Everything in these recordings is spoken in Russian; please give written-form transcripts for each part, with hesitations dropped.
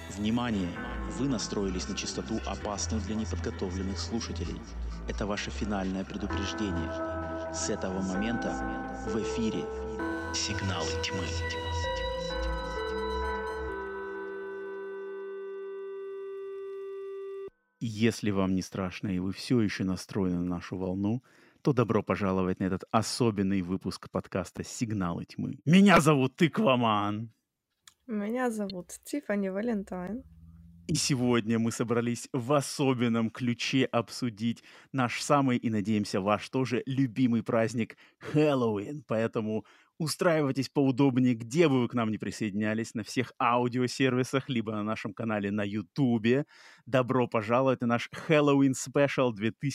Внимание! Вы настроились на частоту, опасную для неподготовленных слушателей. Это ваше финальное предупреждение. С этого момента в эфире «Сигналы тьмы». Если вам не страшно и вы все еще настроены на нашу волну, то добро пожаловать на этот особенный выпуск подкаста «Сигналы тьмы». Меня зовут Тыкваман. Меня зовут Тиффани Валентайн. И сегодня мы собрались в особенном ключе обсудить наш самый и, надеемся, ваш тоже любимый праздник Хэллоуин. Поэтому устраивайтесь поудобнее, где бы вы к нам не присоединялись, на всех аудиосервисах, либо на нашем канале на Ютубе. Добро пожаловать на наш Хэллоуин Спешл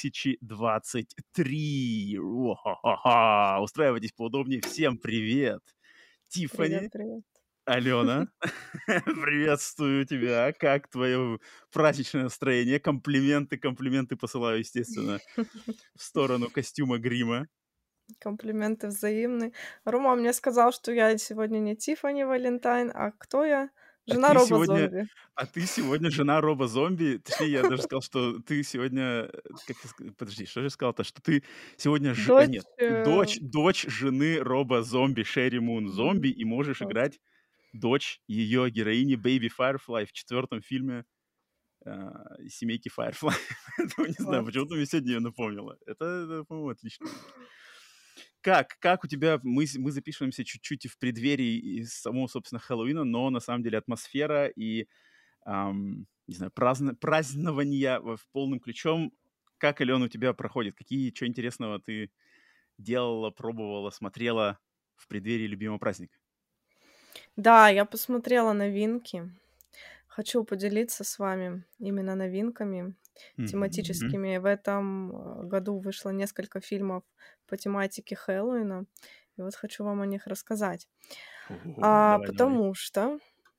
2023. О-ха-ха-ха. Устраивайтесь поудобнее. Всем привет! Тиффани. Привет. Алена, приветствую тебя. Как твое праздничное настроение? Комплименты посылаю, естественно, в сторону костюма грима. Комплименты взаимные. Рома мне сказал, что я сегодня не Тиффани Валентайн, а кто я? Жена робо-зомби. Ты сегодня жена робо-зомби. Точнее, я даже сказал, что ты сегодня... Подожди, что же я сказал-то? Что ты сегодня... Дочь... Нет, дочь жены робо-зомби Шерри Мун зомби, и можешь вот. играть дочь ее героини Бэйби Файрфлай в 4-м фильме семейки Firefly. Поэтому не знаю, почему ты мне сегодня ее напомнила. Это, по-моему, отлично. Как у тебя... Мы записываемся чуть-чуть в преддверии самого, собственно, Хэллоуина, но на самом деле атмосфера и, не знаю, празднование в полным ключом. Как, Алена, у тебя проходит? Что интересного ты делала, пробовала, смотрела в преддверии любимого праздника? Да, я посмотрела новинки. Хочу поделиться с вами именно новинками тематическими. В этом году вышло несколько фильмов по тематике Хэллоуина. И вот хочу вам о них рассказать. Давай. Потому что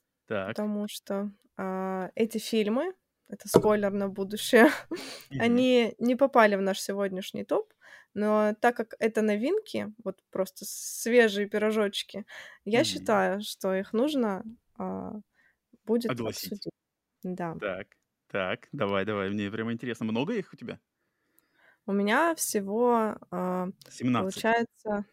эти фильмы, это спойлер на будущее, они не попали в наш сегодняшний топ, но так как это новинки, вот просто свежие пирожочки, я считаю, что их нужно будет огласить. обсудить. Да. Так, давай, мне прямо интересно. Много их у тебя? У меня всего 17. получается...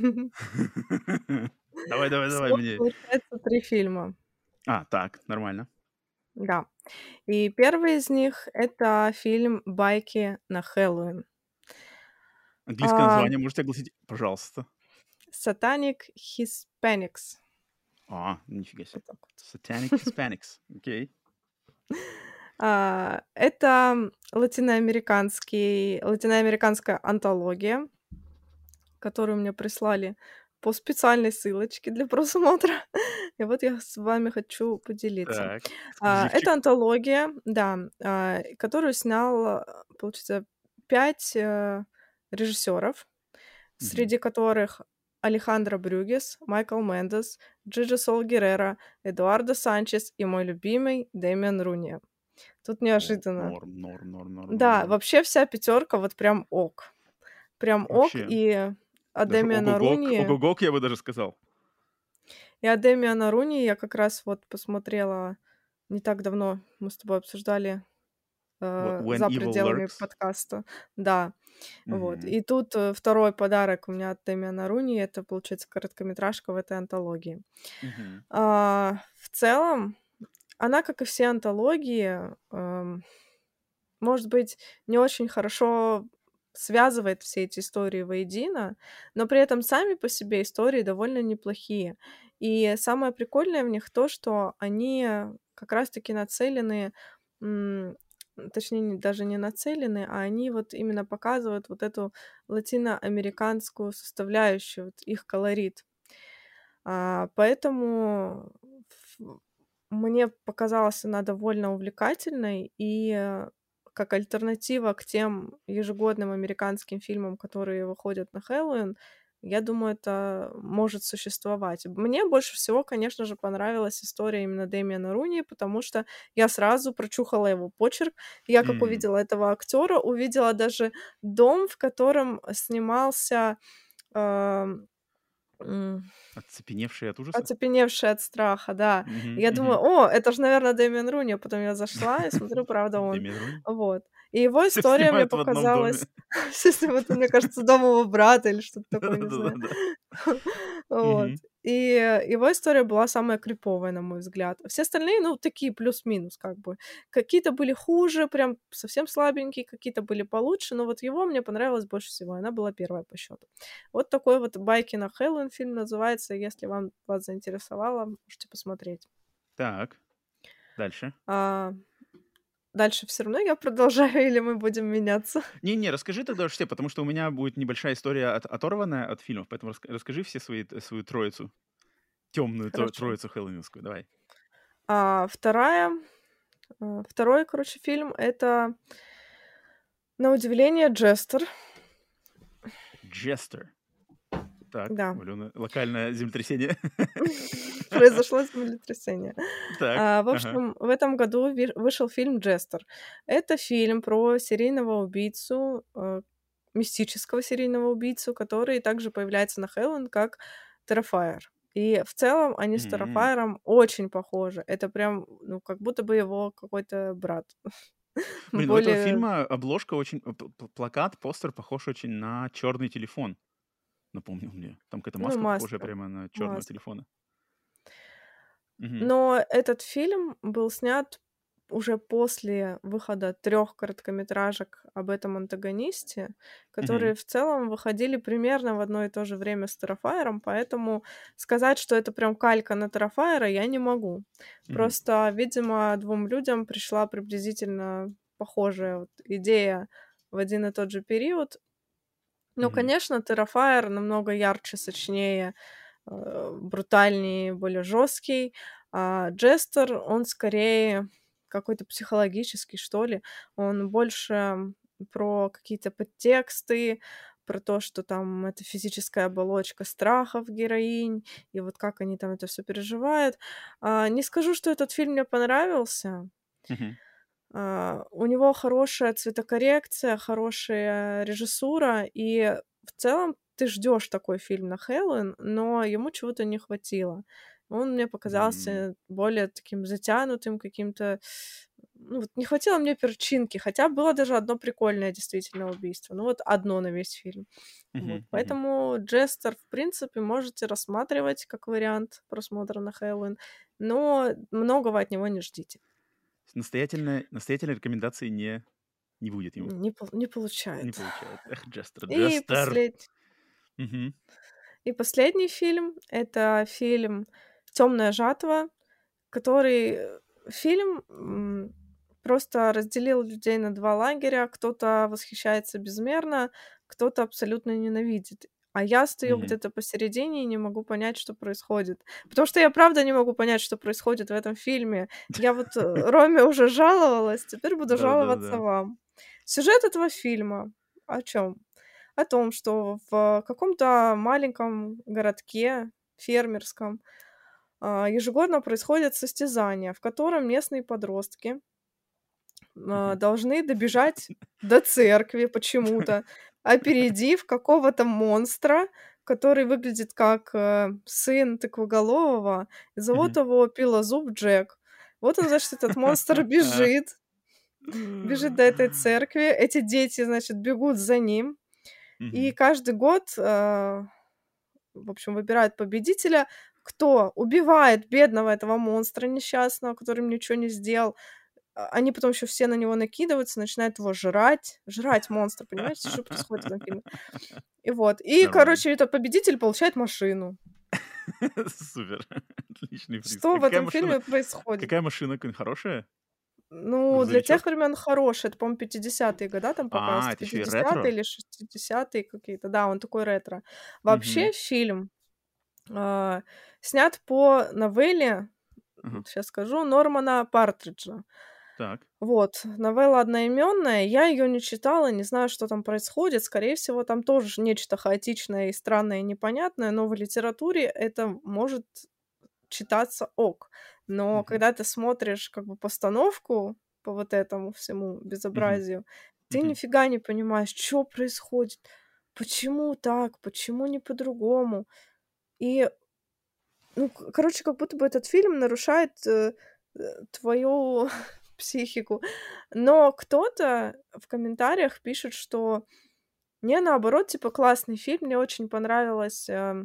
Давай Всего мне. получается 3 фильма. Так, нормально. Да. И первый из них — это фильм «Байки на Хэллоуин». Английское название можете огласить, пожалуйста? Satanic Hispanics. Нифига себе. Вот так вот. Satanic Hispanics. Окей. Это латиноамериканская антология, которую мне прислали по специальной ссылочке для просмотра. И вот я с вами хочу поделиться. Так, эксклюзивчик. Это антология, да, которую снял, получается, 5 режиссеров, среди которых Алехандро Брюгес, Майкл Мендес, Джиджи Сол Геррера, Эдуардо Санчес и мой любимый Дэмиан Руни. Тут неожиданно. Норм. Да, вообще вся 5 вот прям ок. Прям ок, Вообще. и от Дэмиана Руни... Ого-гок, я бы даже сказал. И от Дэмиана Руни я как раз вот посмотрела не так давно. Мы с тобой обсуждали When за Evil пределами Lurks. подкаста. Да. Вот. И тут второй подарок у меня от Дэмиана Руни. Это, получается, короткометражка в этой антологии. В целом, она, как и все антологии, может быть, не очень хорошо связывает все эти истории воедино, но при этом сами по себе истории довольно неплохие. И самое прикольное в них то, что они как раз-таки нацелены, точнее, даже не нацелены, а они вот именно показывают вот эту латиноамериканскую составляющую, вот их колорит. Поэтому мне показалась она довольно увлекательной, и как альтернатива к тем ежегодным американским фильмам, которые выходят на Хэллоуин, я думаю, это может существовать. Мне больше всего, конечно же, понравилась история именно Дэмиана Руни, потому что я сразу прочухала его почерк. Я как увидела этого актера, увидела даже дом, в котором снимался Оцепеневшие от ужаса? Оцепеневший от страха, да. И Мгм, я думаю: мгм. "О, это же, наверно, Дэмиан Руни". А потом я зашла и смотрю, правда, он. Дэмиан Руни? Вот. И его Все история мне снимают в одном доме. показалась вот, мне кажется, "Дом его брата" или что-то такое, не знаю. Да-да-да-да. Вот. Мгм. И его история была самая криповая, на мой взгляд. Все остальные, ну, такие плюс-минус как бы. Какие-то были хуже, прям совсем слабенькие, какие-то были получше, но вот его мне понравилось больше всего. Она была первая по счету. Вот такой вот "Байки на Хэллоуин" фильм называется. Если вас заинтересовало, можете посмотреть. Так, дальше. А, дальше все равно я продолжаю или мы будем меняться? Не-не, расскажи тогда уж все, потому что у меня будет небольшая история оторванная от фильмов, поэтому расскажи все свою троицу, темную Хорошо. троицу хэллоуинскую. Давай. А, вторая, Второй, короче, фильм — это, на удивление, "Джестер". Джестер. Так, Да. у Алены локальное землетрясение. Произошло землетрясение. Так, В ага. общем, в этом году вышел фильм "Джестер". Это фильм про серийного убийцу, мистического серийного убийцу, который также появляется на Хэллоуин как Terrifier. И в целом они с М. Terrifier'ом очень похожи. Это прям, ну, как будто бы его какой-то брат. Блин, у этого Более фильма обложка очень, плакат, постер похож очень на черный телефон, напомнил мне. Там какая-то ну, маска похожая маска, прямо на черного маска. телефона. Мгм. Но этот фильм был снят уже после выхода 3 короткометражек об этом антагонисте, Мгм. которые в целом выходили примерно в одно и то же время с Terrifier'ом, поэтому сказать, что это прям калька на Terrifier'а, я не могу. Мгм. Просто, видимо, 2 людям пришла приблизительно похожая вот идея в один и тот же период. Но, Мгм. конечно, Terrifier намного ярче, сочнее, брутальнее, более жесткий. А Джестер, он скорее какой-то психологический, что ли. Он больше про какие-то подтексты, про то, что там это физическая оболочка страхов героинь, и вот как они там это все переживают. Не скажу, что этот фильм мне понравился. Мгм. У него хорошая цветокоррекция, хорошая режиссура, и в целом ты ждешь такой фильм на Хэллоуин, но ему чего-то не хватило. Он мне М. показался более таким затянутым каким-то. Ну, вот не хватило мне перчинки, хотя было даже одно прикольное действительно убийство. Ну, вот одно на весь фильм. Вот. Мгм. Мгм. Поэтому Джестер, в принципе, можете рассматривать как вариант просмотра на Хэллоуин, но многого от него не ждите. Настоятельной рекомендации не будет ему. Не Не получает. получает. Эх, Джестер, И Джестер! Мгм. последний фильм — это фильм "Темная жатва", который, фильм, просто разделил людей на 2 лагеря. Кто-то восхищается безмерно, кто-то абсолютно ненавидит. А я стою Мгм. где-то посередине и не могу понять, что происходит. Потому что я правда не могу понять, что происходит в этом фильме. Я вот, Роме уже жаловалась, теперь буду жаловаться Да-да-да. вам. Сюжет этого фильма о чем? О том, что в каком-то маленьком городке фермерском, ежегодно происходят состязания, в котором местные подростки, Мгм. должны добежать до церкви почему-то, опередив какого-то монстра, который выглядит как, сын тыквоголового. Зовут Мгм. его Пилозуб Джек. Вот он, значит, этот монстр бежит до этой церкви. Эти дети, значит, бегут за ним. И Мгм. каждый год, в общем, выбирают победителя, кто убивает бедного этого монстра несчастного, который им ничего не сделал. Они потом еще все на него накидываются, начинают его жрать. Жрать монстра, понимаете, что происходит в этом фильме? И вот. И, Нормально. короче, этот победитель получает машину. Супер. Отличный приз. Что А в этом фильме происходит? какая машина? Какая хорошая? Ну, для тех Грузовичок? времен хороший. Это, по-моему, 50-е года там А, показывают. это еще и 50-е ретро? или 60-е какие-то. Да, он такой ретро. Мгм. Вообще фильм А, снят по новелле, Ага. сейчас скажу, Нормана Партриджа. Так. Вот, новелла одноименная. Я ее не читала, не знаю, что там происходит. Скорее всего, там тоже нечто хаотичное и странное, и непонятное, но в литературе это может читаться ок. Но Мгм. когда ты смотришь как бы постановку по вот этому всему Мгм. безобразию, ты Мгм. нифига не понимаешь, что происходит, почему так, почему не по-другому. И, ну, короче, как будто бы этот фильм нарушает твою психику. Но кто-то в комментариях пишет, что мне наоборот, типа, классный фильм, мне очень понравилась,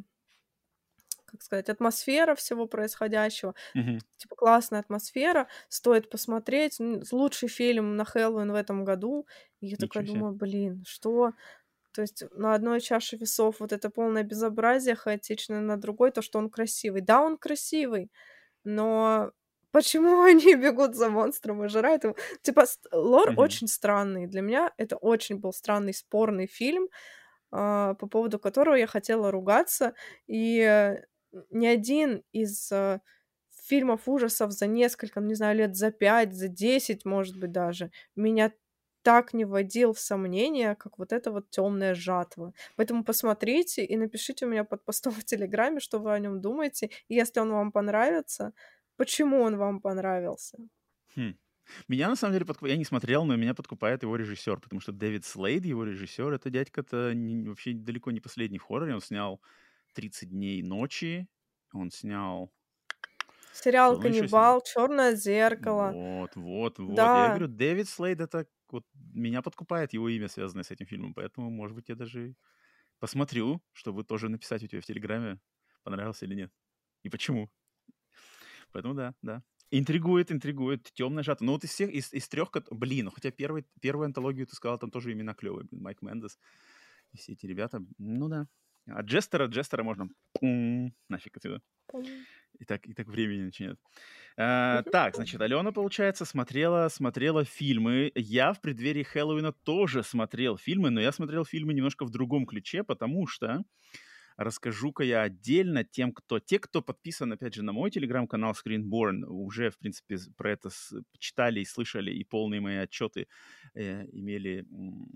как сказать, атмосфера всего происходящего. Типа, классная атмосфера, стоит посмотреть. Лучший фильм на Хэллоуин в этом году. И я такая Ничего себе. думаю, блин, что? То есть на одной чаше весов вот это полное безобразие хаотичное, на другой то, что он красивый. Да, он красивый, но почему они бегут за монстром и жрают его? Типа, лор очень странный. Для меня это очень был странный, спорный фильм, по поводу которого я хотела ругаться. И ни один из фильмов ужасов за несколько, ну, не знаю, лет за 5, за 10, может быть, даже, меня так не вводил в сомнение, как вот эта вот «Темная жатва». Поэтому посмотрите и напишите у меня под постом в Телеграме, что вы о нем думаете. И если он вам понравится, почему он вам понравился? Меня на самом деле я не смотрел, но меня подкупает его режиссер, потому что Дэвид Слейд, его режиссер, это дядька-то вообще далеко не последний в хорроре. Он снял «30 дней ночи», он снял... Сериал Что он еще снял? «Каннибал», «Черное зеркало». Вот. Я Да, говорю, Дэвид Слейд, это вот меня подкупает его имя, связанное с этим фильмом, поэтому, может быть, я даже посмотрю, чтобы тоже написать у тебя в Телеграме, понравился или нет, и почему. Поэтому да. Интригует. Темная жатва. Ну вот из всех, из трех, блин, ну хотя первую антологию ты сказал, там тоже имена клевые, блин, Майк Мендес и все эти ребята. Ну да. А Джестера можно нафиг отсюда. И так времени начнет. Так, значит, Алена, получается, смотрела фильмы. Я в преддверии Хэллоуина тоже смотрел фильмы, но я смотрел фильмы немножко в другом ключе, потому что расскажу-ка я отдельно те, кто подписан, опять же, на мой телеграм-канал Screenborn, уже, в принципе, про это читали и слышали, и полные мои отчеты имели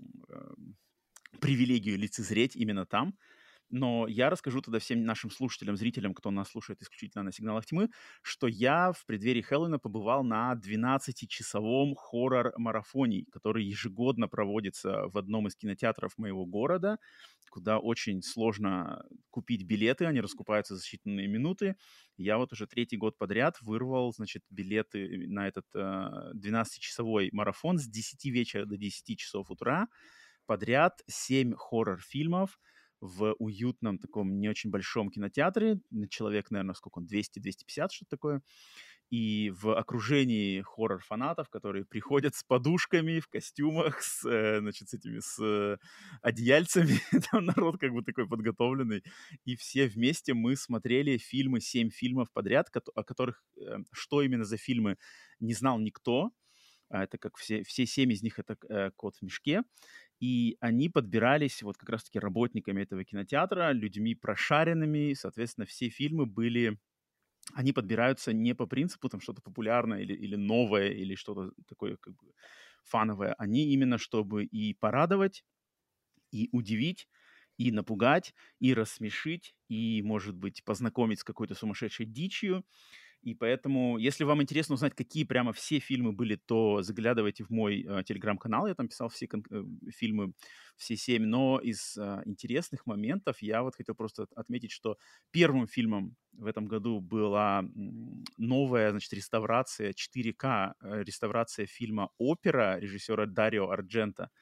привилегию лицезреть именно там. Но я расскажу тогда всем нашим слушателям, зрителям, кто нас слушает исключительно на «Сигналах тьмы», что я в преддверии Хэллоуина побывал на 12-часовом хоррор-марафоне, который ежегодно проводится в одном из кинотеатров моего города, куда очень сложно купить билеты, они раскупаются за считанные минуты. Я вот уже 3-й год подряд вырвал, значит, билеты на этот 12-часовой марафон с 10 вечера до 10 часов утра. Подряд 7 хоррор-фильмов в уютном таком не очень большом кинотеатре. Человек, наверное, сколько он, 200-250, что-то такое. И в окружении хоррор-фанатов, которые приходят с подушками, в костюмах, значит, с этими, одеяльцами. Там народ как бы такой подготовленный. И все вместе мы смотрели 7 фильмов подряд, о которых, что именно за фильмы, не знал никто. Это как все 7 из них — это «Кот в мешке». И они подбирались вот как раз-таки работниками этого кинотеатра, людьми прошаренными. Соответственно, все фильмы они подбираются не по принципу там что-то популярное или новое, или что-то такое как бы фановое. Они именно чтобы и порадовать, и удивить, и напугать, и рассмешить, и, может быть, познакомить с какой-то сумасшедшей дичью. И поэтому, если вам интересно узнать, какие прямо все фильмы были, то заглядывайте в мой телеграм-канал. Я там писал все фильмы, все 7. Но из интересных моментов я вот хотел просто отметить, что первым фильмом в этом году была новая, значит, реставрация, 4К реставрация фильма «Опера» режиссера Дарио Арджента.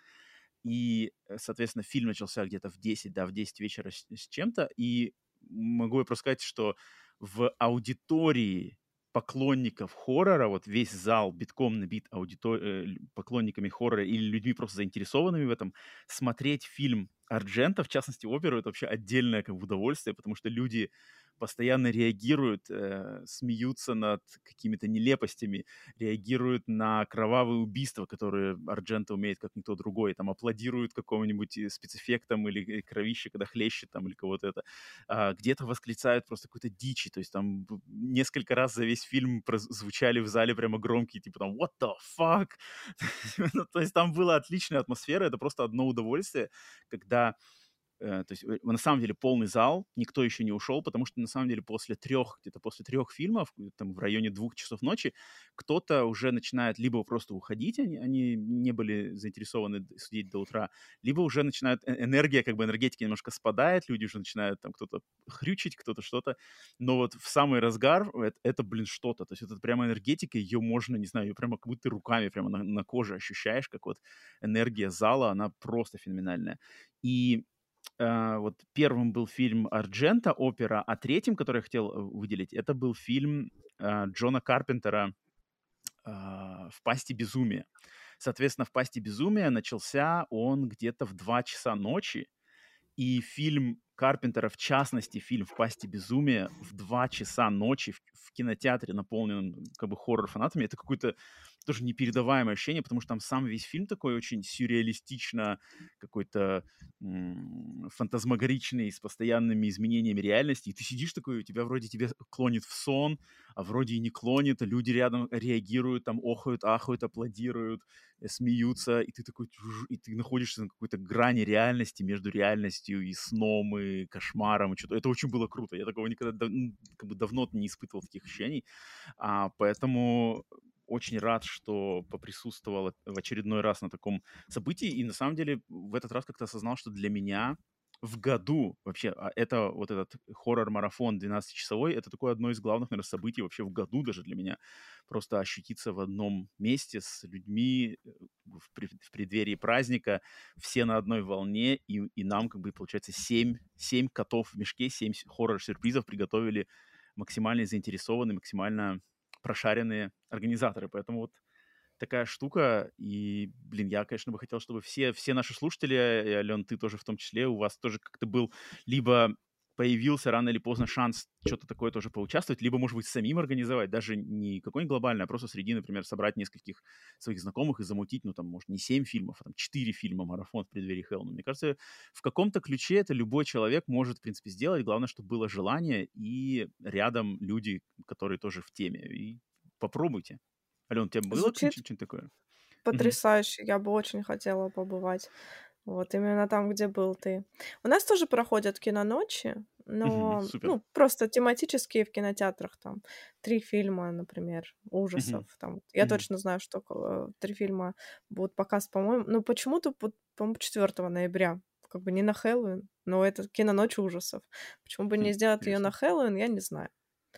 И, соответственно, фильм начался где-то в 10, да, в 10 вечера с чем-то. И могу я просто сказать, что в аудитории поклонников хоррора, вот весь зал битком набит поклонниками хоррора или людьми просто заинтересованными в этом, смотреть фильм Арджента, в частности, оперу, это вообще отдельное как бы удовольствие, потому что люди постоянно реагируют, смеются над какими-то нелепостями, реагируют на кровавые убийства, которые Арджента умеет как никто другой, там аплодируют какому-нибудь спецэффектам или кровище, когда хлещет там или кого-то это, где-то восклицают просто какой-то дичи, то есть там несколько раз за весь фильм звучали в зале прямо громкие, типа там what the fuck, то есть там была отличная атмосфера, это просто одно удовольствие, когда То есть на самом деле полный зал, никто еще не ушел, потому что на самом деле где-то после 3 фильмов, там в районе 2 часов ночи, кто-то уже начинает либо просто уходить, они не были заинтересованы сидеть до утра, либо уже начинает энергия, как бы энергетика немножко спадает, люди уже начинают там кто-то хрючить, кто-то что-то. Но вот в самый разгар это блин, что-то. То есть это прямо энергетика, ее можно, не знаю, ее прямо как будто ты руками прямо на коже ощущаешь, как вот энергия зала, она просто феноменальная. И вот первым был фильм «Арджента», опера, а третьим, который я хотел выделить, это был фильм Джона Карпентера «В пасти безумия». Соответственно, «В пасти безумия» начался он где-то в 2 часа ночи, и фильм Карпентера, в частности, фильм «В пасти безумия» в 2 часа ночи в кинотеатре, наполненном как бы хоррор-фанатами, это какое-то тоже непередаваемое ощущение, потому что там сам весь фильм такой очень сюрреалистично, какой-то фантазмагоричный, с постоянными изменениями реальности, и ты сидишь такой, у тебя вроде тебя клонит в сон, а вроде и не клонит, а люди рядом реагируют, там охают, ахают, аплодируют, смеются, и ты такой, и ты находишься на какой-то грани реальности между реальностью и сном, и кошмаром, и что-то. Это очень было круто. Я такого никогда как бы давно не испытывал таких ощущений. Поэтому очень рад, что поприсутствовал в очередной раз на таком событии. И на самом деле в этот раз как-то осознал, что для меня в году вообще, это вот этот хоррор-марафон 12-часовой, это такое одно из главных, наверное, событий вообще в году даже для меня. Просто ощутиться в одном месте с людьми в преддверии праздника, все на одной волне, и нам, как бы, получается, 7 котов в мешке, 7 хоррор-сюрпризов приготовили максимально заинтересованные, максимально прошаренные организаторы. Поэтому вот такая штука. И, блин, я, конечно, бы хотел, чтобы все наши слушатели, и, Ален, ты тоже в том числе, у вас тоже как-то был либо появился рано или поздно шанс что-то такое тоже поучаствовать, либо, может быть, самим организовать, даже не какой-нибудь глобальный, а просто среди, например, собрать нескольких своих знакомых и замутить, ну, там, может, не 7 фильмов, а там 4 фильма, марафон в преддверии Хэллоуина. Мне кажется, в каком-то ключе это любой человек может, в принципе, сделать. Главное, чтобы было желание и рядом люди, которые тоже в теме. И попробуйте. Ален, у тебя было Звучит что-нибудь такое? Мгм. потрясающе. Я бы очень хотела побывать. Вот именно там, где был ты. У нас тоже проходят киноночи, Мгм. но, Супер. ну, просто тематические в кинотеатрах там. 3 фильма, например, ужасов Мгм. там. Я Мгм. точно знаю, что 3 фильма будут показ, по-моему. Ну, почему-то, по-моему, 4 ноября. Как бы не на Хэллоуин, но это киноночь ужасов. Почему бы не сделать ее на Интересно. Хэллоуин, я не знаю.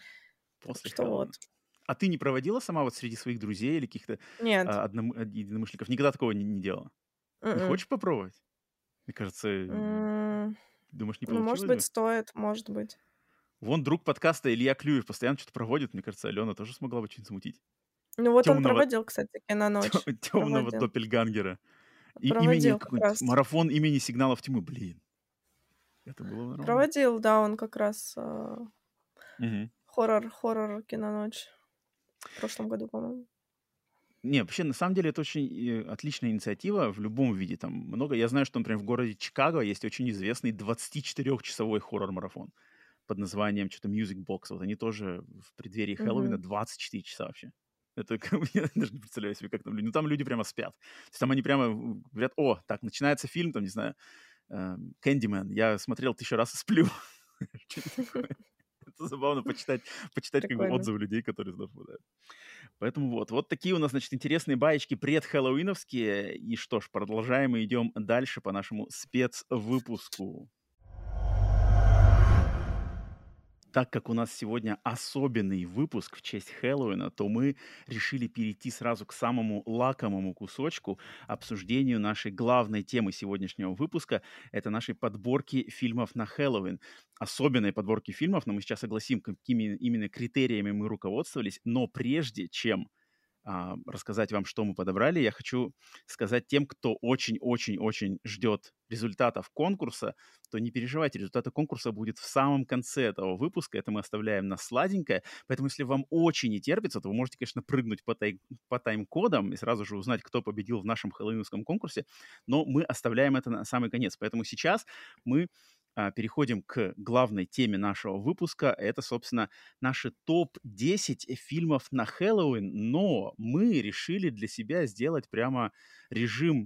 Так После что Хэллоуина. вот. А ты не проводила сама вот среди своих друзей или каких-то Нет. единомышленников? Никогда такого не делала? Не М. хочешь попробовать? Мне кажется, М, думаешь, не ну, может получилось быть, бы? стоит, может быть. Вон друг подкаста Илья Клюев постоянно что-то проводит. Мне кажется, Алена тоже смогла бы что-нибудь замутить. Ну, вот он Темного, проводил, кстати, киноночь. темного Проводил. доппельгангера. И имени Проводил как какой-нибудь раз. марафон имени сигналов тьмы. Блин, это было нормально. Проводил, да, он как раз, Мгм. хоррор киноночь в прошлом году, по-моему. Не, вообще, на самом деле, это очень отличная инициатива в любом виде. Там много. Я знаю, что, например, в городе Чикаго есть очень известный 24-часовой хоррор-марафон под названием что-то Music Box. Вот они тоже в преддверии Хэллоуина Мгм. 24 часа вообще. Это как бы, я даже не представляю себе, как там люди. Ну, там люди прямо спят. То есть там они прямо говорят, о, так, начинается фильм, там, не знаю, Кэндимен. Я смотрел 1000 раз и сплю. Что-нибудь такое. Это забавно почитать как бы Прикольно. отзывы людей, которые туда попадают. Поэтому вот такие у нас, значит, интересные баечки предхэллоуиновские. И что ж, продолжаем и идем дальше по нашему спецвыпуску. Так как у нас сегодня особенный выпуск в честь Хэллоуина, то мы решили перейти сразу к самому лакомому кусочку, обсуждению нашей главной темы сегодняшнего выпуска. Это наши подборки фильмов на Хэллоуин. Особенные подборки фильмов, но мы сейчас огласим, какими именно критериями мы руководствовались. Но прежде чем рассказать вам, что мы подобрали, я хочу сказать тем, кто очень-очень-очень ждет результатов конкурса, то не переживайте, результаты конкурса будет в самом конце этого выпуска, это мы оставляем на сладенькое, поэтому если вам очень не терпится, то вы можете, конечно, прыгнуть по тайм-кодам и сразу же узнать, кто победил в нашем хэллоуинском конкурсе, но мы оставляем это на самый конец, поэтому сейчас мы переходим к главной теме нашего выпуска. Это, собственно, наши топ-10 фильмов на Хэллоуин, но мы решили для себя сделать прямо режим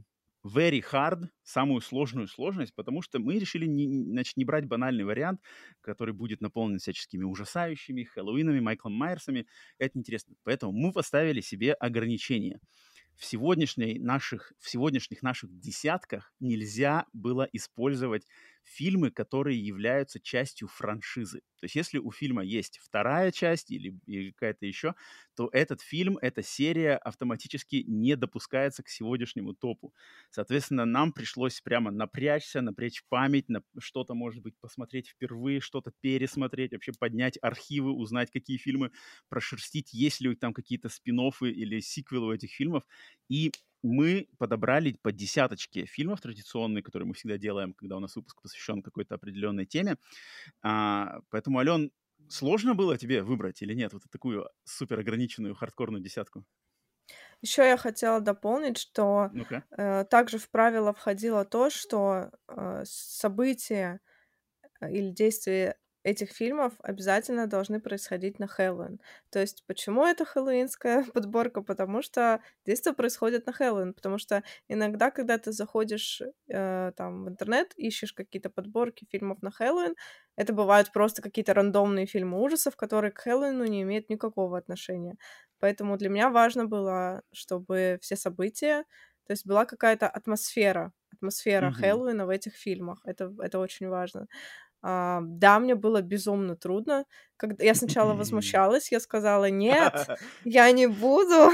very hard, самую сложную сложность, потому что мы решили не брать банальный вариант, который будет наполнен всяческими ужасающими, Хэллоуинами, Майклом Майерсами. Это неинтересно. Поэтому мы поставили себе ограничения. В сегодняшних наших десятках нельзя было использовать фильмы, которые являются частью франшизы. То есть если у фильма есть вторая часть или какая-то еще, то этот фильм, эта серия автоматически не допускается к сегодняшнему топу. Соответственно, нам пришлось прямо напрячься, напрячь память, что-то, может быть, посмотреть впервые, что-то пересмотреть, вообще поднять архивы, узнать, какие фильмы прошерстить, есть ли там какие-то спин-оффы или сиквелы у этих фильмов. И мы подобрали по десяточке фильмов традиционные, которые мы всегда делаем, когда у нас выпуск посвящен какой-то определенной теме. Поэтому, Ален, сложно было тебе выбрать или нет вот такую супер ограниченную хардкорную десятку? Еще я хотела дополнить, что Ну-ка. также в правила входило то, что события или действия этих фильмов обязательно должны происходить на Хэллоуин. То есть почему это хэллоуинская подборка? Потому что действия происходят на Хэллоуин. Потому что иногда, когда ты заходишь там в интернет, ищешь какие-то подборки фильмов на Хэллоуин, это бывают просто какие-то рандомные фильмы ужасов, которые к Хэллоуину не имеют никакого отношения. Поэтому для меня важно было, чтобы все события, то есть была какая-то атмосфера Хэллоуина в этих фильмах. Это очень важно. Да, мне было безумно трудно. Когда я сначала возмущалась, я сказала: «Нет, я не буду».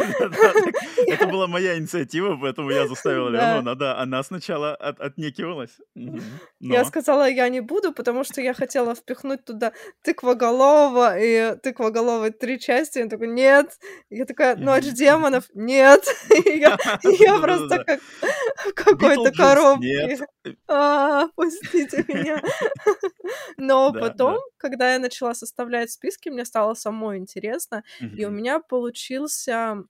Это была моя инициатива, поэтому я заставил Алену. Да. Она сначала отнекивалась. Я Но. сказала: «Я не буду», потому что я хотела впихнуть туда тыквоголового и тыквоголовой 3 части. Он такой: «Нет». Я такая: «Ночь демонов». «Нет». И я просто Да-да-да. как в какой-то Битлджус. Нет. коробке. Пустите меня. Но Да, потом, да. когда я начала составлять списки, мне стало самой интересно, и у Мгм. меня получился...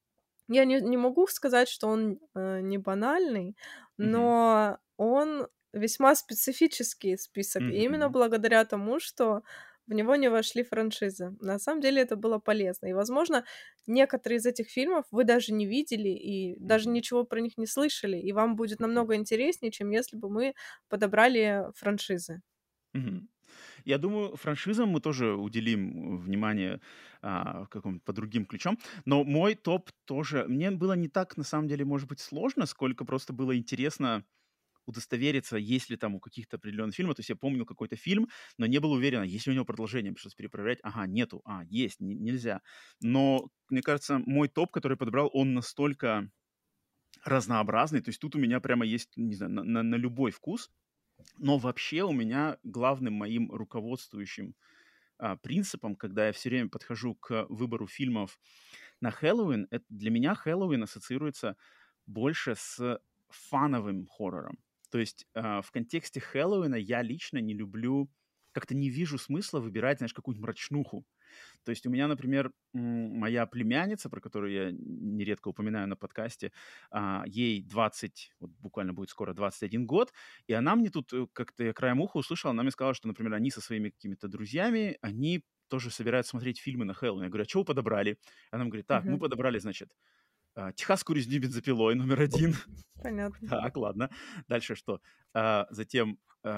Я не могу сказать, что он не банальный, Мгм. но он весьма специфический список. И именно Мгм. благодаря тому, что в него не вошли франшизы. На самом деле это было полезно. И, возможно, некоторые из этих фильмов вы даже не видели и даже Мгм. ничего про них не слышали. И вам будет намного интереснее, чем если бы мы подобрали франшизы. Мгм. Я думаю, франшизам мы тоже уделим внимание в каком-то по другим ключом. Но мой топ тоже... Мне было не так, на самом деле, может быть, сложно, сколько просто было интересно удостовериться, есть ли там у каких-то определенных фильмов. То есть я помнил какой-то фильм, но не был уверен, есть ли у него продолжение. Пришлось перепроверять. Ага, нету. Есть, нельзя. Но, мне кажется, мой топ, который я подобрал, он настолько разнообразный. То есть тут у меня прямо есть, не знаю, на любой вкус. Но вообще у меня главным моим руководствующим принципом, когда я все время подхожу к выбору фильмов на Хэллоуин, это для меня Хэллоуин ассоциируется больше с фановым хоррором. То есть в контексте Хэллоуина я лично не люблю, как-то не вижу смысла выбирать, знаешь, какую-нибудь мрачнуху. То есть у меня, например, моя племянница, про которую я нередко упоминаю на подкасте, ей 20, вот буквально будет скоро 21 год, и она мне тут как-то я краем уха услышала, она мне сказала, что, например, они со своими какими-то друзьями, они тоже собираются смотреть фильмы на Хэллоуин. Я говорю: а что вы подобрали? Она мне говорит: так, мы Мгм. подобрали, значит, «Техасскую резню бензопилой» номер 1. Понятно. Так, ладно. Дальше что? Затем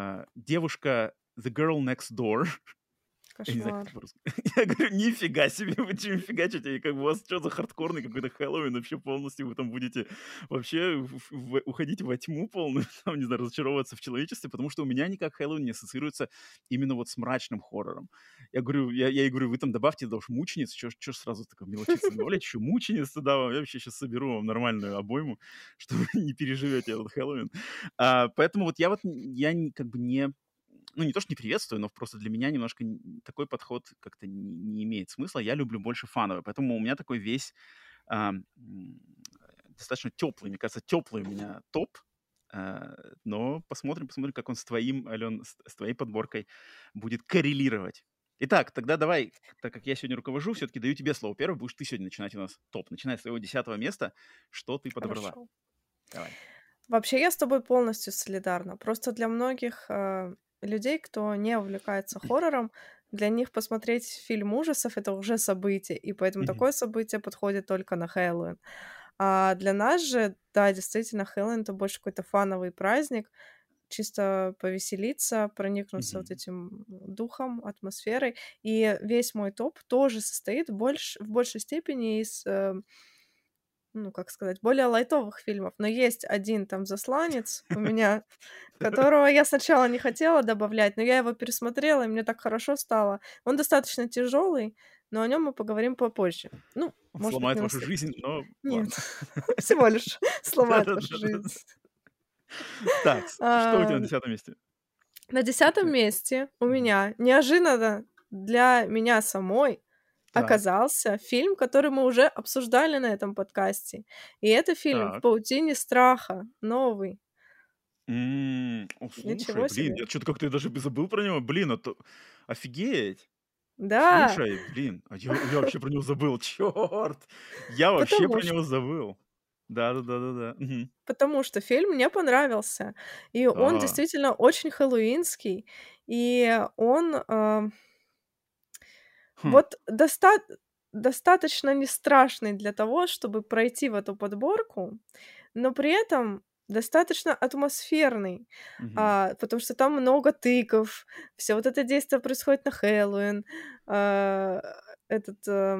девушка «The Girl Next Door». Я не знаю, как Кошмар. это по-русски. Я говорю: нифига себе, вы чё фигачите? И как бы у вас что за хардкорный какой-то Хэллоуин вообще полностью? Вы там будете вообще уходить во тьму полную, там, не знаю, разочаровываться в человечестве, потому что у меня никак Хэллоуин не ассоциируется именно вот с мрачным хоррором. Я говорю, я ей говорю: вы там добавьте даже уж мучениц, чё сразу такая мелочиться добавлять, еще мучениц туда вам, я вообще сейчас соберу вам нормальную обойму, что вы не переживете этот Хэллоуин. Поэтому вот я как бы не то, что не приветствую, но просто для меня немножко такой подход как-то не имеет смысла. Я люблю больше фановый, поэтому у меня такой весь достаточно теплый, мне кажется, теплый у меня топ. Но посмотрим, как он с твоим, Ален, с твоей подборкой будет коррелировать. Итак, тогда давай, так как я сегодня руковожу, все-таки даю тебе слово первый, будешь ты сегодня начинать у нас топ. Начиная с своего 10-го места, что ты подобрала? Хорошо. Давай. Вообще, я с тобой полностью солидарна. Просто для многих людей, кто не увлекается хоррором, для них посмотреть фильм ужасов — это уже событие, и поэтому Мгм. такое событие подходит только на Хэллоуин. А для нас же, да, действительно, Хэллоуин — это больше какой-то фановый праздник, чисто повеселиться, проникнуться вот этим духом, атмосферой. И весь мой топ тоже состоит в большей степени из, ну, как сказать, более лайтовых фильмов. Но есть один там «Засланец» у меня, которого я сначала не хотела добавлять, но я его пересмотрела, и мне так хорошо стало. Он достаточно тяжелый, но о нем мы поговорим попозже. Ну, Он может быть, сломает не на вашу следующий. жизнь, но Нет, ладно. всего лишь сломает вашу Да-да-да. жизнь. Так, что у тебя А, на 10-м месте? На 10-м месте у меня неожиданно для меня самой Так, оказался фильм, который мы уже обсуждали на этом подкасте. И это фильм «В так. паутине страха», новый. Слушай, Ничего блин, себе. я что-то как-то даже забыл про него. Блин, это офигеть! Да, Слушай, блин, я вообще про него забыл. Черт! Я вообще потому про что него забыл. Да-да-да-да-да. потому что фильм мне понравился. И он А, действительно очень хэллоуинский. И он, хм, вот достаточно не страшный для того, чтобы пройти в эту подборку, но при этом достаточно атмосферный, мгм. потому что там много тыков, все вот это действие происходит на Хэллоуин. А, этот,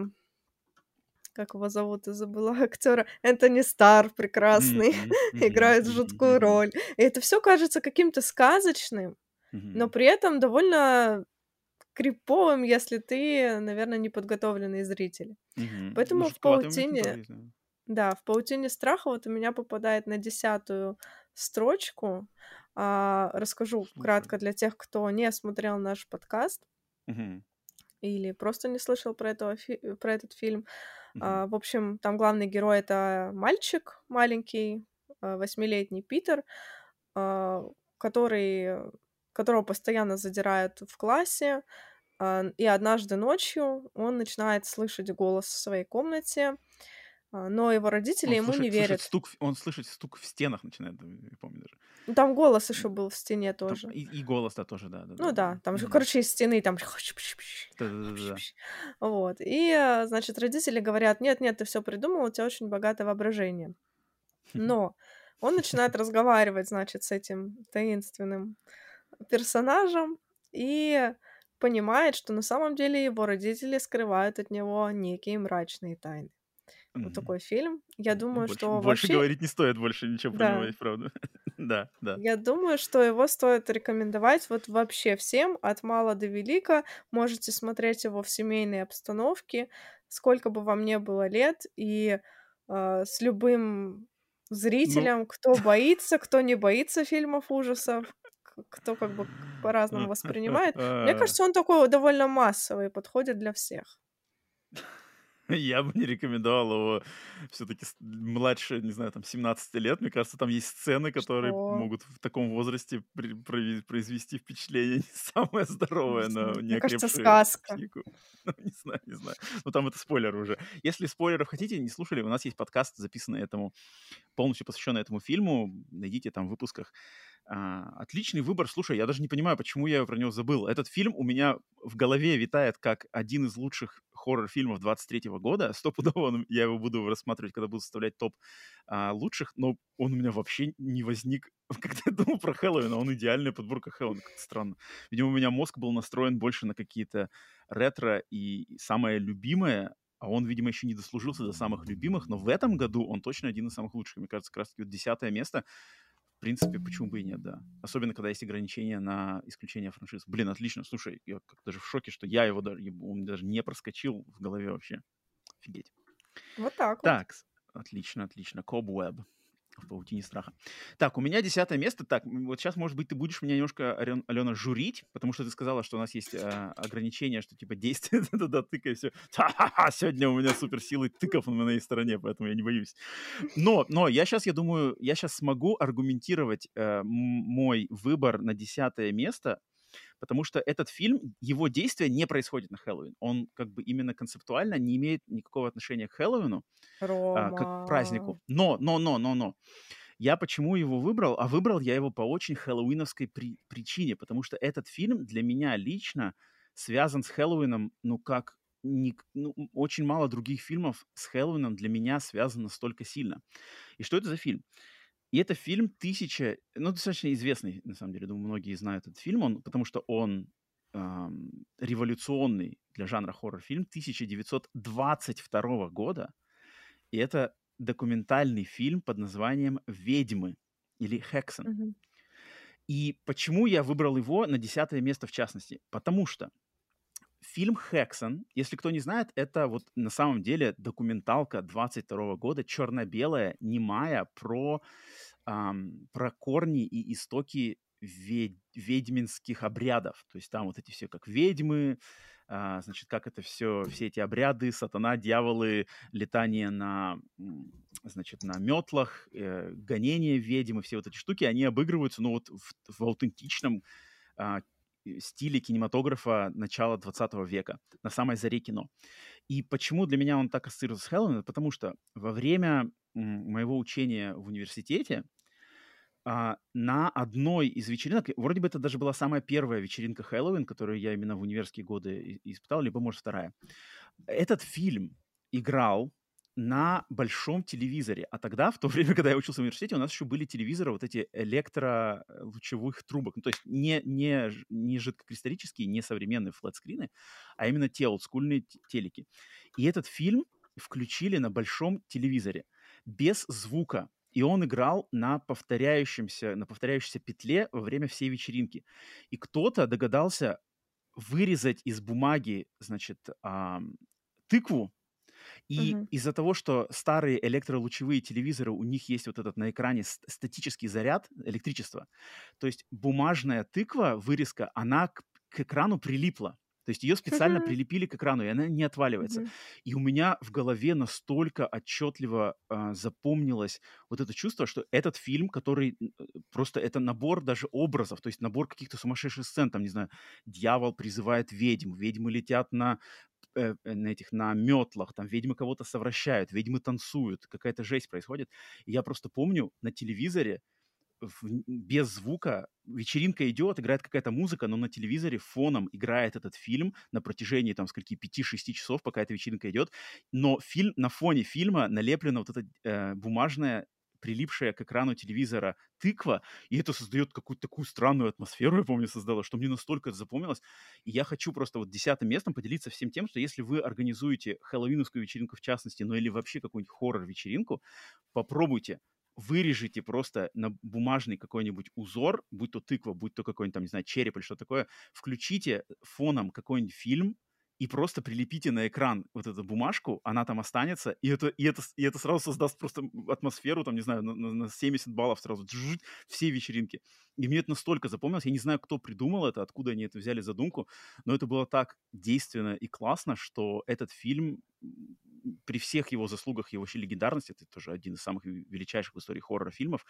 как его зовут, я забыла актера, Энтони Старр прекрасный Мгм, мгм, играет мгм, жуткую мгм, роль. И это все кажется каким-то сказочным, но мгм, при этом довольно криповым, если ты, наверное, неподготовленный зритель. мгм. Ну, Поэтому в жутковатый момент тоже "Паутине", есть, да. да, в "Паутине страха" вот у меня попадает на 10-ю строчку. Расскажу Слушай. кратко для тех, кто не смотрел наш подкаст Мгм, или просто не слышал про этот фильм. мгм. В общем, там главный герой — это мальчик маленький, 8-летний Питер, а, который которого постоянно задирают в классе. И однажды ночью он начинает слышать голос в своей комнате, но его родители Он ему не слышит верят. стук, он слышит стук в стенах начинает, я помню даже. Ну, там голос М, еще был в стене там тоже. и голос, да, тоже, Ну да-да-да-да. да, там же, Мгм. короче, из стены там Да-да-да-да-да. вот. И, значит, родители говорят: "Нет, нет, ты все придумал, у тебя очень богатое воображение". Но он начинает разговаривать, значит, с этим таинственным персонажем и понимает, что на самом деле его родители скрывают от него некие мрачные тайны. Вот Мгм. такой фильм. Я думаю, Больше что больше вообще, говорить не стоит, больше ничего про него да, есть, правда. Да, да. я думаю, что его стоит рекомендовать вот вообще всем, от мала до велика. Можете смотреть его в семейной обстановке, сколько бы вам не было лет, и с любым Ну, зрителем, кто боится, кто не боится фильмов ужасов, кто как бы по-разному воспринимает. Мне а, кажется, он такой довольно массовый, подходит для всех. я бы не рекомендовал его все-таки младше, не знаю, там, 17 лет. Мне кажется, там есть сцены, которые Что? могут в таком возрасте произвести впечатление не самое Не здоровое на знаю. Мне кажется, неокрепшую сказка. психику. Ну, не знаю, не знаю. Ну, там это спойлер уже. Если спойлеров хотите, не слушали, у нас есть подкаст, записанный этому, полностью посвященный этому фильму. Найдите там в выпусках. Отличный выбор. Слушай, я даже не понимаю, почему я про него забыл. Этот фильм у меня в голове витает как один из лучших хоррор-фильмов 23-го года. Стопудово я его буду рассматривать, когда буду составлять топ лучших, но он у меня вообще не возник, когда я думал про Хэллоуин, а он идеальная подборка Хэллоуина, как-то странно. Видимо, у меня мозг был настроен больше на какие-то ретро и самое любимое, а он, видимо, еще не дослужился до самых любимых, но в этом году он точно один из самых лучших. Мне кажется, как раз-таки вот 10 место. В принципе, почему бы и нет, да. Особенно, когда есть ограничения на исключение франшиз. Блин, отлично. Слушай, я как даже в шоке, что я его даже, он даже не проскочил в голове вообще. Офигеть. Вот так вот. Так, отлично, отлично. Cobweb в паутине страха. Так, у меня 10 место. Так, вот сейчас, может быть, ты будешь меня немножко, Алена, журить, потому что ты сказала, что у нас есть ограничения, что типа действие туда тыкай, все. Сегодня у меня суперсилы тыков на моей стороне, поэтому я не боюсь. Но я думаю, я сейчас смогу аргументировать мой выбор на 10 место, потому что этот фильм, его действие не происходит на Хэллоуин. Он как бы именно концептуально не имеет никакого отношения к Хэллоуину, как к Рома. празднику. Но. Я почему его выбрал? А выбрал я его по очень хэллоуиновской причине, потому что этот фильм для меня лично связан с Хэллоуином, ну, как очень мало других фильмов с Хэллоуином для меня связано настолько сильно. И что это за фильм? И это фильм достаточно известный, на самом деле, думаю, многие знают этот фильм, потому что он революционный для жанра хоррор-фильм 1922 года, и это документальный фильм под названием «Ведьмы» или «Хексен». Мгм. И почему я выбрал его на 10 место в частности? Потому что фильм «Хексон», если кто не знает, это вот на самом деле документалка 22 года, черно-белая, немая, про корни и истоки ведьминских обрядов. То есть там вот эти все как ведьмы, значит, как это все эти обряды, сатана, дьяволы, летание значит, на метлах, гонение ведьмы, все вот эти штуки, они обыгрываются, ну, вот в аутентичном а, стиле кинематографа начала 20 века, на самой заре кино. И почему для меня он так ассоциируется с Хэллоуином? Потому что во время моего учения в университете на одной из вечеринок, вроде бы это даже была самая первая вечеринка Хэллоуин, которую я именно в универские годы испытал, либо, может, вторая. Этот фильм играл на большом телевизоре. А тогда, в то время, когда я учился в университете, у нас еще были телевизоры, вот эти электролучевых трубок. Ну, то есть не жидкокристаллические, не современные флетскрины, а именно те олдскульные телеки. И этот фильм включили на большом телевизоре без звука. И он играл на повторяющейся петле во время всей вечеринки. И кто-то догадался вырезать из бумаги, значит, тыкву, и Мгм. из-за того, что старые электролучевые телевизоры, у них есть вот этот на экране статический заряд электричества, то есть бумажная тыква, вырезка, она к экрану прилипла. То есть ее специально прилепили к экрану, и она не отваливается. Мгм. И у меня в голове настолько отчетливо запомнилось вот это чувство, что этот фильм, который просто это набор даже образов, то есть набор каких-то сумасшедших сцен, там, не знаю, дьявол призывает ведьм, ведьмы летят на метлах, там ведьмы кого-то совращают, ведьмы танцуют, какая-то жесть происходит. И я просто помню на телевизоре без звука вечеринка идет, играет какая-то музыка, но на телевизоре фоном играет этот фильм на протяжении там скольки 5-6 часов, пока эта вечеринка идет, но на фоне фильма налеплена вот эта бумажная прилипшая к экрану телевизора тыква, и это создает какую-то такую странную атмосферу, я помню, создало, что мне настолько это запомнилось. И я хочу просто вот 10 местом поделиться всем тем, что если вы организуете хэллоуиновскую вечеринку в частности, ну или вообще какую-нибудь хоррор-вечеринку, попробуйте, вырежите просто на бумажный какой-нибудь узор, будь то тыква, будь то какой-нибудь там, не знаю, череп или что такое, включите фоном какой-нибудь фильм, и просто прилепите на экран вот эту бумажку, она там останется, и это сразу создаст просто атмосферу, там, не знаю, на 70 баллов сразу все вечеринки. И мне это настолько запомнилось, я не знаю, кто придумал это, откуда они это взяли задумку, но это было так действенно и классно, что этот фильм при всех его заслугах, его вообще легендарности, это тоже один из самых величайших в истории хоррор-фильмов,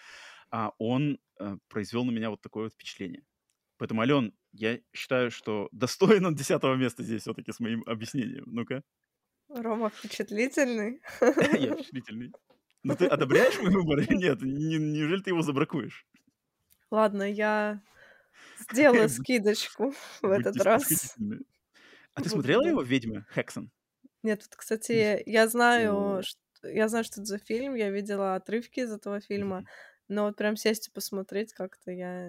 он произвел на меня вот такое вот впечатление. Поэтому, Ален, я считаю, что достоин он 10 места здесь все-таки с моим объяснением. Ну-ка. Рома впечатлительный. Я впечатлительный. Ну ты одобряешь мой выбор или нет? Неужели ты его забракуешь? Ладно, я сделаю скидочку в Будьте этот раз. снисходительны. А ты смотрела Буду. его «Ведьмы» Хексон? Нет, вот, Или кстати, я знаю, О. что это за фильм, я видела отрывки из этого фильма, Мгм. но вот прям сесть и посмотреть как-то я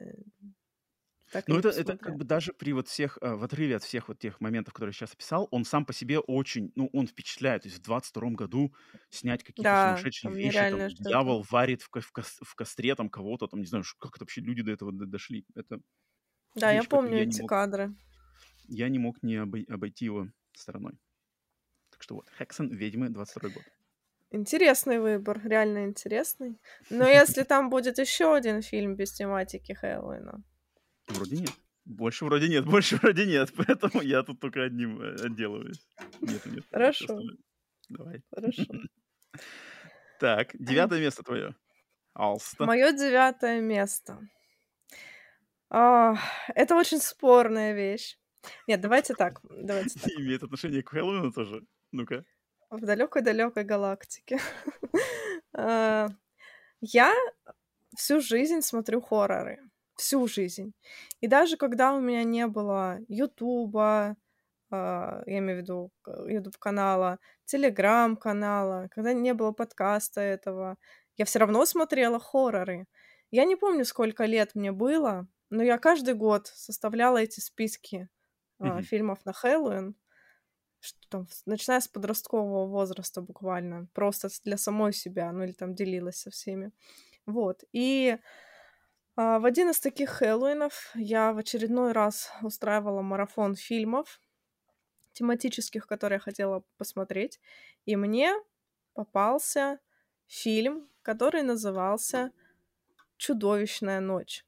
так и Ну, не это как посмотрела. бы даже при вот всех, в отрыве от всех вот тех моментов, которые я сейчас описал, он сам по себе очень, ну, он впечатляет. То есть в 22 году снять какие-то Да, сумасшедшие там вещи, там, нереальное что-то. дьявол варит в костре там кого-то, там, не знаю, как это вообще люди до этого дошли. Это Да, я вещь, которую помню эти кадры. я не мог не обойти его стороной. Так что вот, Хексон, «Ведьмы», 22 год. Интересный выбор, реально интересный. Но если там будет еще один фильм без тематики Хэллоуина. Вроде нет. Больше вроде нет, больше вроде нет, поэтому я тут только одним отделываюсь. Нет, всё Хорошо, остальное. Давай. хорошо. Так, 9 место твое. Алста. Мое 9 место. А, это очень спорная вещь. Нет, давайте так, давайте так. Имеет отношение к Хэллоуину тоже? Ну-ка. В далекой-далекой галактике. А, я всю жизнь смотрю хорроры. Всю жизнь. И даже когда у меня не было «Ютуба», я имею в виду YouTube-канала, Telegram-канала, когда не было подкаста этого, я все равно смотрела хорроры. Я не помню, сколько лет мне было, но я каждый год составляла эти списки фильмов на Хэллоуин, что там, начиная с подросткового возраста буквально, просто для самой себя, ну или там делилась со всеми. Вот. И в один из таких Хэллоуинов я в очередной раз устраивала марафон фильмов тематических, которые я хотела посмотреть, и мне попался фильм, который назывался «Чудовищная ночь»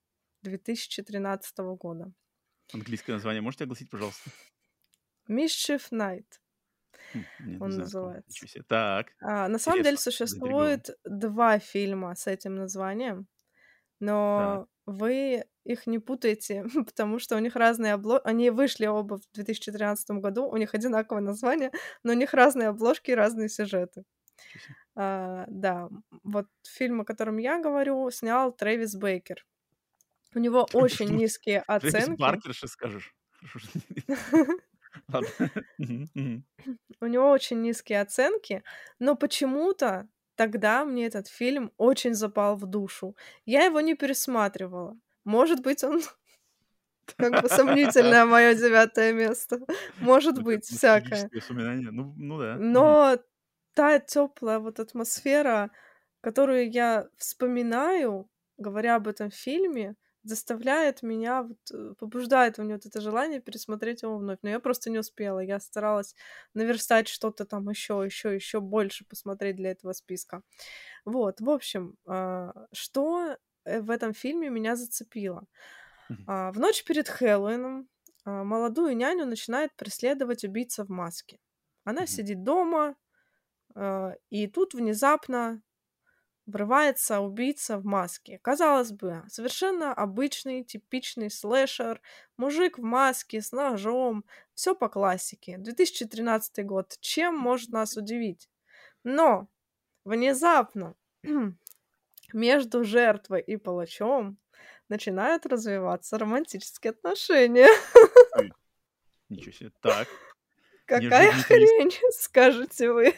2013 года. Английское название можете огласить, пожалуйста? Mischief Night Нет, не он знаю такого. называется. Ничего себе. Так, На самом деле интересно, заинтригован. существует 2 фильма с этим названием, Так. но вы их не путайте, потому что у них разные они вышли оба в 2013 году, у них одинаковое название, но у них разные обложки и разные сюжеты. Ничего себе. Да, вот фильм, о котором я говорю, снял Трэвис Бейкер. У него очень низкие Трэвис оценки. Баркер, что скажешь? Ладно. У него очень низкие оценки, но почему-то тогда мне этот фильм очень запал в душу. Я его не пересматривала. Может быть, он как бы сомнительное мое 9 место. Может Это быть, всякое. ностальгические воспоминания. Ну да. Но та теплая вот атмосфера, которую я вспоминаю, говоря об этом фильме, заставляет меня побуждает у меня вот это желание пересмотреть его вновь. Но я просто не успела. Я старалась наверстать что-то там еще больше посмотреть для этого списка. Вот, в общем, что в этом фильме меня зацепило? В ночь перед Хэллоуином молодую няню начинает преследовать убийца в маске. Она сидит дома, и тут внезапно врывается убийца в маске. Казалось бы, совершенно обычный, типичный слэшер, мужик в маске с ножом, все по классике. 2013 год. Чем может нас удивить? Но внезапно между жертвой и палачом начинают развиваться романтические отношения. Ой, ничего себе. Так, Какая неожиданный твист. хрень, скажете вы?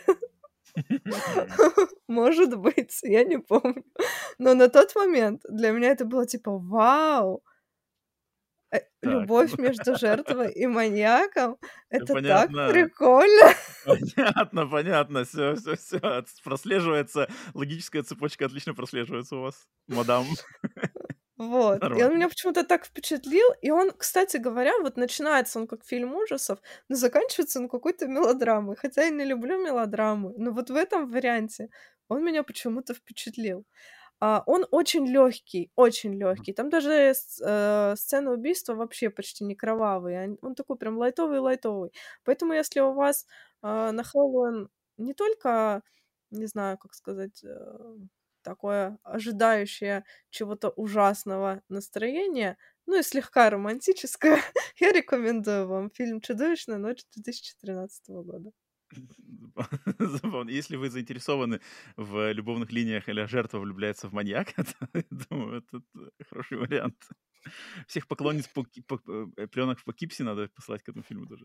Может быть, я не помню. Но на тот момент для меня это было типа вау! Так, Любовь между жертвой и маньяком — всё это так понятно. прикольно! Понятно. Все прослеживается. Логическая цепочка отлично прослеживается у вас, мадам. Вот. И он Нормально. меня почему-то так впечатлил. И он, кстати говоря, вот начинается он как фильм ужасов, но заканчивается он какой-то мелодрамой. Хотя я не люблю мелодрамы, но вот в этом варианте он меня почему-то впечатлил. Он очень легкий, очень легкий. Там даже сцены убийства вообще почти не кровавые. Он такой прям лайтовый-лайтовый. Поэтому если у вас на Хэллоуин не только, не знаю, как сказать, такое ожидающее чего-то ужасного настроение, ну и слегка романтическое, я рекомендую вам фильм «Чудовищная ночь» 2013 года. Забавно. Если вы заинтересованы в любовных линиях или жертва влюбляется в маньяка, то, я думаю, это хороший вариант. Всех поклонниц пленок в Покипси надо послать к этому фильму тоже.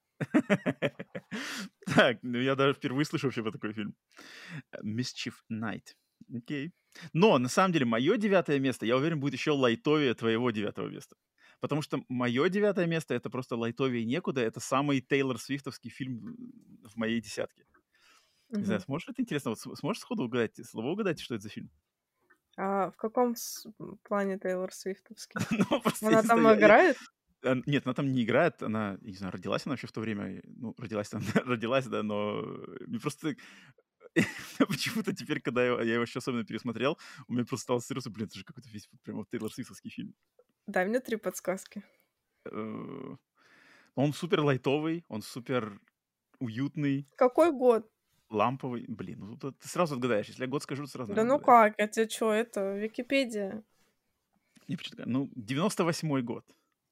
Так, ну я даже впервые слышу вообще про такой фильм. Mischief Night. Окей. Но на самом деле мое 9 место, я уверен, будет еще лайтовее твоего 9 места. Потому что мое 9 место — это просто лайтовее некуда. Это самый Тейлор Свифтовский фильм в моей десятке. Не знаю, Мгм. сможешь это интересно? Вот сможешь сходу угадать, что это за фильм? В каком плане Тейлор Свифтовский? Ну, просто, я Она не знаю, там играет? Нет, она там не играет, она, не знаю, родилась она вообще в то время, ну, родилась там, родилась, да, но мне просто почему-то теперь, когда я его еще особенно пересмотрел, у меня просто стало ассоциироваться, блин, это же какой-то весь вот прям вот Тейлор Свифтовский фильм. Дай мне 3 подсказки. Э, Он супер лайтовый, он супер уютный, Какой год? ламповый. Блин, ну тут ты сразу отгадаешь. Если я год скажу, ты сразу, Да наверное, ну отгадаешь. как, я тебе чё, это, Википедия. Не почитаю. Ну, 98-й год.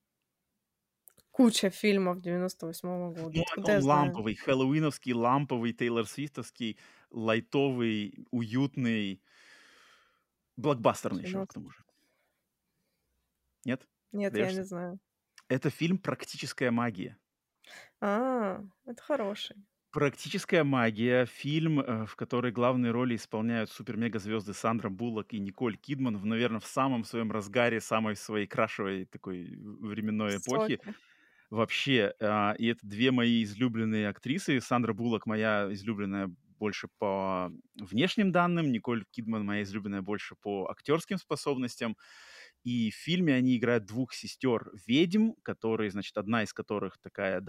Куча фильмов 98-го года. Ну, Откуда он я знаю? ламповый, хэллоуиновский, ламповый, Тейлор Свифтовский, лайтовый, уютный, блокбастерный еще к 90. тому же. Нет? Нет, я не Сдаешься? знаю. Это фильм «Практическая магия». Это хороший. Практическая магия. Фильм, в который главные роли исполняют супер-мега-звезды Сандра Буллок и Николь Кидман наверно, в самом своем разгаре, самой своей крашевой такой временной эпохи. Соки. Вообще, и это 2 мои излюбленные актрисы. Сандра Буллок моя излюбленная больше по внешним данным, Николь Кидман моя излюбленная больше по актерским способностям. И в фильме они играют 2 сестер-ведьм, которые, значит, одна из которых такая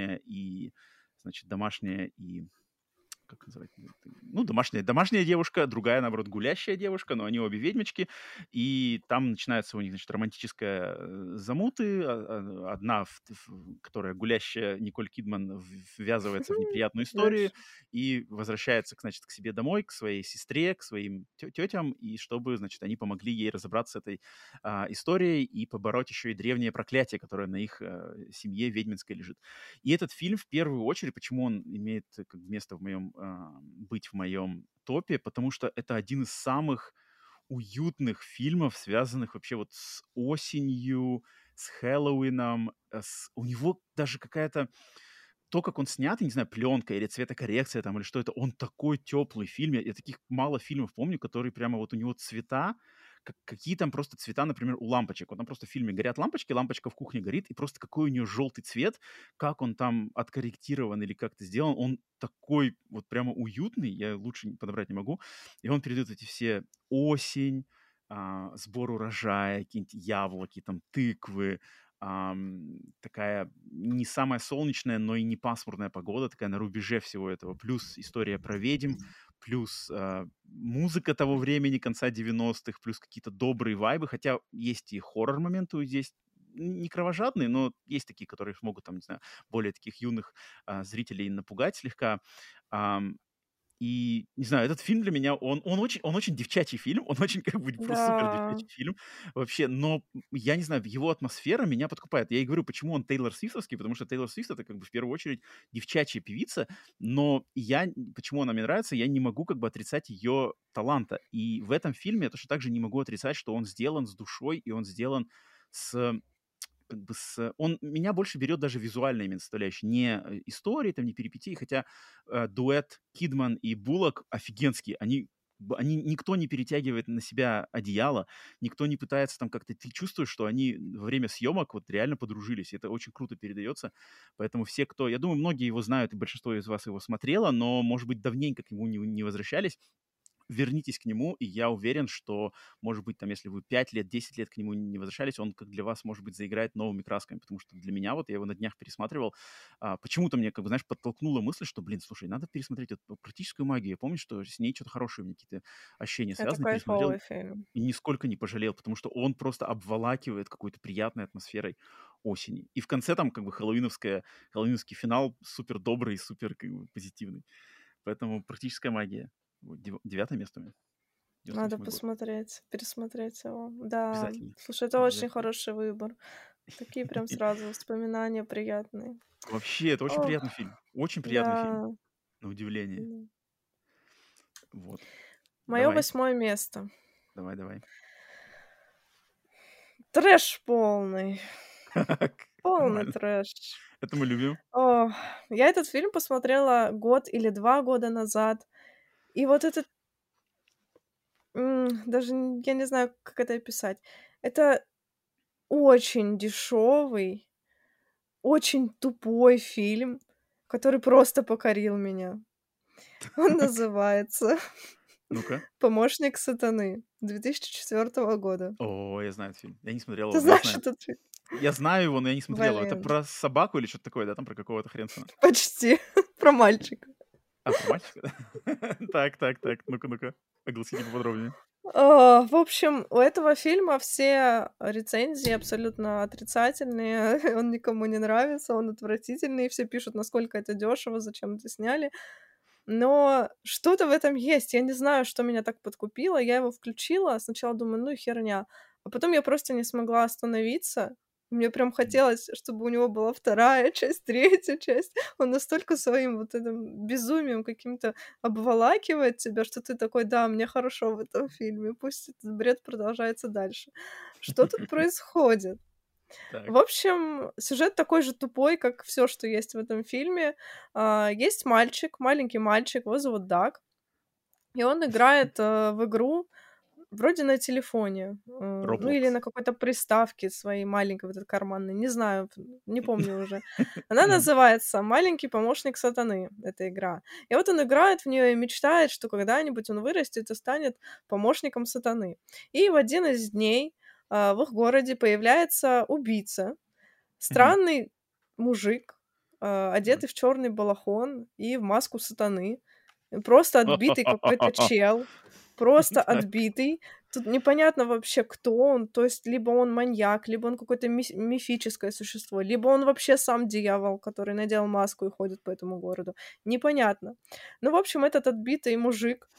домашняя и как называть, ну, домашняя девушка, другая, наоборот, гулящая девушка, но они обе ведьмочки, и там начинается у них, значит, романтическая замуты. Одна, которая гулящая, Николь Кидман, ввязывается в неприятную историю Знаешь. и возвращается, значит, к себе домой, к своей сестре, к своим тетям, и чтобы, значит, они помогли ей разобраться с этой историей и побороть еще и древнее проклятие, которое на их семье ведьминской лежит. И этот фильм в первую очередь, почему он имеет как бы место быть в моем топе, потому что это один из самых уютных фильмов, связанных вообще вот с осенью, с Хэллоуином. У него даже какая-то то, как он снят, я не знаю, пленка или цветокоррекция там, или что это, он такой теплый фильм. Я таких мало фильмов помню, которые прямо вот у него цвета, какие там просто цвета, например, у лампочек. Вот там просто в фильме горят лампочки, лампочка в кухне горит, и просто какой у нее желтый цвет, как он там откорректирован или как-то сделан, он такой вот прямо уютный, я лучше подобрать не могу. И он передает эти все осень, сбор урожая, какие-нибудь яблоки, там, тыквы, такая не самая солнечная, но и не пасмурная погода, такая на рубеже всего этого. Плюс история про ведьм, плюс музыка того времени, конца 90-х, плюс какие-то добрые вайбы, хотя есть и хоррор-моменты здесь, не кровожадные, но есть такие, которые могут, там, не знаю, более таких юных зрителей напугать слегка. И, не знаю, этот фильм для меня, он очень девчачий фильм, он очень как бы просто супер Да. девчачий фильм вообще, но я не знаю, его атмосфера меня подкупает. Я и говорю, почему он Тейлор Свифтовский, потому что Тейлор Свифт — это как бы в первую очередь девчачья певица, но почему она мне нравится, я не могу как бы отрицать ее таланта. И в этом фильме я точно так же не могу отрицать, что он сделан с душой, и он сделан с как бы он меня больше берет даже визуальная именно составляющая, не истории, там, не перипетии, хотя дуэт Кидман и Буллок офигенский, они никто не перетягивает на себя одеяло, никто не пытается там как-то, ты чувствуешь, что они во время съемок вот реально подружились, это очень круто передается, поэтому все, кто, я думаю, многие его знают, и большинство из вас его смотрело, но, может быть, давненько к нему не возвращались, вернитесь к нему, и я уверен, что, может быть, там, если вы 5 лет, 10 лет к нему не возвращались, он как для вас, может быть, заиграет новыми красками, потому что для меня, вот я его на днях пересматривал, почему-то мне, как бы, знаешь, подтолкнула мысль, что, блин, слушай, надо пересмотреть эту практическую магию. Я помню, что с ней что-то хорошее, у меня какие-то ощущения Это связаны, пересмотрел кайфовый фильм. и нисколько не пожалел, потому что он просто обволакивает какой-то приятной атмосферой осени. И в конце там как бы хэллоуиновский финал супер добрый, супер как бы позитивный. Поэтому практическая магия. Вот 9 место у меня. Надо 98 год. посмотреть, пересмотреть его. Да, Обязательно. слушай, это очень Обязательно. хороший выбор. Такие прям сразу воспоминания приятные. Вообще, это очень Ох, приятный фильм. Очень приятный фильм, да. на удивление. Вот. Мое Давай, 8 место. давай. Трэш полный. Полный Нормально. трэш. Это мы любим. Ох, я этот фильм посмотрела год или 2 года назад. И вот этот, даже я не знаю, как это описать. Это очень дешевый, очень тупой фильм, который просто покорил меня. Он называется Ну-ка. "Помощник сатаны" 2004 года. О, я знаю этот фильм. Я не смотрел Ты его, но я знаешь знаю. этот фильм? Я знаю его, но я не смотрел его. Это Блин, про собаку или что-то такое, да? Там про какого-то хренсона? почти. Про мальчика. Про мальчика? Так. Ну-ка. Огласите поподробнее. В общем, у этого фильма все рецензии абсолютно отрицательные. Он никому не нравится, он отвратительный. Все пишут, насколько это дешево, зачем это сняли. Но что-то в этом есть. Я не знаю, что меня так подкупило. Я его включила, сначала думаю, ну херня. А потом я просто не смогла остановиться. Мне прям хотелось, чтобы у него была вторая часть, третья часть. Он настолько своим вот этим безумием каким-то обволакивает тебя, что ты такой: "Да, мне хорошо в этом фильме, пусть этот бред продолжается дальше". Что тут происходит? Так. В общем, сюжет такой же тупой, как все, что есть в этом фильме. Есть мальчик, маленький мальчик, его зовут Даг, и он играет, в игру вроде на телефоне, ну, или Roblox. на какой-то приставке своей маленькой, вот этой карманной, не знаю, не помню уже. Она Мгм. называется "Маленький помощник сатаны", эта игра. И вот он играет в нее и мечтает, что когда-нибудь он вырастет и станет помощником сатаны. И в один из дней, в их городе появляется убийца, Мгм. странный мужик, Мгм. одетый в черный балахон и в маску сатаны. Просто отбитый какой-то чел. Просто Так. отбитый. Тут непонятно вообще, кто он. То есть либо он маньяк, либо он какое-то мифическое существо, либо он вообще сам дьявол, который надел маску и ходит по этому городу. Непонятно. Ну, в общем, этот отбитый мужик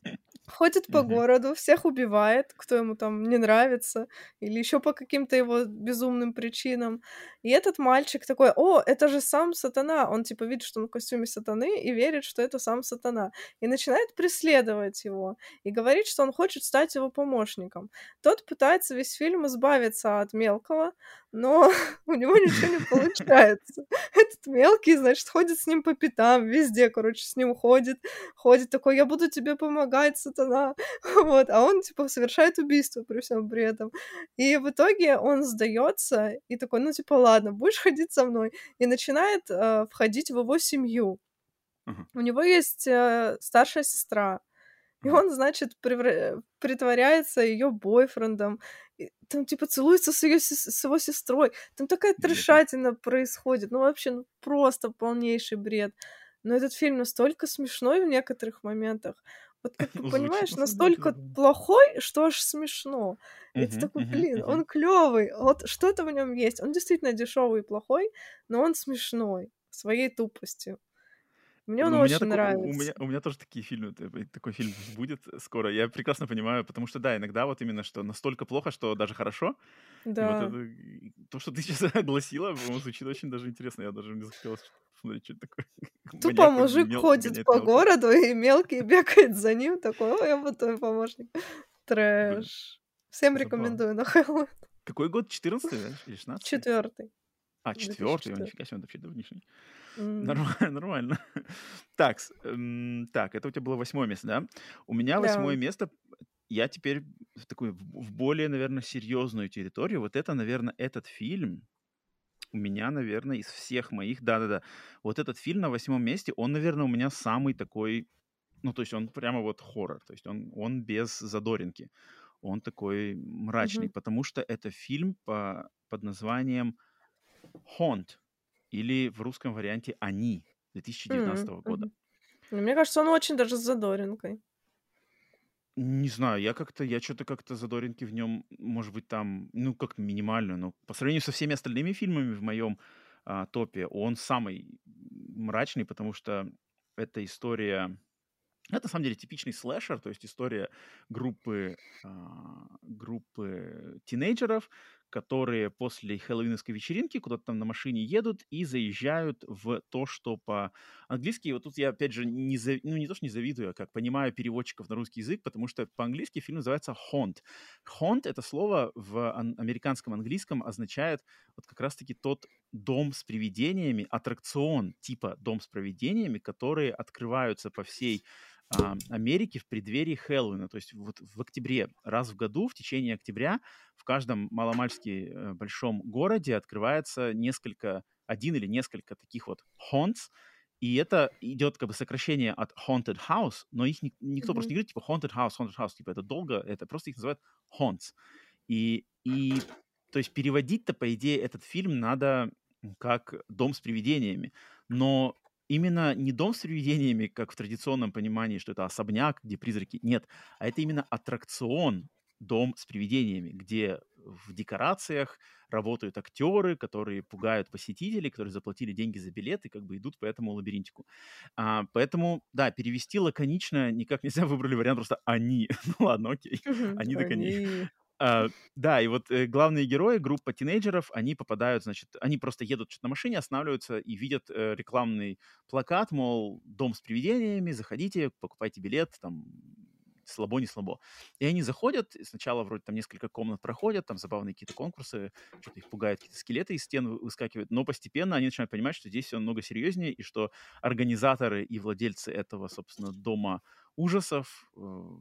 ходит по Мгм. городу, всех убивает, кто ему там не нравится, или еще по каким-то его безумным причинам. И этот мальчик такой: "О, это же сам сатана!" Он типа видит, что он в костюме сатаны, и верит, что это сам сатана. И начинает преследовать его, и говорит, что он хочет стать его помощником. Тот пытается весь фильм избавиться от мелкого, но у него ничего не получается. Этот мелкий, значит, ходит с ним по пятам, везде, короче, с ним ходит такой: "Я буду тебе помогать, сатана". Вот, а он, типа, совершает убийство при всем при этом. И в итоге он сдается и такой: "Ну, типа, ладно, будешь ходить со мной". И начинает, входить в его семью. Ага. У него есть, старшая сестра, и Ага. он, значит, притворяется ее бойфрендом, и там, типа, целуется с его сестрой. Там такая Интересно. трешатина происходит. Ну, вообще, ну, просто полнейший бред. Но этот фильм настолько смешной в некоторых моментах. Вот, как бы, Ну, звучит понимаешь, на самом деле настолько забавно. плохой, что аж смешно. И ты Мгм. такой: Мгм. "Блин, Мгм. он клевый, вот что-то в нем есть". Он действительно дешевый и плохой, но он смешной своей тупостью. Мне он Ну, у меня очень такой, у меня, нравится. у меня тоже такие фильмы, такой фильм будет скоро. Я прекрасно понимаю, потому что, да, иногда вот именно, что настолько плохо, что даже хорошо. И вот Да. это, то, что ты сейчас огласила, по-моему, звучит очень даже интересно. Я даже мне захотелось что-то посмотреть, что это такое. Тупо Маньяк мужик ходит гоняет по мелкого. городу, и мелкий бегает за ним, такой: "Ой, я буду твой помощник". Блин, Трэш. Всем забавно. рекомендую на Хэллоуин. Какой год? 14-й, да? Или 16-й? 4. А, 4-й, о, 2004. нифига себе, он вообще давнишний. М. Нормально, нормально. Так, это у тебя было 8 место, да? У меня Да. 8 место, я теперь в такую, в более, наверное, серьезную территорию. Вот это, наверное, этот фильм у меня, наверное, из всех моих, да-да-да, вот этот фильм на 8 месте, он, наверное, у меня самый такой, ну, то есть он прямо вот хоррор, то есть он без задоринки, он такой мрачный, Мгм. потому что это фильм под названием "Haunt" или в русском варианте "Они" 2019 года. Мгм. Ну, мне кажется, он очень даже с задоринкой. Не знаю, я что то как-то задоринки в нем, может быть, там, ну, как минимально, но по сравнению со всеми остальными фильмами в моем, топе, он самый мрачный, потому что это история. Это, на самом деле, типичный слэшер, то есть история группы тинейджеров, которые после хэллоуиновской вечеринки куда-то там на машине едут и заезжают в то, что по-английски, вот тут я, опять же, ну, не то, что не завидую, а как понимаю переводчиков на русский язык, потому что по-английски фильм называется "Haunt". "Haunt" — это слово в американском английском означает вот как раз-таки тот дом с привидениями, аттракцион типа дом с привидениями, которые открываются по всей Америки в преддверии Хэллоуина. То есть вот в октябре, раз в году, в течение октября, в каждом маломальски большом городе открывается один или несколько таких вот haunts, и это идет как бы сокращение от haunted house, но их никто просто Мгм. не говорит, типа haunted house, типа это долго, это просто их называют haunts. И то есть переводить-то, по идее, этот фильм надо как «Дом с привидениями». Но именно не дом с привидениями, как в традиционном понимании, что это особняк, где призраки. Нет, а это именно аттракцион, дом с привидениями, где в декорациях работают актеры, которые пугают посетителей, которые заплатили деньги за билет и как бы идут по этому лабиринтику. Поэтому, да, перевести лаконично никак нельзя, выбрали вариант просто «они». Ну ладно, окей, Мгм. они так они. Они. Да, и вот, главные герои, группа тинейджеров, они попадают, значит, они просто едут чё-то на машине, останавливаются и видят, рекламный плакат, мол, дом с привидениями, заходите, покупайте билет, там, слабо, не слабо. И они заходят, и сначала вроде там несколько комнат проходят, там забавные какие-то конкурсы, что-то их пугают, какие-то скелеты из стен выскакивают, но постепенно они начинают понимать, что здесь все намного серьезнее, и что организаторы и владельцы этого, собственно, дома ужасов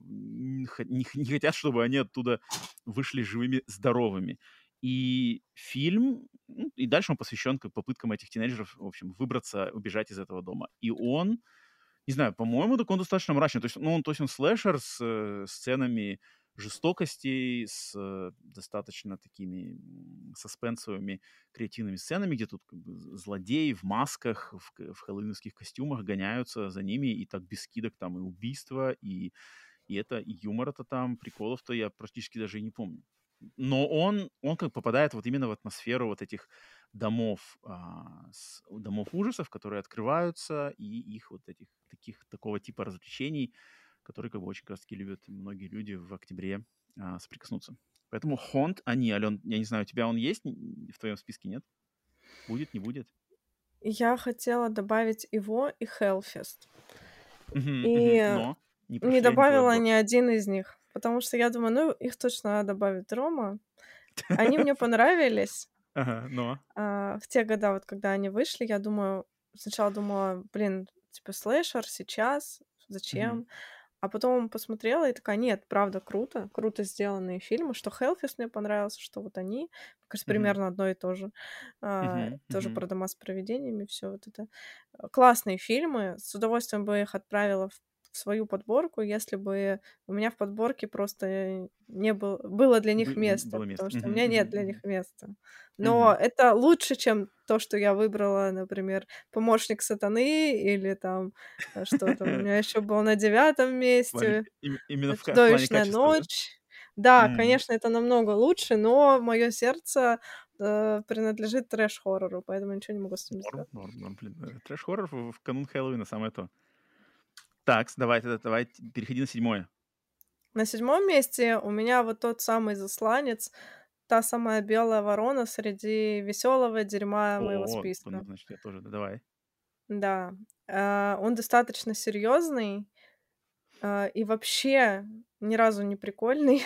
не хотят, чтобы они оттуда вышли живыми, здоровыми. И фильм, и дальше он посвящен попыткам этих тинейджеров, в общем, выбраться, убежать из этого дома. И он, не знаю, по-моему, так он достаточно мрачный. То есть он слэшер с сценами жестокостей, с достаточно такими саспенсовыми креативными сценами, где тут как бы злодеи в масках, в хэллоуинских костюмах гоняются за ними, и так без скидок там и убийства, и и юмора-то там, приколов-то я практически даже и не помню. Но он как попадает вот именно в атмосферу вот этих домов, домов ужасов, которые открываются, и их вот этих такого типа развлечений, которые как бы очень как раз таки любят многие люди в октябре соприкоснуться. Поэтому Haunt, Ален, я не знаю, у тебя он есть в твоем списке, нет? Будет, не будет? Я хотела добавить его и Hellfest. Но не прошли добавила ни один из них, потому что я думаю, их точно надо добавить Рома. Они мне понравились. Ага, но. В те года, вот когда они вышли, я сначала думала, типа слэшер сейчас, зачем? А потом посмотрела и такая, нет, правда, круто сделанные фильмы, что Hellfest мне понравился, что вот они, мне кажется, примерно одно и то же. Тоже про дома с привидениями, все вот это. Классные фильмы, с удовольствием бы их отправила в свою подборку, если бы у меня в подборке просто не было для них места, потому что у меня нет для них места. Но это лучше, чем то, что я выбрала, например, «Помощник сатаны» или там что там у меня еще было на 9-м месте. Именно в плане «Чудовищная качества, да? ночь». Да, конечно, это намного лучше, но мое сердце принадлежит трэш-хоррору, поэтому ничего не могу с этим сделать. Норм, блин. Трэш-хоррор в канун Хэллоуина самое то. Так, давай переходи на 7-е. На 7-м месте у меня вот тот самый засланец, та самая белая ворона среди веселого дерьма моего списка. Значит, я тоже, давай. Да, он достаточно серьезный и вообще ни разу не прикольный,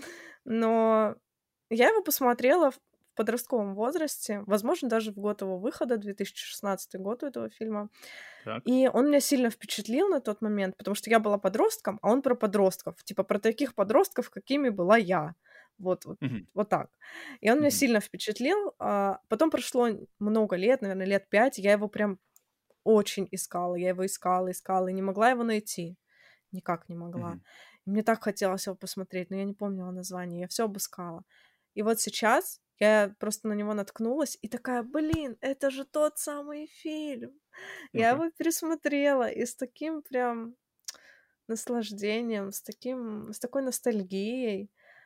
но я его посмотрела в подростковом возрасте, возможно, даже в год его выхода, 2016 год у этого фильма. Так. И он меня сильно впечатлил на тот момент, потому что я была подростком, а он про подростков. Типа про таких подростков, какими была я. Вот так. И он меня сильно впечатлил. Потом прошло много лет, наверное, лет 5. Я его прям очень искала. Я его искала и не могла его найти. Никак не могла. И мне так хотелось его посмотреть, но я не помнила название. Я все обыскала. И вот сейчас я просто на него наткнулась и такая, блин, это же тот самый фильм. Я его пересмотрела и с таким прям наслаждением, с такой ностальгией.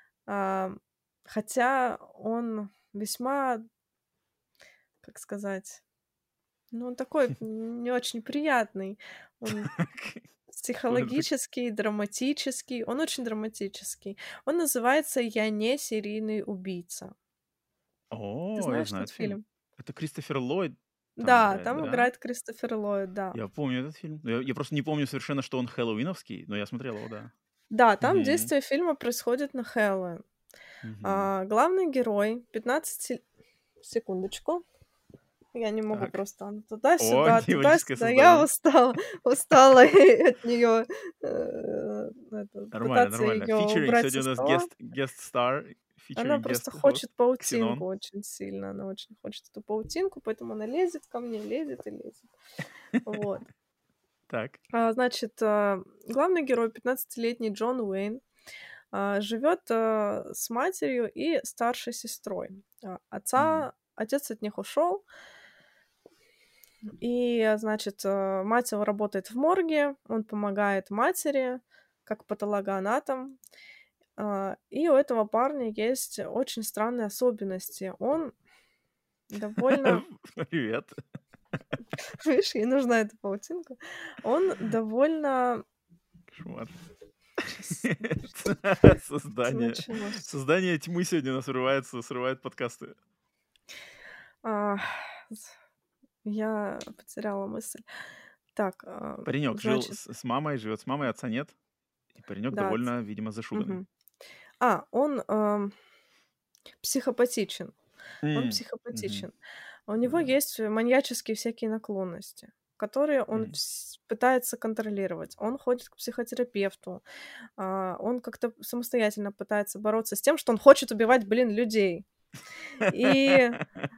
Хотя он весьма, как сказать, он такой не очень приятный. Он психологический, драматический. Он очень драматический. Он называется «Я не серийный убийца». Ты Я знаешь знаю этот этот фильм. фильм? Это Кристофер Ллойд там Да, играет, там да? играет Кристофер Ллойд, да. Я помню этот фильм. Я просто не помню совершенно, что он хэллоуиновский, но я смотрел его, да. Да, там действие фильма происходит на Хэллоуин. Главный герой, 15... Секундочку. Я не могу просто туда-сюда, туда-сюда. Я устала от нее пытаться Нормально. ее Фичеринг. убрать Сегодня со у нас стола. guest star, Она featuring просто guest host, хочет паутинку Ксенон. очень сильно. Она очень хочет эту паутинку, поэтому она лезет ко мне, лезет и лезет. Вот. Так. Значит, главный герой, 15-летний Джон Уэйн, живет с матерью и старшей сестрой. Отец от них ушел. И, значит, мать его работает в морге, он помогает матери, как патологоанатом. И у этого парня есть очень странные особенности. Он довольно... Привет. Видишь, ей нужна эта паутинка. Он довольно... Кошмар. Создание Создание тьмы сегодня у нас срывает подкасты. Я потеряла мысль. Так, Паренек жил с мамой, живет с мамой, отца нет. И паренек Да. довольно, видимо, зашуганный. Мгм. Он психопатичен. Он М, мгм, психопатичен. У него да. есть маньяческие всякие наклонности, которые он Мгм. пытается контролировать. Он ходит к психотерапевту. Он как-то самостоятельно пытается бороться с тем, что он хочет убивать, людей. И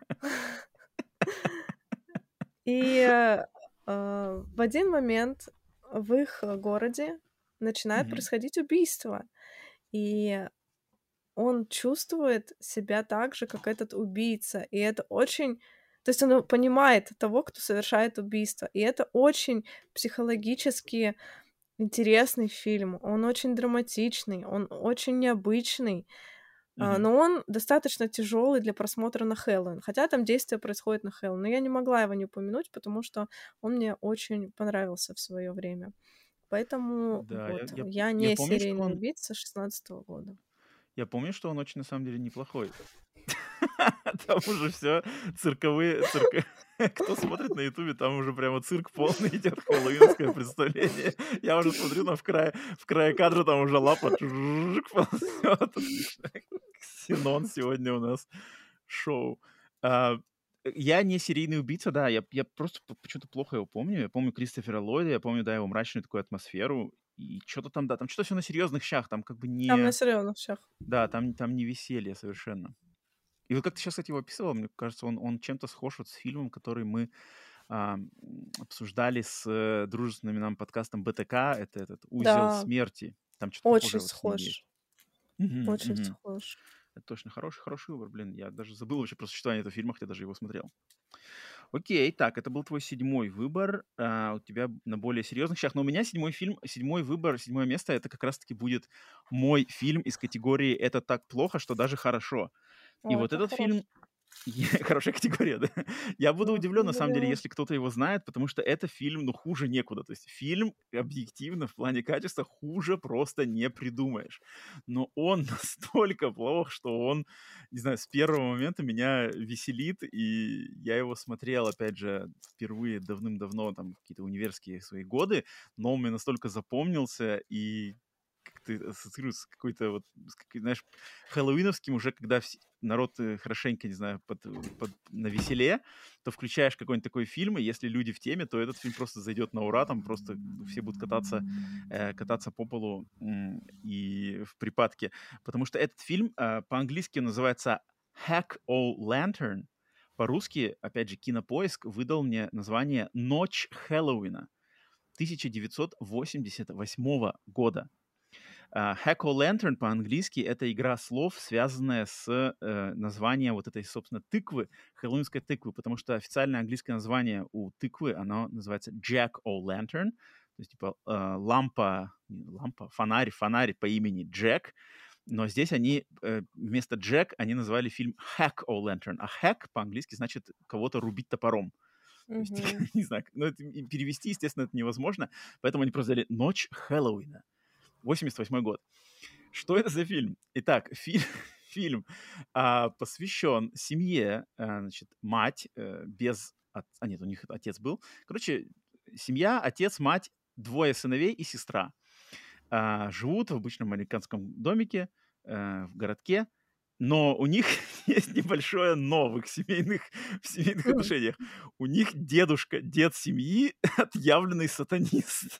в один момент в их городе начинает Мгм. происходить убийство, и он чувствует себя так же, как этот убийца. И это очень... То есть он понимает того, кто совершает убийство. И это очень психологически интересный фильм. Он очень драматичный, он очень необычный. Мгм. Но он достаточно тяжелый для просмотра на Хэллоуин. Хотя там действие происходит на Хэллоуин. Но я не могла его не упомянуть, потому что он мне очень понравился в свое время. Поэтому Да, я я не помню, что серийный он убийца 16-го года. я помню, что он очень, на самом деле, неплохой. Там уже все цирковые. Кто смотрит на "Ютубе", там уже прямо цирк полный идет, хэллоуинское представление. Я уже смотрю, в крае кадра там уже лапа ползёт. Отлично. Ксенон сегодня у нас шоу. А, я не серийный убийца, да, я просто почему-то плохо его помню. Я помню Кристофера Ллойда, я помню, да, его мрачную такую атмосферу. И что то там, да, там что то все на серьезных щах, там как бы Там на не серьезных щах. да, там не веселье совершенно. И вот как ты сейчас, кстати, его описывал, мне кажется, он чем-то схож вот с фильмом, который мы, обсуждали с, дружественным нам подкастом БТК. Это этот "Узел Да, смерти". Там что то очень похожее вот с ним есть. схож, Мгм, очень мгм. схож. Это точно хороший выбор, блин. Я даже забыл вообще про существование этого фильма, хотя даже его смотрел. Окей, так, это был твой седьмой выбор. У тебя на более серьезных щах. Но у меня седьмой выбор, седьмое место — это как раз таки будет мой фильм из категории "это так плохо, что даже хорошо". И О, вот это этот фильм хороший. хорошая категория, да. Я буду удивлен, на самом деле, Да. если кто-то его знает, потому что это фильм, ну, хуже некуда. То есть фильм объективно в плане качества хуже просто не придумаешь. Но он настолько плох, что он, не знаю, с первого момента меня веселит, и я его смотрел, опять же, впервые давным-давно, там, в какие-то универские свои годы, но он мне настолько запомнился и как-то ассоциируется с какой-то вот, знаешь, хэллоуиновским уже, когда народ хорошенько, не знаю, навеселе, то включаешь какой-нибудь такой фильм, и если люди в теме, то этот фильм просто зайдет на ура, там просто все будут кататься по полу и в припадке. Потому что этот фильм по-английски называется Hack O' Lantern. По-русски, опять же, Кинопоиск выдал мне название «Ночь Хэллоуина» 1988 года. Hack-O-Lantern по-английски — это игра слов, связанная с названием вот этой, собственно, тыквы, хэллоуинской тыквы, потому что официальное английское название у тыквы, оно называется Jack-O-Lantern, то есть типа фонарь по имени Джек, но здесь они вместо Джек они назвали фильм Hack-O-Lantern, а Hack по-английски значит кого-то рубить топором. То есть, Мгм. не знаю, ну, перевести, естественно, это невозможно, поэтому они просто взяли «Ночь Хэллоуина». 88 год. Что это за фильм? Итак, фильм посвящен семье, значит, мать без... нет, у них отец был. Короче, семья, отец, мать, двое сыновей и сестра. Живут в обычном американском домике в городке, но у них есть небольшое "но" в семейных отношениях. У них дед семьи отъявленный сатанист.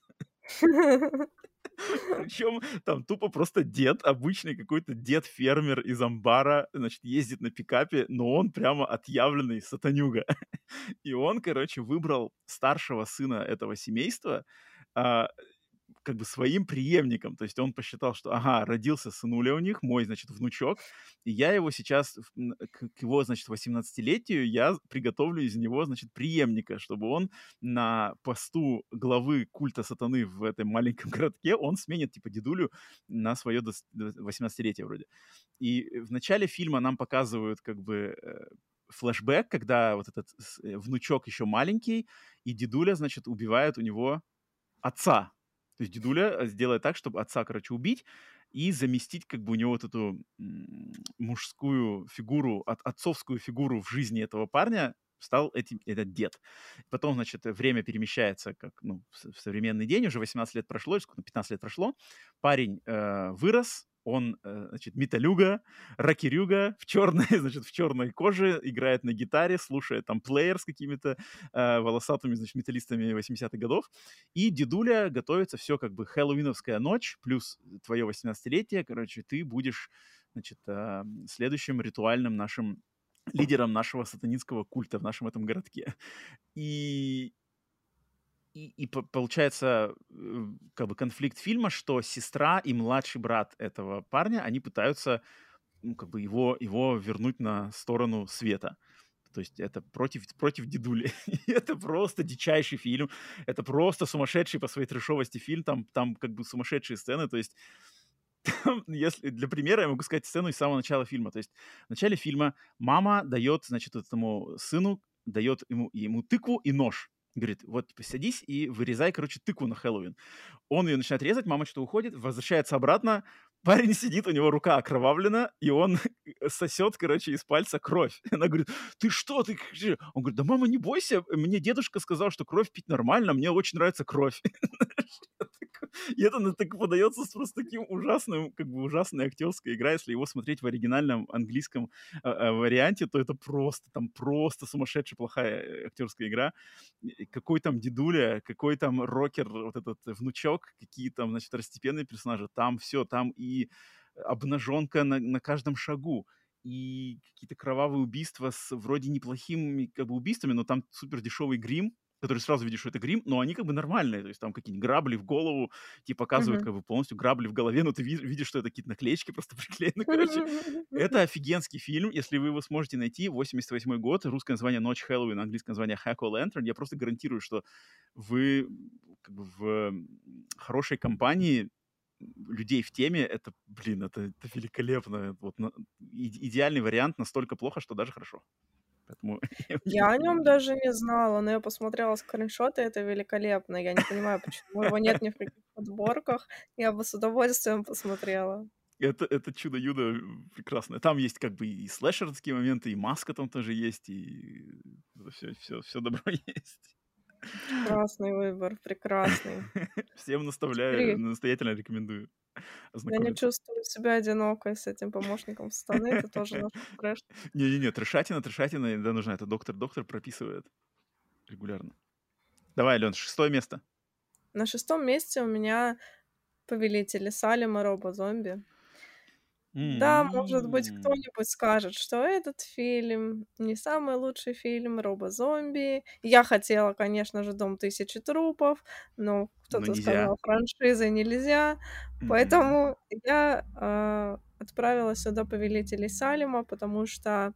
Причем там тупо просто дед, обычный какой-то дед-фермер из амбара, значит, ездит на пикапе, но он прямо отъявленный сатанюга. И он, короче, выбрал старшего сына этого семейства, а, как бы своим преемником. То есть он посчитал, что, ага, родился сынуля у них, мой, значит, внучок, и я его сейчас, к его, значит, 18-летию, я приготовлю из него, значит, преемника, чтобы он на посту главы культа сатаны в этом маленьком городке, он сменит, типа, дедулю на свое 18-летие вроде. И в начале фильма нам показывают, как бы, флешбэк, когда вот этот внучок еще маленький, и дедуля, значит, убивает у него отца. То есть дедуля сделает так, чтобы отца, короче, убить и заместить как бы у него вот эту мужскую фигуру, отцовскую фигуру в жизни этого парня стал этот дед. Потом, значит, время перемещается, как, ну, в современный день, уже 18 лет прошло, 15 лет прошло, парень вырос, он, значит, металюга, рокерюга в черной, значит, в черной коже, играет на гитаре, слушает там плеер с какими-то волосатыми, значит, металлистами 80-х годов. И дедуля готовится, все как бы хэллоуиновская ночь, плюс твое 18-летие, короче, ты будешь, значит, следующим ритуальным нашим лидером нашего сатанинского культа в нашем этом городке. И получается, как бы конфликт фильма, что сестра и младший брат этого парня, они пытаются, ну, как бы его вернуть на сторону света. То есть это против дедули. И это просто дичайший фильм. Это просто сумасшедший по своей трэшовости фильм. Там как бы сумасшедшие сцены. То есть если для примера я могу сказать сцену из самого начала фильма. То есть в начале фильма мама дает, значит, этому сыну, дает ему тыкву и нож. Говорит, вот, типа, садись и вырезай, короче, тыкву на Хэллоуин. Он ее начинает резать, мама что-то уходит, возвращается обратно, парень сидит, у него рука окровавлена, и он сосет, короче, из пальца кровь. Она говорит, ты что, ты... Он говорит, да, мама, не бойся, мне дедушка сказал, что кровь пить нормально, мне очень нравится кровь. И это так подается с просто таким ужасным, как бы ужасная актерская игра. Если его смотреть в оригинальном английском варианте, то это просто, там просто сумасшедшая плохая актерская игра. Какой там дедуля, какой там рокер, вот этот внучок, какие там, значит, второстепенные персонажи. Там все, там и обнаженка на каждом шагу, и какие-то кровавые убийства с вроде неплохими как бы убийствами, но там супер дешевый грим, который сразу видишь, что это грим, но они как бы нормальные, то есть там какие-нибудь грабли в голову, тебе показывают Мгм. как бы полностью грабли в голове, но ты видишь, что это какие-то наклеечки просто приклеены, короче. Это офигенский фильм, если вы его сможете найти, 88 год, русское название «Ночь Хэллоуин», английское название «Hack-O-Lantern», я просто гарантирую, что вы как бы в хорошей компании людей в теме, это, блин, это великолепно. Вот, идеальный вариант, настолько плохо, что даже хорошо. Поэтому я очень Я о нем рекомендую. даже не знала, но я посмотрела скриншоты, это великолепно. Я не понимаю, почему его нет ни в каких подборках. Я бы с удовольствием посмотрела. Это чудо-юдо прекрасное. Там есть как бы и слэшерские моменты, и маска там тоже есть, и все добро есть. Прекрасный выбор, прекрасный. Всем наставляю, Теперь настоятельно рекомендую я не ознакомиться. чувствую себя одинокой с этим помощником сатаны. Это тоже наш трэш. Не-не-не, трешатина иногда нужна. Это доктор прописывает регулярно. Давай, Алён, 6 место. На 6-м месте у меня «Повелители Салема», робо-зомби. Да, может быть, М. кто-нибудь скажет, что этот фильм не самый лучший фильм, робо-зомби. Я хотела, конечно же, «Дом тысячи трупов», но Но кто-то нельзя. сказал, франшизы нельзя. Мгм. Поэтому я, отправила сюда «Повелителей Салема», потому что,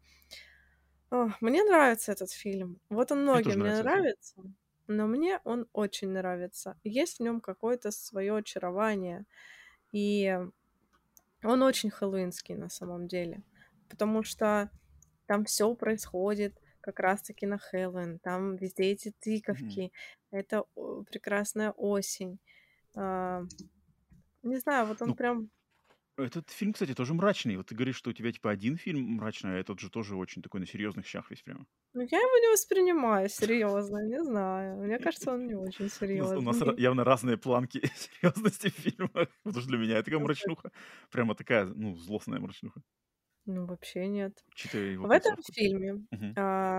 мне нравится этот фильм. Вот он Мне тоже многим не нравится этот фильм. нравится, но мне он очень нравится. Есть в нем какое-то свое очарование. И он очень хэллоуинский на самом деле, потому что там все происходит как раз-таки на Хэллоуин. Там везде эти Мгм. тыковки, это прекрасная осень. А, не знаю, вот он Ну, прям. этот фильм, кстати, тоже мрачный. Вот ты говоришь, что у тебя типа один фильм мрачный, а этот же тоже очень такой на серьезных щах весь прямо. Ну, я его не воспринимаю серьезно, не знаю. Мне кажется, он не очень У нас серьезный. явно разные планки серьезности в фильмах. Потому что для меня это такая мрачнуха. Прямо такая, ну, злостная мрачнуха. Ну, вообще нет. Учитывая его В этом концовку. фильме, Мгм.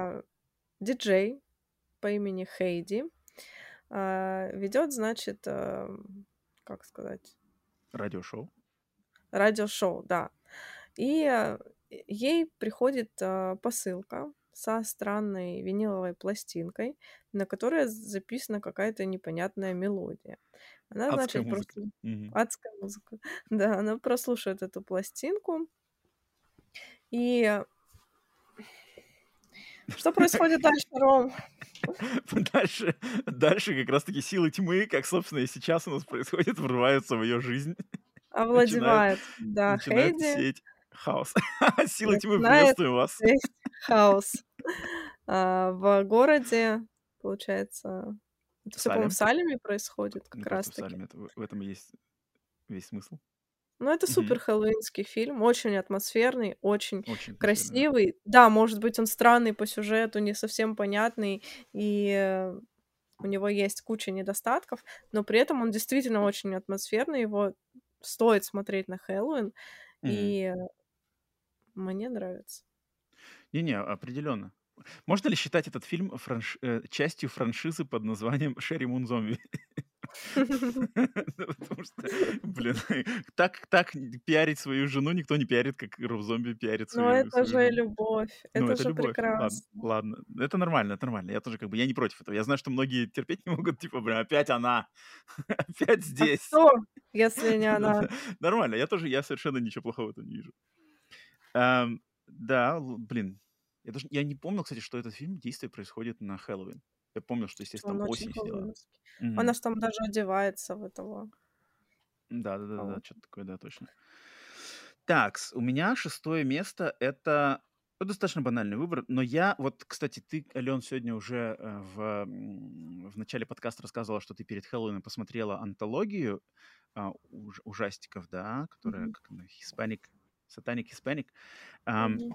диджей по имени Хейди, ведет, значит, как сказать, Радиошоу. радиошоу, да. И, ей приходит, посылка со странной виниловой пластинкой, на которой записана какая-то непонятная мелодия. Она, Адская значит, музыка. просто Мгм. адская музыка. Да, она прослушивает эту пластинку. И что происходит дальше, Ром? Дальше как раз таки силы тьмы, как, собственно, и сейчас у нас происходит, врываются в ее жизнь, начинают Овладевает, да, начинают Хейди, сеять хаос. Силы тьмы, начинает приветствуем вас. весь хаос, в городе. Получается, это всё, по-моему, в Салем? Салеме происходит как Мне кажется, раз в таки. Салеме в этом и есть весь смысл. Ну, это Мгм. супер хэллоуинский фильм, очень атмосферный, очень Очень атмосферно, да. красивый. Да, может быть, он странный по сюжету, не совсем понятный, и у него есть куча недостатков, но при этом он действительно очень атмосферный, его стоит смотреть на Хэллоуин, Мгм. и мне нравится. Не-не, определенно. Можно ли считать этот фильм частью франшизы под названием «Шерри Мун Зомби»? Ну, потому что, блин, так пиарить свою жену никто не пиарит, как Роб Зомби пиарит Но это свою же жену. любовь, Ну, это это же любовь. Ладно, прекрасно. ладно. Это нормально, это нормально. Я тоже как бы, я не против этого. Я знаю, что многие терпеть не могут, типа, бля, опять она, опять А здесь. кто, если не она? Да-да. Нормально, я совершенно ничего плохого в этом не вижу. Да, блин, я не помнил, кстати, что этот фильм, действие происходит на Хэллоуин. Я помнил, что, естественно, Он там очень осень, все дела. хэллоуинский. Она Мгм. ж там даже одевается в этого Да-да-да-да, кого-то. что-то такое, да, точно. Такс, у меня шестое место — это достаточно банальный выбор, но я вот, кстати, ты, Ален, сегодня уже в начале подкаста рассказывала, что ты перед Хэллоуином посмотрела антологию ужастиков, да, которая Мгм. как она, Hispanic, Satanic Hispanic. Мгм.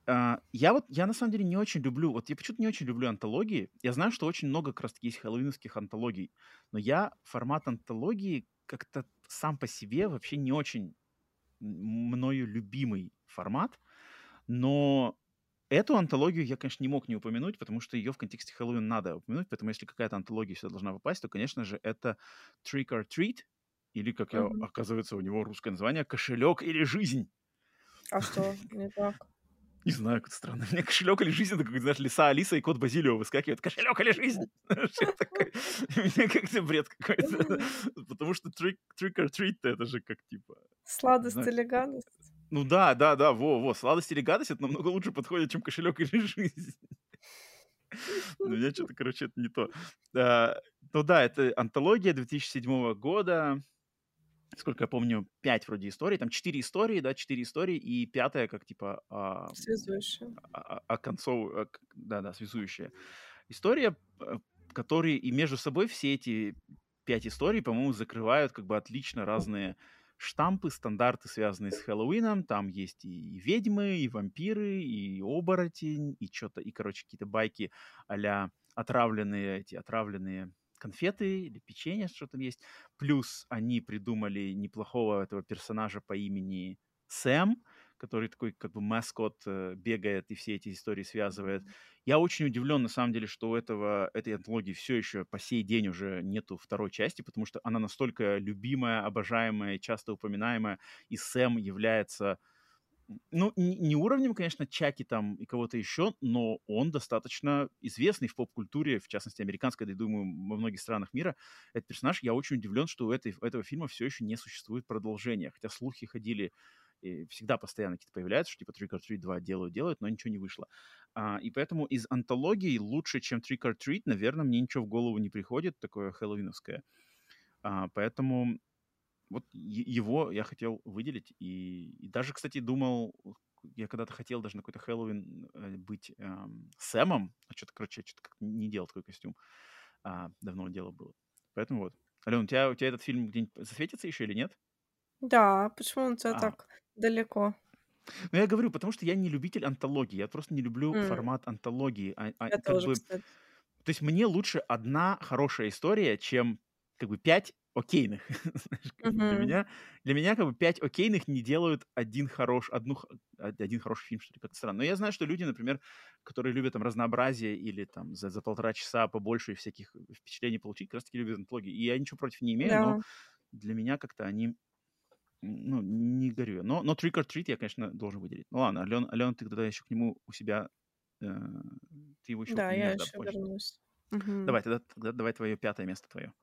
Я на самом деле не очень люблю, вот я почему-то не очень люблю антологии. Я знаю, что очень много как раз-таки есть хэллоуиновских антологий, но я формат антологии как-то сам по себе вообще не очень мною любимый формат, но эту антологию я, конечно, не мог не упомянуть, потому что ее в контексте Хэллоуина надо упомянуть, поэтому если какая-то антология сюда должна попасть, то, конечно же, это Trick or Treat, или, как я, Мгм. оказывается, у него русское название, «Кошелек или жизнь». А что не так? Не знаю, как странно. У меня кошелек или жизнь, это как, знаешь, лиса Алиса и кот Базилио выскакивает. Кошелек или жизнь? Знаешь, я такой, у меня как-то бред какой-то. Потому что trick or treat это же как типа, не Сладость знаю. или гадость? Ну да, во, сладость или гадость это намного лучше подходит, чем кошелек или жизнь. Но у меня что-то, короче, это не то. А, Ну да, это антология 2007 года. Сколько я помню, 5 вроде историй. Там 4 истории, да, 4 истории, и пятая как типа Связующее. концов, да-да, связующая история, которые и между собой все эти 5 историй, по-моему, закрывают как бы отлично разные штампы, стандарты, связанные с Хэллоуином. Там есть и ведьмы, и вампиры, и оборотень, и что-то, и, короче, какие-то байки а-ля отравленные конфеты или печенье, что там есть. Плюс они придумали неплохого этого персонажа по имени Сэм, который такой как бы маскот, бегает и все эти истории связывает. Я очень удивлен, на самом деле, что этой антологии все еще по сей день уже нету второй части, потому что она настолько любимая, обожаемая, часто упоминаемая, и Сэм является, ну, не уровнем, конечно, Чаки там и кого-то еще, но он достаточно известный в поп-культуре, в частности, американской, да и, думаю, во многих странах мира. Этот персонаж, я очень удивлен, что у этого фильма все еще не существует продолжения, хотя слухи ходили, и всегда постоянно какие-то появляются, что типа Trick or Treat 2 делают, но ничего не вышло. И поэтому из антологии лучше, чем Trick or Treat, наверное, мне ничего в голову не приходит, такое хэллоуиновское. Поэтому вот его я хотел выделить. И даже, кстати, думал, я когда-то хотел даже на какой-то Хэллоуин быть Сэмом, а что-то, короче, я что-то как-то не делал такой костюм. Давно дело было. Поэтому вот. Алена, у тебя этот фильм где-нибудь засветится еще или нет? Да, почему он у тебя А, так далеко? ну я говорю, потому что я не любитель антологии. Я просто не люблю М, формат антологии. я Как тоже, бы кстати. То есть мне лучше одна хорошая история, чем как бы 5 окейных. Знаешь, как бы Мгм. для меня как бы 5 окейных не делают один хороший фильм, что ли, как-то странно. Но я знаю, что люди, например, которые любят там разнообразие или там за 1,5 часа побольше всяких впечатлений получить, как раз таки любят антологии. И я ничего против не имею, но Да. для меня как-то они, ну, не горю я. Но Trick or Treat я, конечно, должен выделить. Ну ладно, Алена, ты тогда еще к нему у себя, э, ты его еще Да, я упомянешь, да, еще позже. вернусь. Мгм. Давай, тогда давай твое пятое место твое.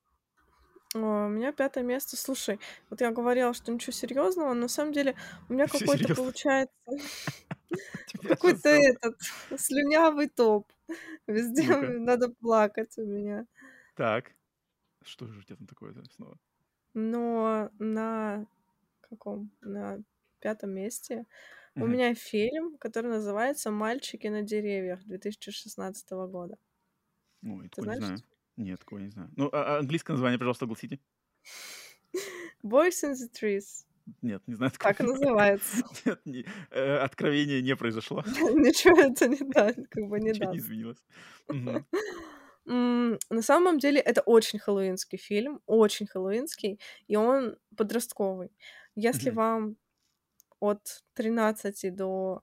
У меня пятое место. Слушай, вот я говорила, что ничего серьезного, на самом деле у меня Все какой-то серьезно. получается Тебя сейчас какой-то все. этот слюнявый топ. Везде Ну-ка. надо плакать у меня. Так. Что же у тебя там такое-то снова? Но на каком? На пятом месте у Мгм. меня фильм, который называется «Мальчики на деревьях» 2016 года. Ой, Ты такого не знаешь знаю. этот фильм? Нет, такого не знаю. Ну, английское название, пожалуйста, огласите. «Boys in the Trees». Нет, не знаю такого Так и фильма. называется. Нет, откровение не произошло. Ничего это не даст, как бы не Ничего не даст. изменилось. Мгм. На самом деле это очень хэллоуинский фильм, очень хэллоуинский, и он подростковый. Если Мгм. вам от 13 до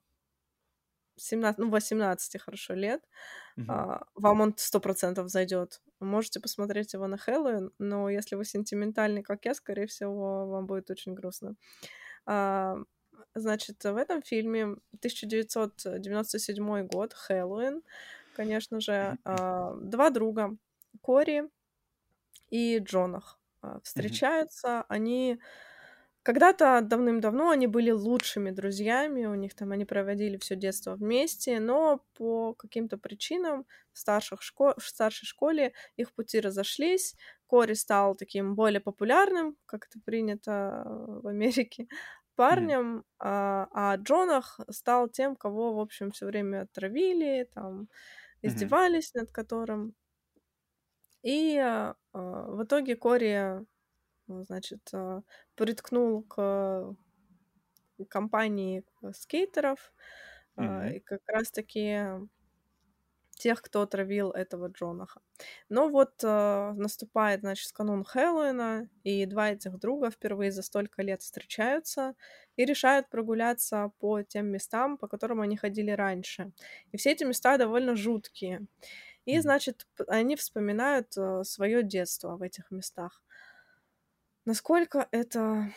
17, ну, 18 хорошо лет, Мгм. вам он 100% зайдет. Вы можете посмотреть его на Хэллоуин, но если вы сентиментальный, как я, скорее всего, вам будет очень грустно. А, Значит, в этом фильме 1997 год, Хэллоуин, конечно же, два друга, Кори и Джонах, Мгм. встречаются. Они когда-то давным-давно они были лучшими друзьями, у них там они проводили все детство вместе, но по каким-то причинам в старшей школе их пути разошлись. Кори стал таким более популярным, как это принято в Америке, Мгм. парнем, а Джонах стал тем, кого, в общем, все время травили, там, Мгм. издевались над которым. И в итоге Кори, значит, приткнул к компании скейтеров, Мгм. и как раз-таки тех, кто отравил этого Джонаха. Но вот наступает, значит, канун Хэллоуина, и два этих друга впервые за столько лет встречаются и решают прогуляться по тем местам, по которым они ходили раньше. И все эти места довольно жуткие. И, Мгм. значит, они вспоминают свое детство в этих местах. Насколько это,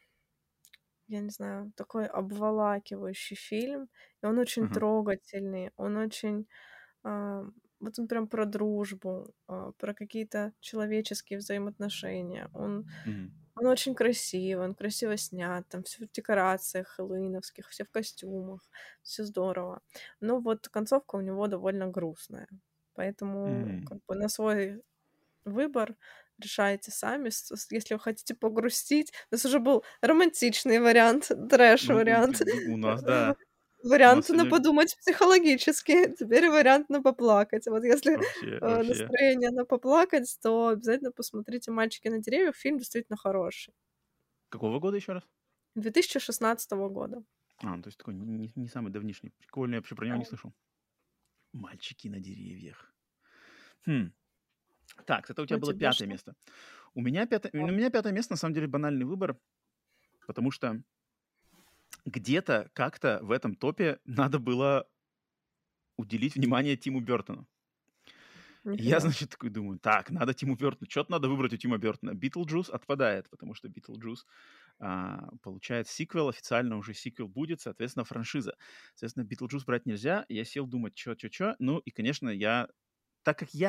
я не знаю, такой обволакивающий фильм, и он очень Ага. трогательный, он очень... а, вот он прям про дружбу, про какие-то человеческие взаимоотношения. Мгм. Он очень красивый, он красиво снят, там все в декорациях хэллоуиновских, все в костюмах, все здорово. Но вот концовка у него довольно грустная. Поэтому Мгм. как бы на свой выбор решайте сами. Если вы хотите погрустить. У нас уже был романтичный вариант, Ну, трэш-вариант, у нас, да. У нас вариант на сегодня подумать психологически, теперь вариант на поплакать. Вот если вообще. настроение на поплакать, то обязательно посмотрите «Мальчики на деревьях». Фильм действительно хороший. Какого года еще раз? 2016 года. Ну, то есть такой не самый давнишний. Прикольно, я вообще про него Да. не слышал. Мальчики на деревьях. Хм. Так, это у А тебя у было тебя пятое что? место. У меня пятое место, на самом деле, банальный выбор, потому что где-то, как-то в этом топе надо было уделить внимание Тиму Бёртону. И я, Нифига. значит, такой думаю, так, надо Тиму Бёртону, что-то надо выбрать у Тима Бёртона. «Битлджус» отпадает, потому что «Битлджус» получает сиквел, официально уже сиквел будет, соответственно, франшиза. Соответственно, «Битлджус» брать нельзя. Я сел думать, чё. Ну, и, конечно, так как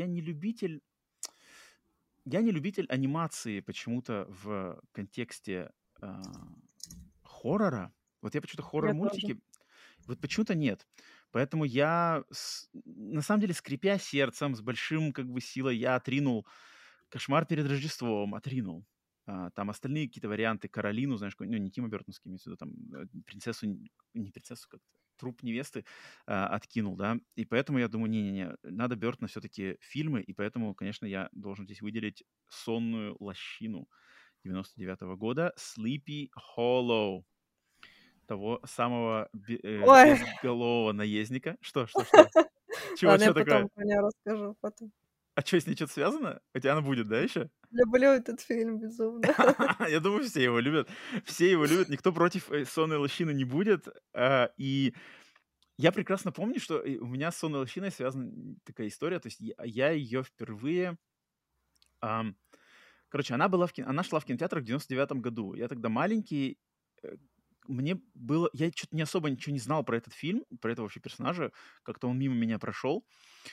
я не любитель анимации почему-то в контексте а, хоррора. Вот я почему-то Я тоже. хоррор-мультики, вот почему-то нет. Поэтому я, на самом деле, скрипя сердцем, с большим как бы силой, я отринул «Кошмар перед Рождеством», отринул. Там остальные какие-то варианты, «Каролину», знаешь, ну, не Тима Бёртонский, имеется в виду, там, принцессу, не принцессу, как труп невесты откинул, да, и поэтому я думаю, не-не-не, надо Бёртона все-таки фильмы, и поэтому, конечно, я должен здесь выделить «Сонную лощину» 99 года, Sleepy Hollow, того самого Ой, безголового наездника. Что? Чего, ладно, я что потом такое? про неё расскажу, потом. А что, с ней что-то связано? У тебя она будет, да, еще? Люблю этот фильм безумно. Я думаю, все его любят. Все его любят, никто против «Сонной лощины» не будет. И я прекрасно помню, что у меня с «Сонной лощиной» связана такая история. То есть я ее впервые... ам, Короче, она шла в кинотеатрах в 99 году. Я тогда маленький, э, мне было... Я что-то не особо ничего не знал про этот фильм, про этого вообще персонажа. Как-то он мимо меня прошел.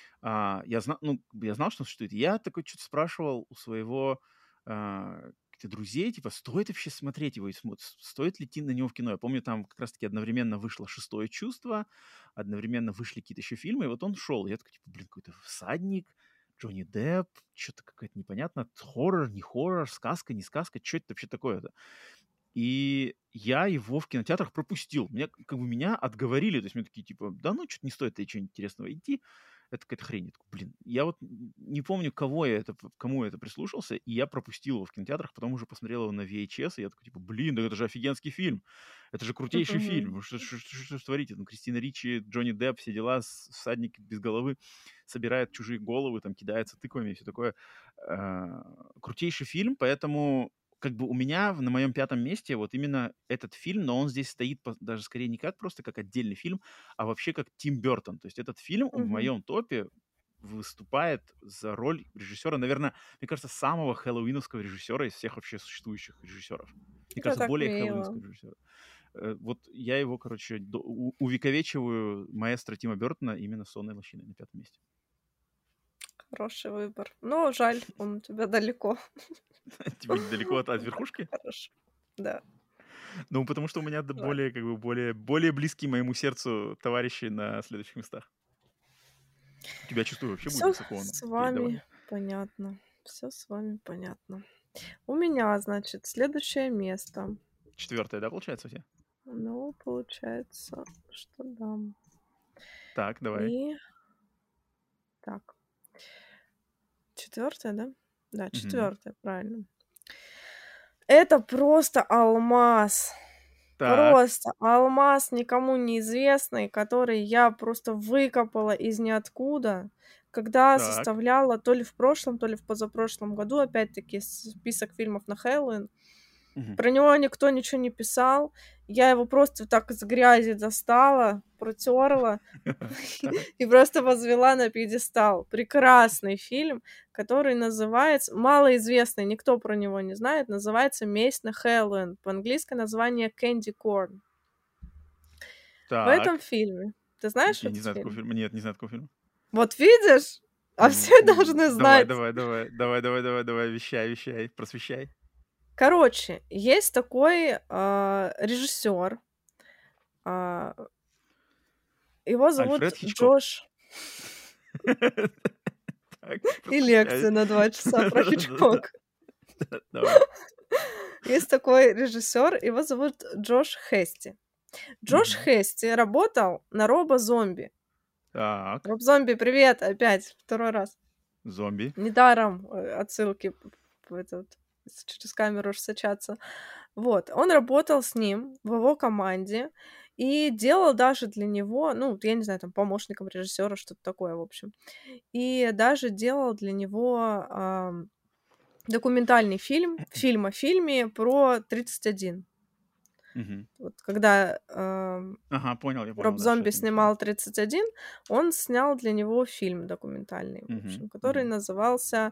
Я знал, что он существует. Я такой что-то спрашивал у своего каких-то друзей, типа, стоит вообще смотреть его, стоит ли идти на него в кино. Я помню, там как раз-таки одновременно вышло «Шестое чувство», одновременно вышли какие-то еще фильмы, и вот он шел. Я такой, типа, блин, какой-то всадник, Джонни Депп, что-то какое-то непонятно, хоррор, не хоррор, сказка, не сказка, что это вообще такое-то? И я его в кинотеатрах пропустил. Меня отговорили, то есть мне такие, типа, да ну, что-то не стоит тебе ничего интересного идти. это какая-то хрень. Я такой, блин, я вот не помню, кому я это прислушался, и я пропустил его в кинотеатрах, потом уже посмотрел его на VHS, и я такой, типа, блин, да это же офигенский фильм, это же крутейший фильм, вы что творите? Ну, Кристина Ричи, Джонни Депп, все дела, всадник без головы, собирает чужие головы, там, кидается тыквами и все такое. Крутейший фильм, поэтому как бы у меня на моем 5-м месте вот именно этот фильм, но он здесь стоит даже скорее не как просто как отдельный фильм, а вообще как Тим Бёртон. То есть этот фильм в моем топе выступает за роль режиссера, наверное, мне кажется, самого хэллоуиновского режиссера из всех вообще существующих режиссеров. Мне кажется, более хэллоуинского режиссера. Вот я его, короче, увековечиваю маэстро Тима Бёртона именно «Сонной лощиной» на 5-м месте. Хороший выбор. Но жаль, он у тебя далеко. Типа далеко от верхушки? Хорошо. Да. Ну, потому что у меня более, как бы, более близкие моему сердцу товарищи на следующих местах. У тебя, чувствую, вообще будет высоко. Всё с вами понятно. Все с вами понятно. У меня, значит, следующее место. 4-е, да, получается у тебя? Ну, получается, что да. Так, давай. И так. 4-е, да? Да, 4-е, правильно. Это просто алмаз. Так. Просто алмаз никому неизвестный, который я просто выкопала из ниоткуда, когда составляла то ли в прошлом, то ли в позапрошлом году, опять-таки, список фильмов на Хэллоуин. Про него никто ничего не писал. Я его просто так из грязи достала, протерла и просто возвела на пьедестал. Прекрасный фильм, который называется, малоизвестный, никто про него не знает, называется «Месть на Хэллоуин». По-английски название «Candy Corn». В этом фильме. Ты знаешь Я не этот знаю такого фильм? фильма. Нет, не знаю такого фильма. Вот видишь? А все должны знать. Давай, вещай, просвещай. Короче, есть такой режиссер. Его зовут Альфред Хичкок. Джош. И лекция на 2 часа про Хичкок. Есть такой режиссер, его зовут Джош Хести. Джош Хести работал на Робо-зомби. Так. Роб-зомби, привет, опять, второй раз. Зомби. Недаром отсылки через камеру сочатся. Вот, он работал с ним в его команде и делал даже для него, ну, я не знаю, там, помощником режиссера, что-то такое, в общем. И даже делал для него документальный фильм о фильме про 31. Вот когда понял, я понял. Роб Зомби снимал 31, он снял для него фильм документальный, в общем, который назывался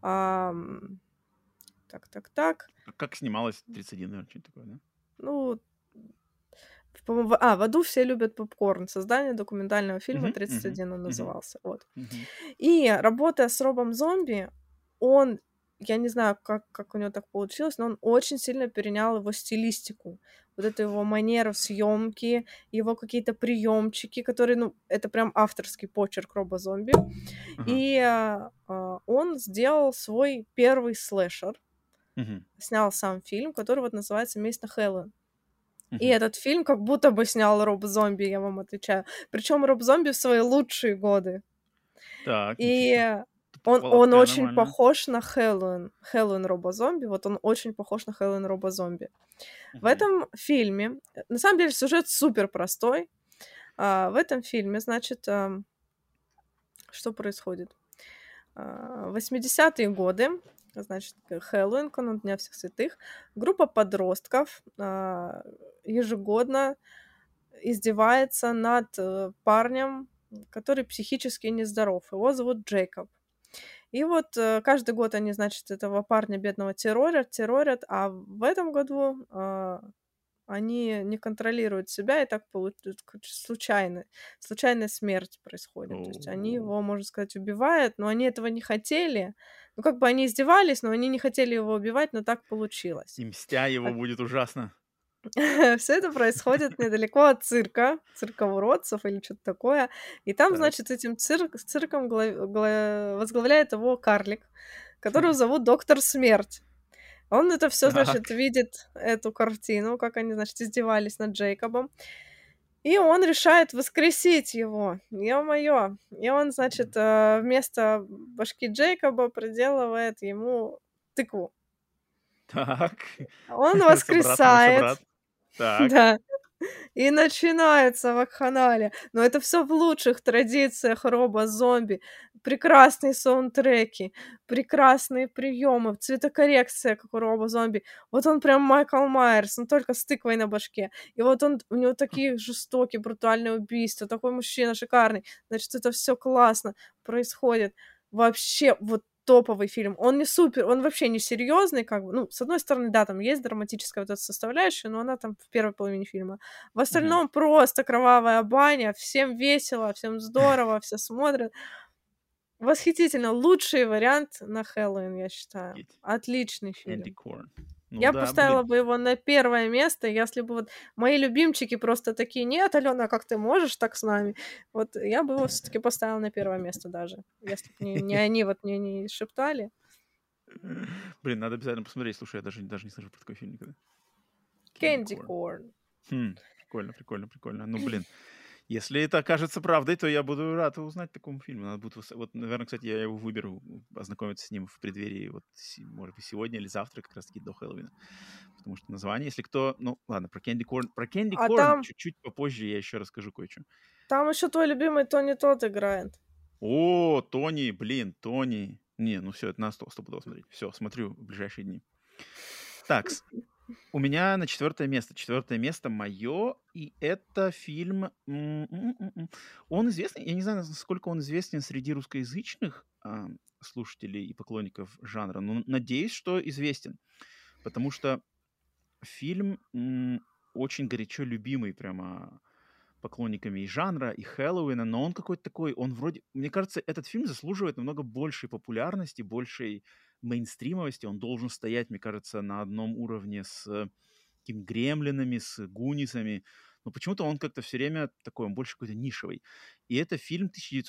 так. Как снималось 31, наверное, что-то такое, да? Ну, по-моему, в аду все любят попкорн. Создание документального фильма 31 он назывался. Вот. И работая с Робом Зомби, он, я не знаю, как у него так получилось, но он очень сильно перенял его стилистику. Вот эту его манеру съемки, его какие-то приемчики, которые, ну, это прям авторский почерк Роба Зомби. И он сделал свой первый слэшер. Снял сам фильм, который вот называется «Месть на Хэллоуин». И этот фильм как будто бы снял Роб Зомби, я вам отвечаю. Причем Роб Зомби в свои лучшие годы. Так, и он очень похож на Хэллоуин Роба Зомби. Вот он очень похож на Хэллоуин Роба Зомби. В этом фильме, на самом деле, сюжет супер простой. В этом фильме, значит, что происходит? 80-е годы, значит, Хэллоуин, канун Дня всех святых, группа подростков ежегодно издевается над парнем, который психически нездоров. Его зовут Джейкоб. И вот каждый год они, значит, этого парня бедного террорят, а в этом году они не контролируют себя, и так случайная смерть происходит. То есть они его, можно сказать, убивают, но они этого не хотели. Ну, как бы они издевались, но они не хотели его убивать, но так получилось. И мстя его будет ужасно. Все это происходит недалеко от цирка уродцев или что-то такое. И там, значит, этим цирком возглавляет его карлик, которого зовут Доктор Смерть. Он это все, значит, видит эту картину, как они, значит, издевались над Джейкобом. И он решает воскресить его. Ё-моё! И он, значит, вместо башки Джейкоба приделывает ему тыкву. Так. Он Собрат, мой воскресает. собрат. Так. Да. И начинается вакханалия. Но это все в лучших традициях робо-зомби. Прекрасные саундтреки, прекрасные приемы, цветокоррекция, как у робо-зомби. Вот он прям Майкл Майерс, но только с тыквой на башке. И вот у него такие жестокие, брутальные убийства, такой мужчина шикарный. Значит, это все классно происходит. Вообще, вот топовый фильм. Он не супер, он вообще не серьезный, как бы. Ну, с одной стороны, да, там есть драматическая вот эта составляющая, но она там в первой половине фильма. В остальном просто кровавая баня, всем весело, всем здорово, все смотрят. Восхитительно. Лучший вариант на Хэллоуин, я считаю. Отличный Candy фильм. Corn. Ну Я да, поставила блин. бы его на первое место, если бы вот мои любимчики просто такие: "Нет, Алена, как ты можешь так с нами?" Вот я бы его все таки поставила на первое место даже, если бы не они вот мне не шептали. Блин, надо обязательно посмотреть. Слушай, я даже не слышал про такой фильм никогда. Candy Candy Corn. Corn. Прикольно, прикольно, прикольно. Ну, блин, если это окажется правдой, то я буду рад узнать такому фильму. Надо будет, вот, наверное, кстати, я его выберу, ознакомиться с ним в преддверии, вот, может быть, сегодня или завтра, как раз-таки до Хэллоуина. Потому что название, если кто... Ну, ладно, про Candy А Corn там чуть-чуть попозже я еще расскажу кое-что. там еще твой любимый Тони Тодд играет. О, Тони, блин, Тони. Не, ну все, это на 100 смотреть. Все, смотрю в ближайшие дни. Так, у меня на 4 место. 4 место мое, и это фильм... Он известный, я не знаю, насколько он известен среди русскоязычных слушателей и поклонников жанра, но надеюсь, что известен. Потому что фильм очень горячо любимый прямо поклонниками и жанра, и Хэллоуина, но он какой-то такой, он вроде... Мне кажется, этот фильм заслуживает намного большей популярности, большей мейнстримовости. Он должен стоять, мне кажется, на одном уровне с какими Гремлинами, с Гунисами. Но почему-то он как-то все время такой, он больше какой-то нишевый. И это фильм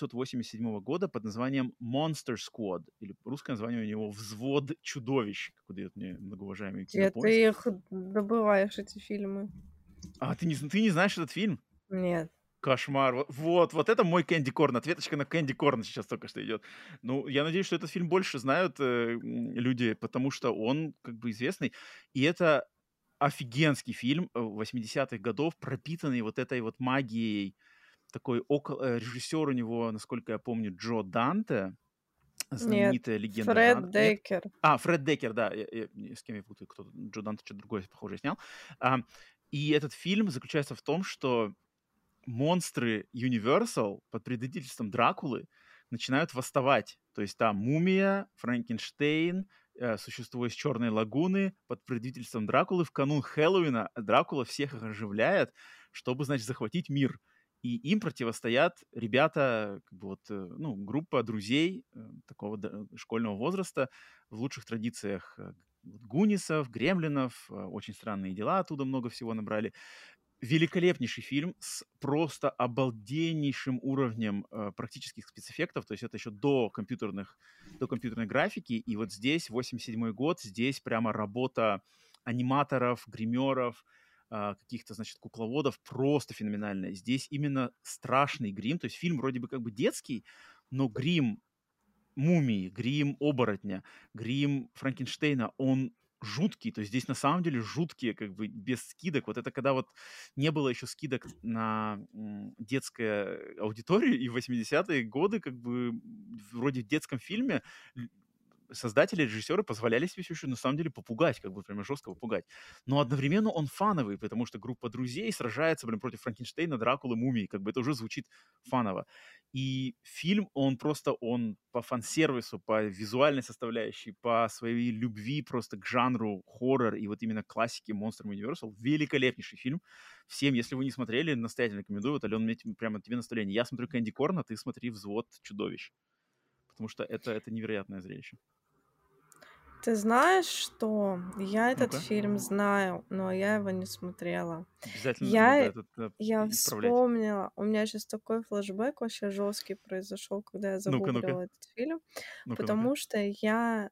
1987 года под названием Monster Squad, или русское название у него «Взвод чудовищ», как выдает мне многоуважаемый Где Кинопоиск. ты их добываешь, эти фильмы? А ты не знаешь этот фильм? Нет. Кошмар. Вот это мой Кэнди Корн. Ответочка на Кэнди Корн сейчас только что идет. Ну, я надеюсь, что этот фильм больше знают люди, потому что он как бы известный. И это офигенский фильм 80-х годов, пропитанный вот этой вот магией. Такой режиссер у него, насколько я помню, Джо Данте, Нет. знаменитая легенда жанра. Фред Нет? Дейкер. Фред Деккер, да. С кем я путаю? Кто-то, Джо Данте что-то другое, похоже, снял. А, и этот фильм заключается в том, что монстры Universal под предводительством Дракулы начинают восставать. То есть там Мумия, Франкенштейн, существо из Черной лагуны под предводительством Дракулы. В канун Хэллоуина Дракула всех их оживляет, чтобы, значит, захватить мир. И им противостоят ребята, как бы вот, ну, группа друзей такого школьного возраста в лучших традициях Гунисов, Гремлинов, очень странные дела, оттуда много всего набрали. Великолепнейший фильм с просто обалденнейшим уровнем практических спецэффектов, то есть это еще до компьютерной графики, и вот здесь, 87-й год, здесь прямо работа аниматоров, гримеров, каких-то, значит, кукловодов просто феноменальная. Здесь именно страшный грим, то есть фильм вроде бы как бы детский, но грим мумии, грим оборотня, грим Франкенштейна, он жуткий, то есть здесь на самом деле жуткие, как бы без скидок. Вот это когда вот не было еще скидок на детскую аудиторию, и в 80-е годы как бы вроде в детском фильме создатели, режиссеры позволяли себе еще на самом деле попугать, как бы прямо жестко попугать. Но одновременно он фановый, потому что группа друзей сражается, блин, против Франкенштейна, Дракулы, Мумии, как бы это уже звучит фаново. И фильм, он по фан-сервису, по визуальной составляющей, по своей любви просто к жанру хоррор и вот именно классике Monster Universal, великолепнейший фильм. Всем, если вы не смотрели, настоятельно рекомендую. Вот, Алена, мне прямо тебе наставление. Я смотрю Кэнди Корн, а ты смотри «Взвод чудовищ». Потому что это невероятное зрелище. Ты знаешь, что я этот Ну-ка. фильм знаю, но я его не смотрела. Обязательно надо Я это я исправлять. вспомнила, у меня сейчас такой флешбэк вообще жесткий произошел, когда я Ну-ка, ну-ка, загуглила этот фильм, ну-ка, ну-ка. потому что я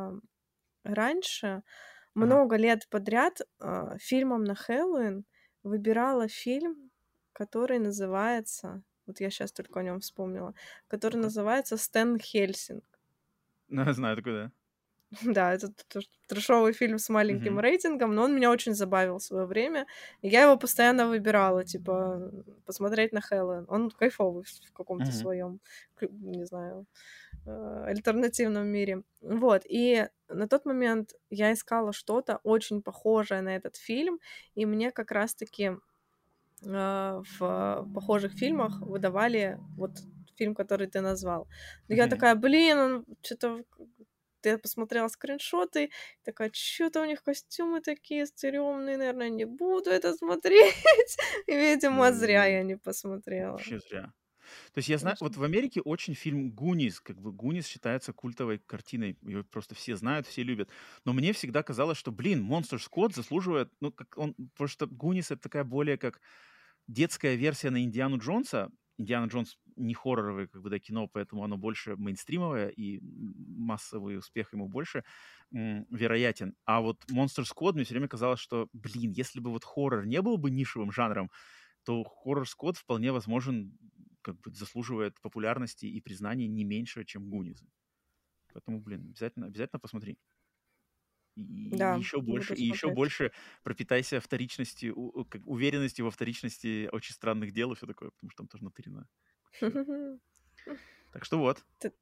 раньше Ага. много лет подряд фильмом на Хэллоуин выбирала фильм который называется... Вот я сейчас только о нем вспомнила. Который Ну-ка. называется «Стэн Хельсинг». Ну, знаю такой, да. Да, это трэшовый фильм с маленьким Мгм. рейтингом, но он меня очень забавил в свое время. И я его постоянно выбирала, типа, посмотреть на Хэллоуин. Он кайфовый в каком-то Мгм. своем, не знаю, альтернативном мире. Вот. И на тот момент я искала что-то очень похожее на этот фильм, и мне как раз-таки в похожих фильмах выдавали вот фильм, который ты назвал. Но я Мгм. такая, блин, он что-то... Я посмотрела скриншоты, такая, что-то у них костюмы такие стрёмные, наверное, не буду это смотреть. И, видимо, зря Ой, я не посмотрела. вообще зря. То есть я знаю, вот Очень. в Америке очень фильм «Гунис», как бы «Гунис» считается культовой картиной, ее просто все знают, все любят. Но мне всегда казалось, что, блин, «Монстр Скотт» заслуживает, ну, как он, потому что «Гунис» — это такая более как детская версия на Индиану Джонса. Индиана Джонс не хорроровое как бы, да, кино, поэтому оно больше мейнстримовое, и массовый успех ему больше вероятен. А вот «Монстр Скотт» мне все время казалось, что, блин, если бы вот хоррор не был бы нишевым жанром, то хоррор Скотт вполне возможен, как бы заслуживает популярности и признания не меньше, чем Гунизы. Поэтому, блин, обязательно посмотри. И Да, еще больше, буду и еще смотреть. больше пропитайся вторичностью, уверенностью во вторичности «Очень странных дел» и все такое, потому что там тоже натырено. Всего. Так что вот. Т-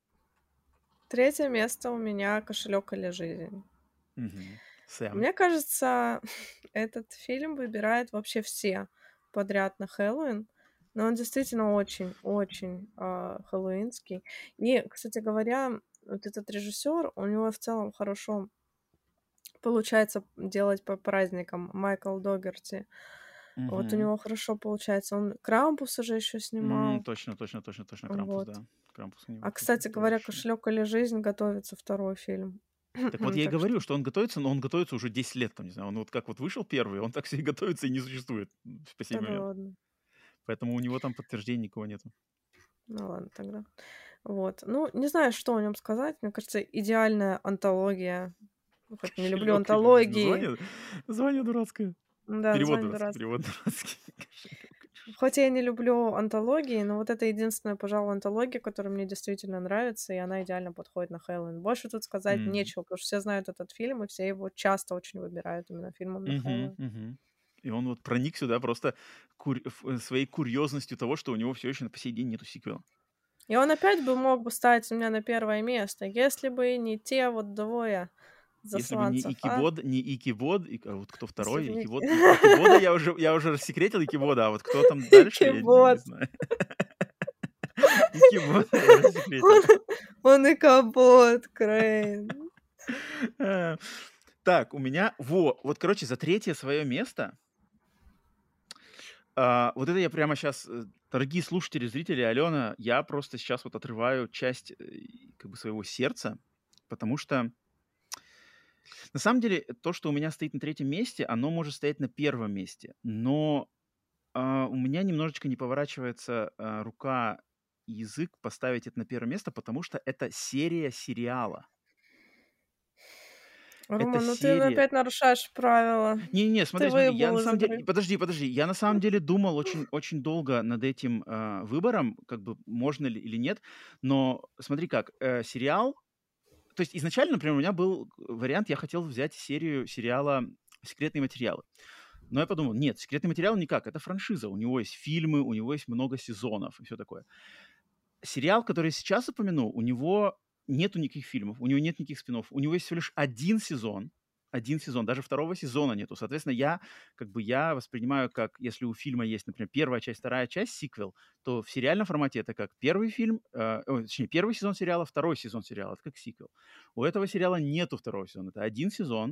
Третье место у меня «Кошелек или жизнь». Мгм. Сэм. Мне кажется, этот фильм выбирают вообще все подряд на Хэллоуин, но он действительно очень-очень хэллоуинский. И, кстати говоря, вот этот режиссер, у него в целом хорошо получается делать по праздникам. Майкл Догерти. Вот у Мгм. него хорошо получается. Он Крампуса же еще снимал. Точно, точно, точно, точно, Крампус, Вот. да. Крампус у А, него тоже кстати говоря, точно. «Кошелек или жизнь» готовится второй фильм. Так вот я и Так говорю, что, что он готовится, но он готовится уже 10 лет, там, не знаю, он вот как вот вышел первый, он так все и готовится и не существует по сей да момент. ладно. Поэтому у него там подтверждений никого нету. Ну ладно тогда. Вот. Ну, не знаю, что о нем сказать. Мне кажется, идеальная антология. Ну, хоть не люблю Кошелек или жизнь? антологии. Название дурацкое. Да, Перевод название дурацкий, дурацкое. перевод дурацкий. Кошелек или жизнь. Хоть я и не люблю антологии, но вот это единственная, пожалуй, антология, которая мне действительно нравится, и она идеально подходит на Хэллоуин. Больше тут сказать М. нечего, потому что все знают этот фильм, и все его часто очень выбирают именно фильмом на Мгм, Хэллоуин. мгм. И он вот проник сюда просто своей курьезностью того, что у него все еще по сей день нету сиквела. И он опять бы мог бы стать у меня на первое место, если бы не те вот двое Если бы не засланцев, а? Икибод, не Икибод, а вот кто Если второй? бы не... Икибода я уже рассекретил Икибода, а вот кто там дальше, я не Кибот. знаю. Икибода я рассекретил. Он, он и капот, Крейн. Э, Так, у меня вот, короче, за третье свое место. Вот это я прямо сейчас, дорогие слушатели, зрители, Алена, я просто сейчас вот отрываю часть, как бы своего сердца, потому что на самом деле то, что у меня стоит на третьем месте, оно может стоять на первом месте, но у меня немножечко не поворачивается рука и язык поставить это на первое место, потому что это серия сериала. Это Рома, ну ты серия. опять нарушаешь правила. Не-не-не, Ты смотри, я на выебал из самом деле... игры. Подожди. Я на самом деле думал очень долго над этим выбором, как бы можно ли или нет. Но смотри как, сериал... То есть изначально, например, у меня был вариант, я хотел взять серию сериала «Секретные материалы». Но я подумал, нет, «Секретные материалы» никак, это франшиза. У него есть фильмы, у него есть много сезонов и все такое. Сериал, который я сейчас упомяну, у него нету никаких фильмов, у него нет никаких спин-офф. У него есть всего лишь один сезон, даже второго сезона нету. Соответственно, я воспринимаю как, если у фильма есть, например, первая часть, вторая часть, сиквел, то в сериальном формате это как первый фильм, точнее, первый сезон сериала, второй сезон сериала, это как сиквел. У этого сериала нету второго сезона, это один сезон,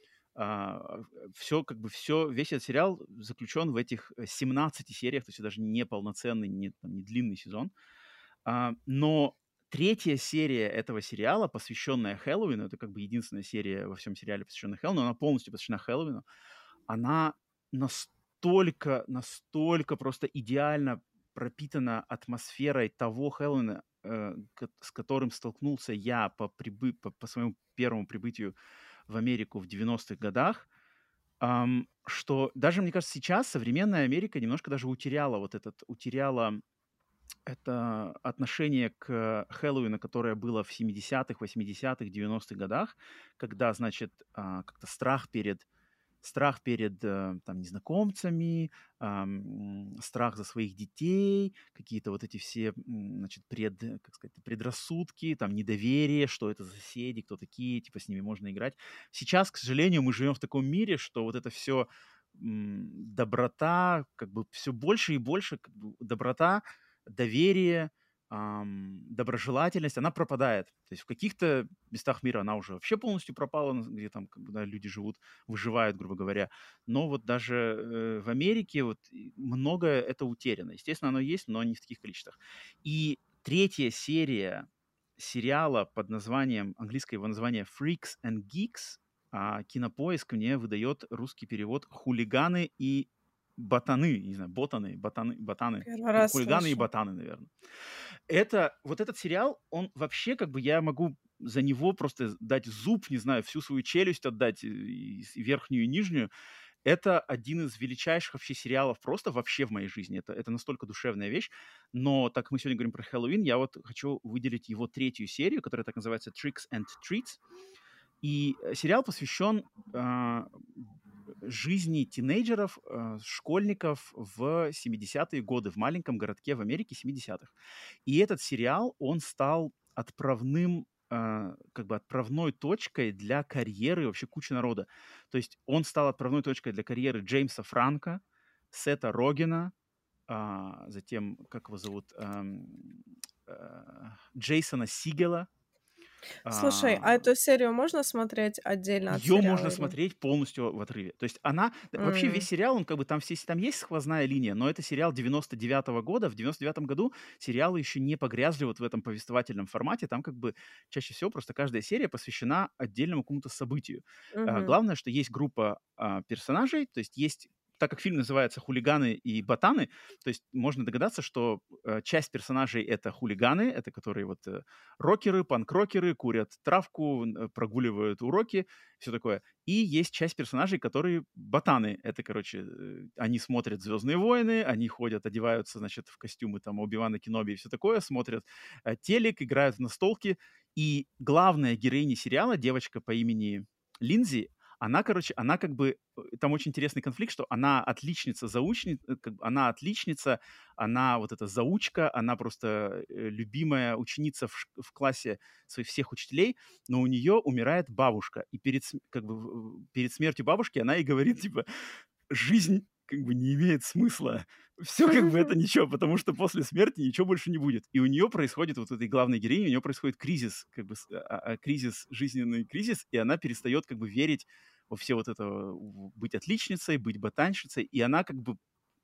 все, как бы все, весь этот сериал заключен в этих 17 сериях, то есть это даже не полноценный, не длинный сезон. Но третья серия этого сериала, посвященная Хэллоуину, это как бы единственная серия во всем сериале, посвященная Хэллоуину, она полностью посвящена Хэллоуину, она настолько просто идеально пропитана атмосферой того Хэллоуина, с которым столкнулся я по своему первому прибытию в Америку в 90-х годах. что даже, мне кажется, сейчас современная Америка немножко даже утеряла это отношение к Хэллоуину, которое было в 70-х, 80-х, 90-х годах, когда, значит, как-то страх перед там, незнакомцами, страх за своих детей, какие-то вот эти все, значит, как сказать, предрассудки, там, недоверие, что это за соседи, кто такие, типа, с ними можно играть. Сейчас, к сожалению, мы живем в таком мире, что вот это все доброта, как бы все больше и больше как бы, доброта, доверие, доброжелательность, она пропадает. То есть в каких-то местах мира она уже вообще полностью пропала, где там как бы, да, люди живут, выживают, грубо говоря. Но вот даже в Америке вот многое это утеряно. Естественно, оно есть, но не в таких количествах. И третья серия сериала под названием, английское его название Freaks and Geeks, Кинопоиск мне выдает русский перевод «Хулиганы и ботаны», не знаю, ботаны, Первый раз хулиганы и слышу. ботаны, наверное. Вот этот сериал, он вообще, как бы, я могу за него просто дать зуб, не знаю, всю свою челюсть отдать, и верхнюю, и нижнюю. Это один из величайших вообще сериалов просто вообще в моей жизни. Это настолько душевная вещь. Но так как мы сегодня говорим про Хэллоуин, я вот хочу выделить его третью серию, которая так называется «Tricks and Treats». И сериал посвящен жизни тинейджеров, школьников в 70-е годы в маленьком городке в Америке 70-х. И этот сериал, он стал как бы отправной точкой для карьеры вообще кучи народа. То есть он стал отправной точкой для карьеры Джеймса Франка, Сета Рогена, затем, как его зовут, Джейсона Сигела. Слушай, а эту серию можно смотреть отдельно от Ее сериала можно или? смотреть полностью в отрыве. То есть вообще весь сериал, он как бы там есть сквозная линия, но это сериал 99-го года. В 99-м году сериалы еще не погрязли вот в этом повествовательном формате. Там как бы чаще всего просто каждая серия посвящена отдельному какому-то событию. Мгм. Главное, что есть группа персонажей, то есть так как фильм называется «Хулиганы и ботаны», то есть можно догадаться, что часть персонажей — это хулиганы, это которые вот рокеры, панк-рокеры, курят травку, прогуливают уроки, все такое. И есть часть персонажей, которые ботаны. Это, короче, они смотрят «Звездные войны», они ходят, одеваются, значит, в костюмы там Оби-Вана Кеноби и все такое, смотрят телек, играют в настолки. И главная героиня сериала, девочка по имени Линдзи, она, короче, она как бы... Там очень интересный конфликт, что она отличница, она отличница, она вот эта заучка, она просто любимая ученица в классе своих всех учителей, но у нее умирает бабушка. И перед смертью бабушки она и говорит, типа, жизнь как бы не имеет смысла. Все как бы это ничего, потому что после смерти ничего больше не будет. И у нее происходит, вот этой главной героини, у нее происходит кризис, как бы кризис, жизненный кризис, и она перестает как бы верить во все вот это, быть отличницей, быть ботанщицей, и она как бы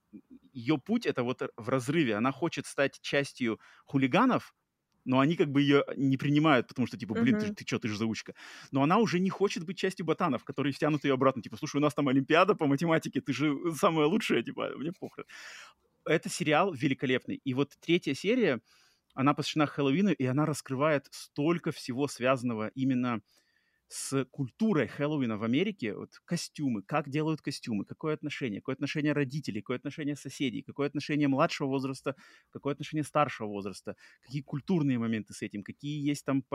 ее путь это вот в разрыве. Она хочет стать частью хулиганов, но они как бы ее не принимают, потому что, типа, блин, Мгм. ты что, ты же заучка. Но она уже не хочет быть частью ботанов, которые втянут ее обратно. Типа, слушай, у нас там олимпиада по математике, ты же самая лучшая, типа, мне похрен. Это сериал великолепный. И вот третья серия, она посвящена Хэллоуину, и она раскрывает столько всего связанного именно с культурой Хэллоуина в Америке, вот костюмы, как делают костюмы, какое отношение родителей, какое отношение соседей, какое отношение младшего возраста, какое отношение старшего возраста, какие культурные моменты с этим, какие есть там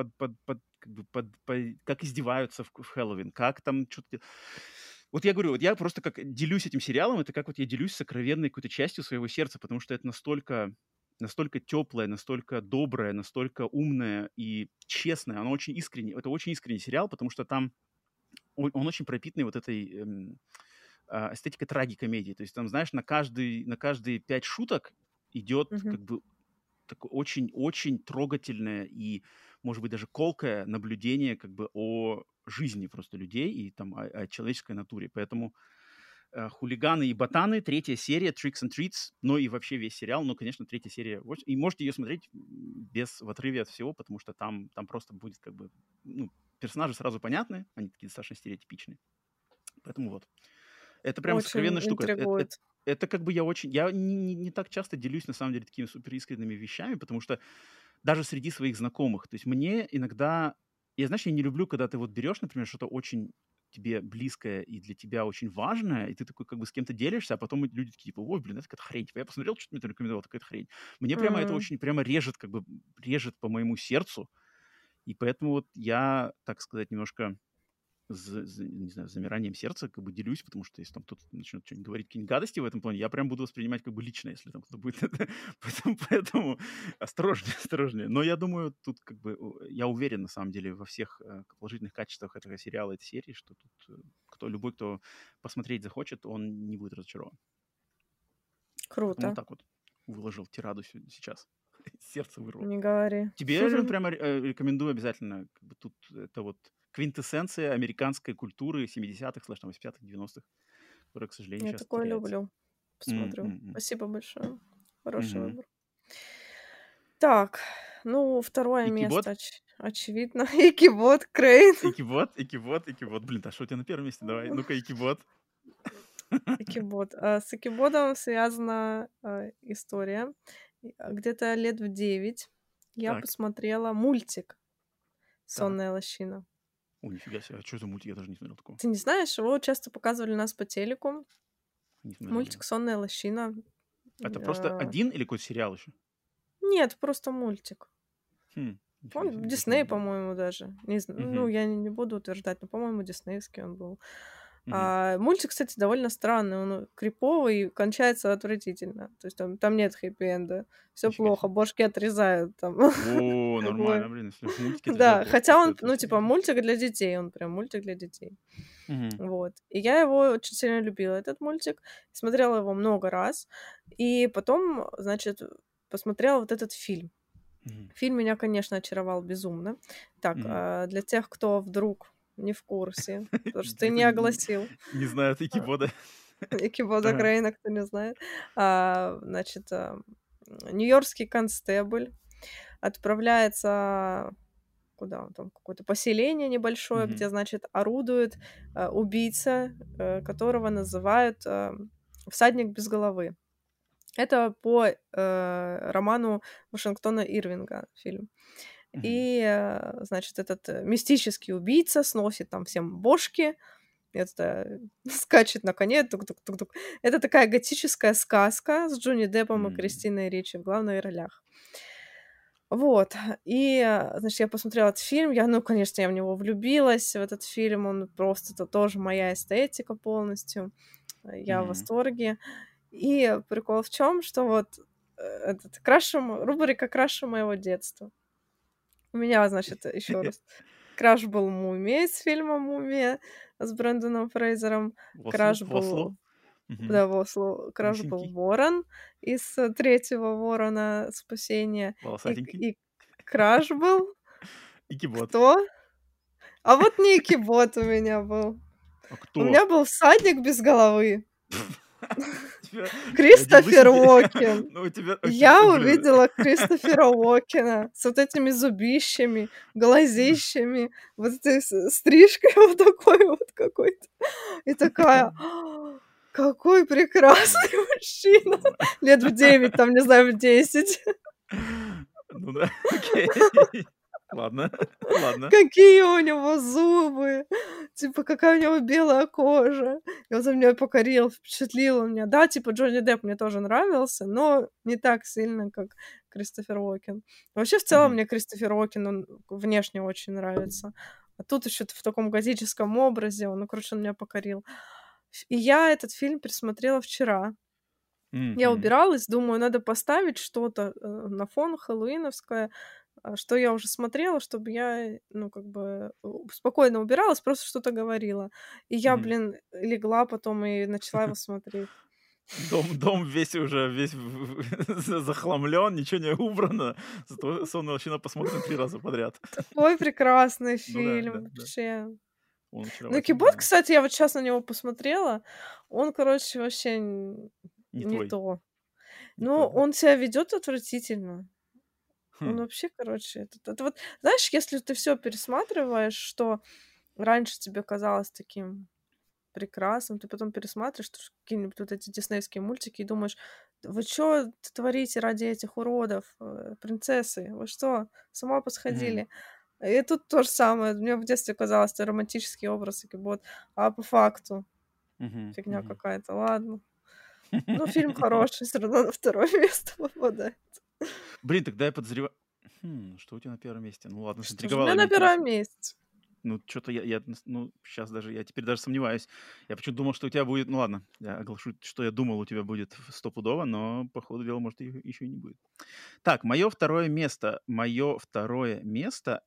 как издеваются в Хэллоуин, как там что-то... Вот я говорю, вот я просто как делюсь этим сериалом, это как вот я делюсь сокровенной какой-то частью своего сердца, потому что это настолько теплое, настолько доброе, настолько умное и честное. Оно очень искренне. Это очень искренний сериал, потому что там он очень пропитанный вот этой эстетикой трагикомедии. То есть там, знаешь, на каждые 5 шуток идет Мгм. как бы такое очень-очень трогательное и, может быть, даже колкое наблюдение как бы о жизни просто людей и там о человеческой натуре. Поэтому «Хулиганы и ботаны», третья серия, «Tricks and Treats», ну и вообще весь сериал, ну, конечно, третья серия. И можете ее смотреть в отрыве от всего, потому что там просто будет как бы, ну, персонажи сразу понятны, они такие достаточно стереотипичные. Поэтому вот. Это прям Очень сокровенная штука. интригует. Это как бы я не так часто делюсь, на самом деле, такими супер искренними вещами, потому что даже среди своих знакомых, то есть мне иногда, знаешь, я не люблю, когда ты вот берешь, например, что-то очень тебе близкое и для тебя очень важное, и ты такой как бы с кем-то делишься, а потом люди такие, типа, ой, блин, это какая-то хрень. Типа, я посмотрел, что-то мне рекомендовал, какая-то хрень. Мне прямо это очень прямо режет, как бы режет по моему сердцу, и поэтому вот я, так сказать, немножко не знаю, с замиранием сердца как бы делюсь, потому что если там кто-то начнет что-нибудь говорить, какие-нибудь гадости в этом плане, я прям буду воспринимать как бы лично, если там кто-то будет это. Поэтому осторожнее, осторожнее. Но я думаю, тут как бы я уверен на самом деле во всех положительных качествах этого сериала, этой серии, что тут любой, кто посмотреть захочет, он не будет разочарован. Круто. Вот так вот выложил тираду сейчас. Сердце вырвало. Не говори. Тебе же прямо рекомендую обязательно. Как бы тут это вот квинтэссенция американской культуры 70-х, 80-х, 90-х, которая, к сожалению, Я сейчас такое теряется. люблю. Посмотрю. Спасибо большое. Хороший Мгм. выбор. Так, ну, второе Икибот? место, очевидно. Икибот, Крейн. Икибот. Блин, а что у тебя на первом месте? Давай, ну-ка, Икибот. Икибот. С Икибодом связана история. Где-то лет в 9 я Так. посмотрела мультик Так. «Сонная лощина». О, нифига себе. А что за мультик? Я даже не смотрел такого. Ты не знаешь? Его часто показывали у нас по телеку. Не смотрел. Мультик «Сонная лощина». Это просто один или какой-то сериал еще? Нет, просто мультик. Нифига себе, даже Дисней, по-моему, даже. Не знаю. Ну, Мгм. я не буду утверждать, но, по-моему, диснеевский он был. Мгм. Мультик, кстати, довольно странный. Он криповый и кончается отвратительно. То есть там нет хэппи-энда. Все Нифига плохо, себе. бошки отрезают там. О, Такое. нормально, блин, если в мультике Да, отрезают бошки, хотя то он, это ну, типа, серьезно. мультик для детей. Он прям мультик для детей. Мгм. Вот. И я его очень сильно любила, этот мультик. Смотрела его много раз. И потом, значит, посмотрела вот этот фильм. Мгм. Фильм меня, конечно, очаровал безумно. Так, Мгм. для тех, кто вдруг не в курсе, потому что ты не огласил Не знают Икибода. Икибода Ага. Крейна, кто не знает. Значит, нью-йоркский констебль отправляется куда он там, какое-то поселение небольшое, Мгм. где, значит, орудует убийца, которого называют «Всадник без головы». Это по роману Вашингтона Ирвинга фильм. Мгм. И, значит, этот мистический убийца сносит там всем бошки, это скачет на коне, тук-тук-тук-тук. Это такая готическая сказка с Джонни Деппом и Кристиной Ричи в главных ролях. Вот. И, значит, я посмотрела этот фильм. Ну, конечно, я в него влюбилась, в этот фильм. Он просто, это тоже моя эстетика полностью. Я в восторге. И прикол в чем, что вот этот рубрика «Краш моего детства». У меня, значит, еще раз, краш был «Мумия» из фильма «Мумия» с Брэндоном Фрейзером. Краш Вослу. был... Мгм. Да, краш был Лысенький, Ворон из третьего Ворона «Спасение». волосатенький. И краш был... Икибот. Кто? А вот не Икибот у меня был. А У кто? меня был всадник без головы. У тебя один Кристофер лысенький. Уокен. Ну, у тебя, Я блин. увидела Кристофера Уокена с вот этими зубищами, глазищами, вот этой стрижкой вот такой вот какой-то. И такая: какой прекрасный мужчина! Нормально. Лет в 9, там, не знаю, в 10. Ну да, окей. Ладно, ладно. Какие у него зубы! Типа, какая у него белая кожа. И вот он меня покорил, впечатлил он меня. Да, типа, Джонни Депп мне тоже нравился, но не так сильно, как Кристофер Уокен. Вообще, в целом, Мгм. мне Кристофер Уокен, он внешне очень нравится. А тут еще в таком готическом образе он, ну, короче, он меня покорил. И я этот фильм пересмотрела вчера. Я Мгм. убиралась, думаю, надо поставить что-то на фон хэллоуиновское, что я уже смотрела, чтобы я, ну, как бы спокойно убиралась, просто что-то говорила. И я, Мгм. блин, легла потом и начала его смотреть. Дом весь уже весь захламлен, ничего не убрано. Зато «Сонная лощина» посмотрим 3 раза подряд. Такой прекрасный Ну да, да, фильм да. вообще. Он Ну, очаровательный, Кибот, да. кстати, я вот сейчас на него посмотрела. Он, короче, вообще Не не твой, то. не Ну, то, да? он себя ведет отвратительно. Он Хм. вообще, короче, это вот, знаешь, если ты все пересматриваешь, что раньше тебе казалось таким прекрасным, ты потом пересматриваешь какие-нибудь вот эти диснеевские мультики и думаешь: вы что творите ради этих уродов, принцессы? Вы что, с ума Мгм. посходили? И тут то же самое. Мне в детстве казалось, что романтический образ, как бы вот, а по факту фигня какая-то. Ладно. Ну, фильм хороший, все равно на второе место попадает. Блин, тогда я подозреваю... что у тебя на первом месте? Ну ладно, Что же у заинтриговало, меня мне на первом интересно. месте? Ну, что-то ну, сейчас даже, я теперь даже сомневаюсь. Я почему-то думал, что у тебя будет, ну ладно, я оглашу, что я думал, у тебя будет стопудово, но по ходу дела, может, еще и не будет. Так, мое второе место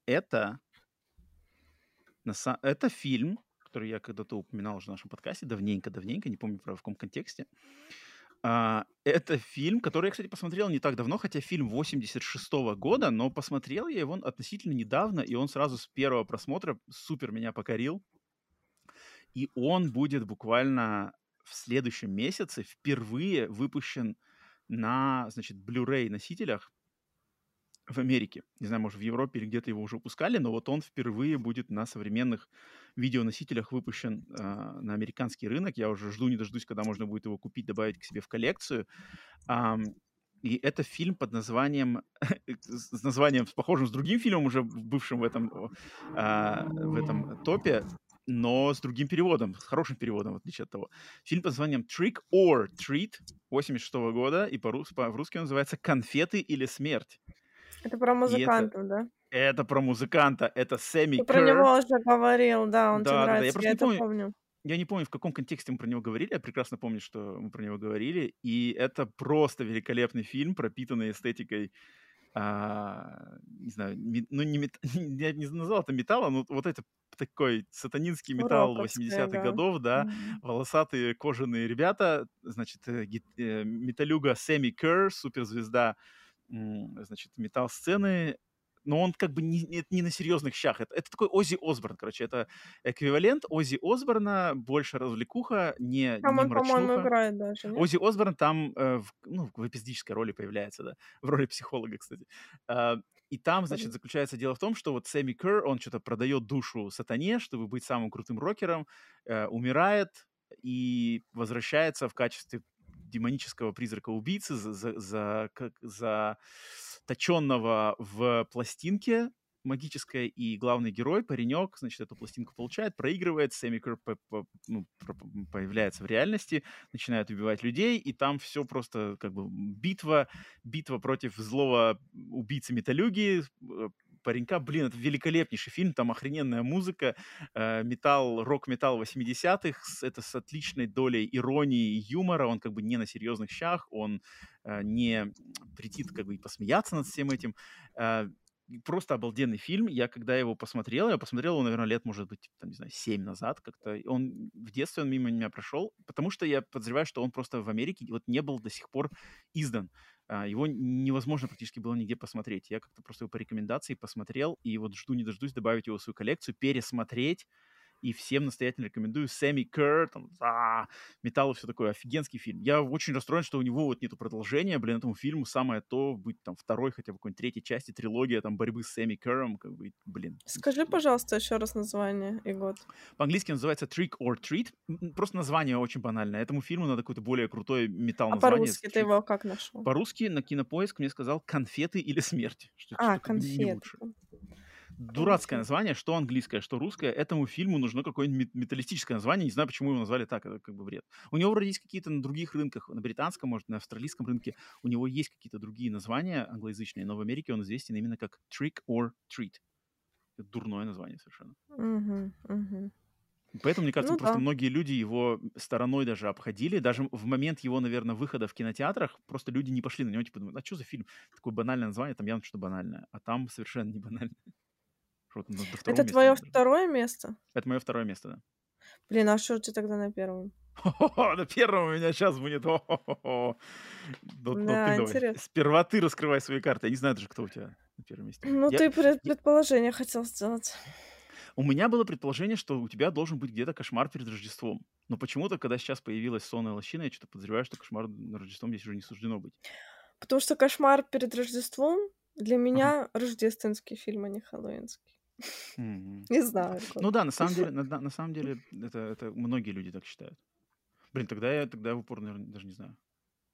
это фильм, который я когда-то упоминал уже в нашем подкасте, давненько, не помню, правда, в каком контексте. Это фильм, который я, кстати, посмотрел не так давно, хотя фильм 86-го года, но посмотрел я его относительно недавно, и он сразу с первого просмотра супер меня покорил. И он будет буквально в следующем месяце впервые выпущен на, значит, Blu-ray носителях в Америке. Не знаю, может, в Европе или где-то его уже выпускали, но вот он впервые будет на современных видеоносителях выпущен на американский рынок. Я уже жду не дождусь, когда можно будет его купить, добавить к себе в коллекцию. Ам, и это фильм под названием, с названием, похожим с другим фильмом, уже бывшим в этом топе, но с другим переводом, с хорошим переводом, в отличие от того. Фильм под названием Trick or Treat 86 года, и по-русски он называется «Конфеты или смерть». Это про И музыкантов, да? это про музыканта, это Сэмми Ты про него Керр. уже говорил, да, он тебе Да-да-да, нравится, я это помню. я не помню, в каком контексте мы про него говорили. Я прекрасно помню, что мы про него говорили. И это просто великолепный фильм, пропитанный эстетикой, не знаю, ну, я не назвал это металлом, но вот это такой сатанинский металл Роковская, 80-х да. годов, да, Мгм. волосатые кожаные ребята, значит, металюга Сэмми Керр, суперзвезда, значит, металл-сцены, но он как бы не на серьезных щах. Это такой Оззи Осборн, короче, это эквивалент Оззи Осборна, больше развлекуха, Там не он, по-моему, мрачнуха. играет даже, нет? Оззи Осборн там, в эпизодической роли появляется, да, в роли психолога, кстати. А, и там, значит, Прикольно. заключается дело в том, что вот Сэмми Керр, он что-то продает душу сатане, чтобы быть самым крутым рокером, умирает и возвращается в качестве демонического призрака-убийцы, заточенного в пластинке магической, и главный герой, паренек, значит, эту пластинку получает, проигрывает, Сэмми Керр появляется в реальности, начинают убивать людей, и там все просто как бы битва против злого убийцы Металюги, паренька. Блин, это великолепнейший фильм, там охрененная музыка, рок-металл 80-х, это с отличной долей иронии и юмора, он как бы не на серьезных щах, он не претит как бы и посмеяться над всем этим. Э, Просто обалденный фильм. Я посмотрел его, наверное, лет, может быть, там, не знаю, 7 назад как-то. В детстве он мимо меня прошел, потому что я подозреваю, что он просто в Америке вот не был до сих пор издан. Его невозможно практически было нигде посмотреть. Я как-то просто его по рекомендации посмотрел, и вот жду не дождусь добавить его в свою коллекцию, пересмотреть, и всем настоятельно рекомендую. Сэмми Керр, там, металл и все такое. Офигенский фильм. Я очень расстроен, что у него вот нету продолжения. Блин, этому фильму самое то быть там второй, хотя бы какой-нибудь третьей части, трилогия там борьбы с Сэмми Керром, как бы, блин. Скажи, пожалуйста, еще раз название и год. По-английски называется Trick or Treat. Просто название очень банальное. Этому фильму надо какое-то более крутое металл А название. по-русски ты его как нашел? По-русски на Кинопоиск мне сказал «Конфеты или смерть», что как бы не Конфеты. лучше. Дурацкое Конфеты. название, что английское, что русское. Этому фильму нужно какое-нибудь металлистическое название. Не знаю, почему его назвали так, это как бы бред. У него вроде есть какие-то на других рынках, на британском, может, на австралийском рынке, у него есть какие-то другие названия англоязычные, но в Америке он известен именно как Trick or Treat. Это дурное название совершенно. Мгм, мгм. Поэтому, мне кажется, Ну просто да. многие люди его стороной даже обходили. Даже в момент его, наверное, выхода в кинотеатрах просто люди не пошли на него, типа, думают, а что за фильм? Такое банальное название, там явно что-то банальное. А там совершенно не банальное. Что до второго Это места твое даже. второе место? Это мое второе место, да. Блин, а что у тебя тогда на первом? На первом у меня сейчас будет. Ну ты Да, давай. интересно. Сперва ты раскрывай свои карты. Я не знаю даже, кто у тебя на первом месте. Ну, ты предположение хотел сделать. У меня было предположение, что у тебя должен быть где-то кошмар перед Рождеством. Но почему-то, когда сейчас появилась сонная лощина, я что-то подозреваю, что кошмар на Рождеством здесь уже не суждено быть. Потому что «Кошмар перед Рождеством» для Ага. меня рождественский фильм, а не хэллоуинский. Мгм. Не знаю, Ну как. да, на самом деле это многие люди так считают. Блин, тогда я в упор, наверное, даже не знаю.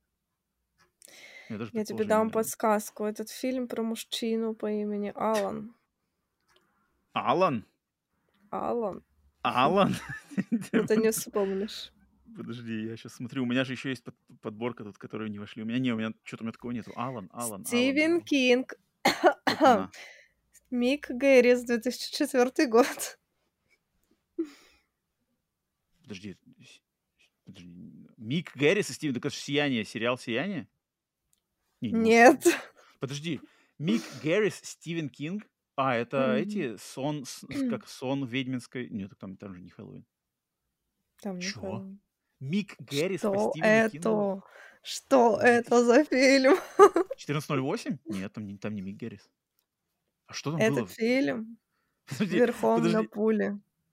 У меня даже Я тебе предположение, дам наверное. подсказку. Этот фильм про мужчину по имени Алан. Алан? Алан. Алан? Ну, ты не вспомнишь. Подожди, я сейчас смотрю. У меня же еще есть подборка тут, которые не вошли. У меня что-то у меня такого нету. Алан. Стивен Кинг. Опа-на. Мик Гэррис, 2004 год. Подожди. Мик Гэррис и Стивен... Так это же «Сияние». Сериал «Сияние»? Не может Нет. быть. Подожди. Мик Гэррис, Стивен Кинг. А, это эти как сон ведьминской... Нет, там же не Хэллоуин. Там не Чё? Хэллоуин. Мик Гэррис по Что Стивену Кингу? это? Что это за фильм? 14:08? Нет, там не Мик Гэррис. А что там Это было? фильм Подожди, «Верхом на подожди. пуле».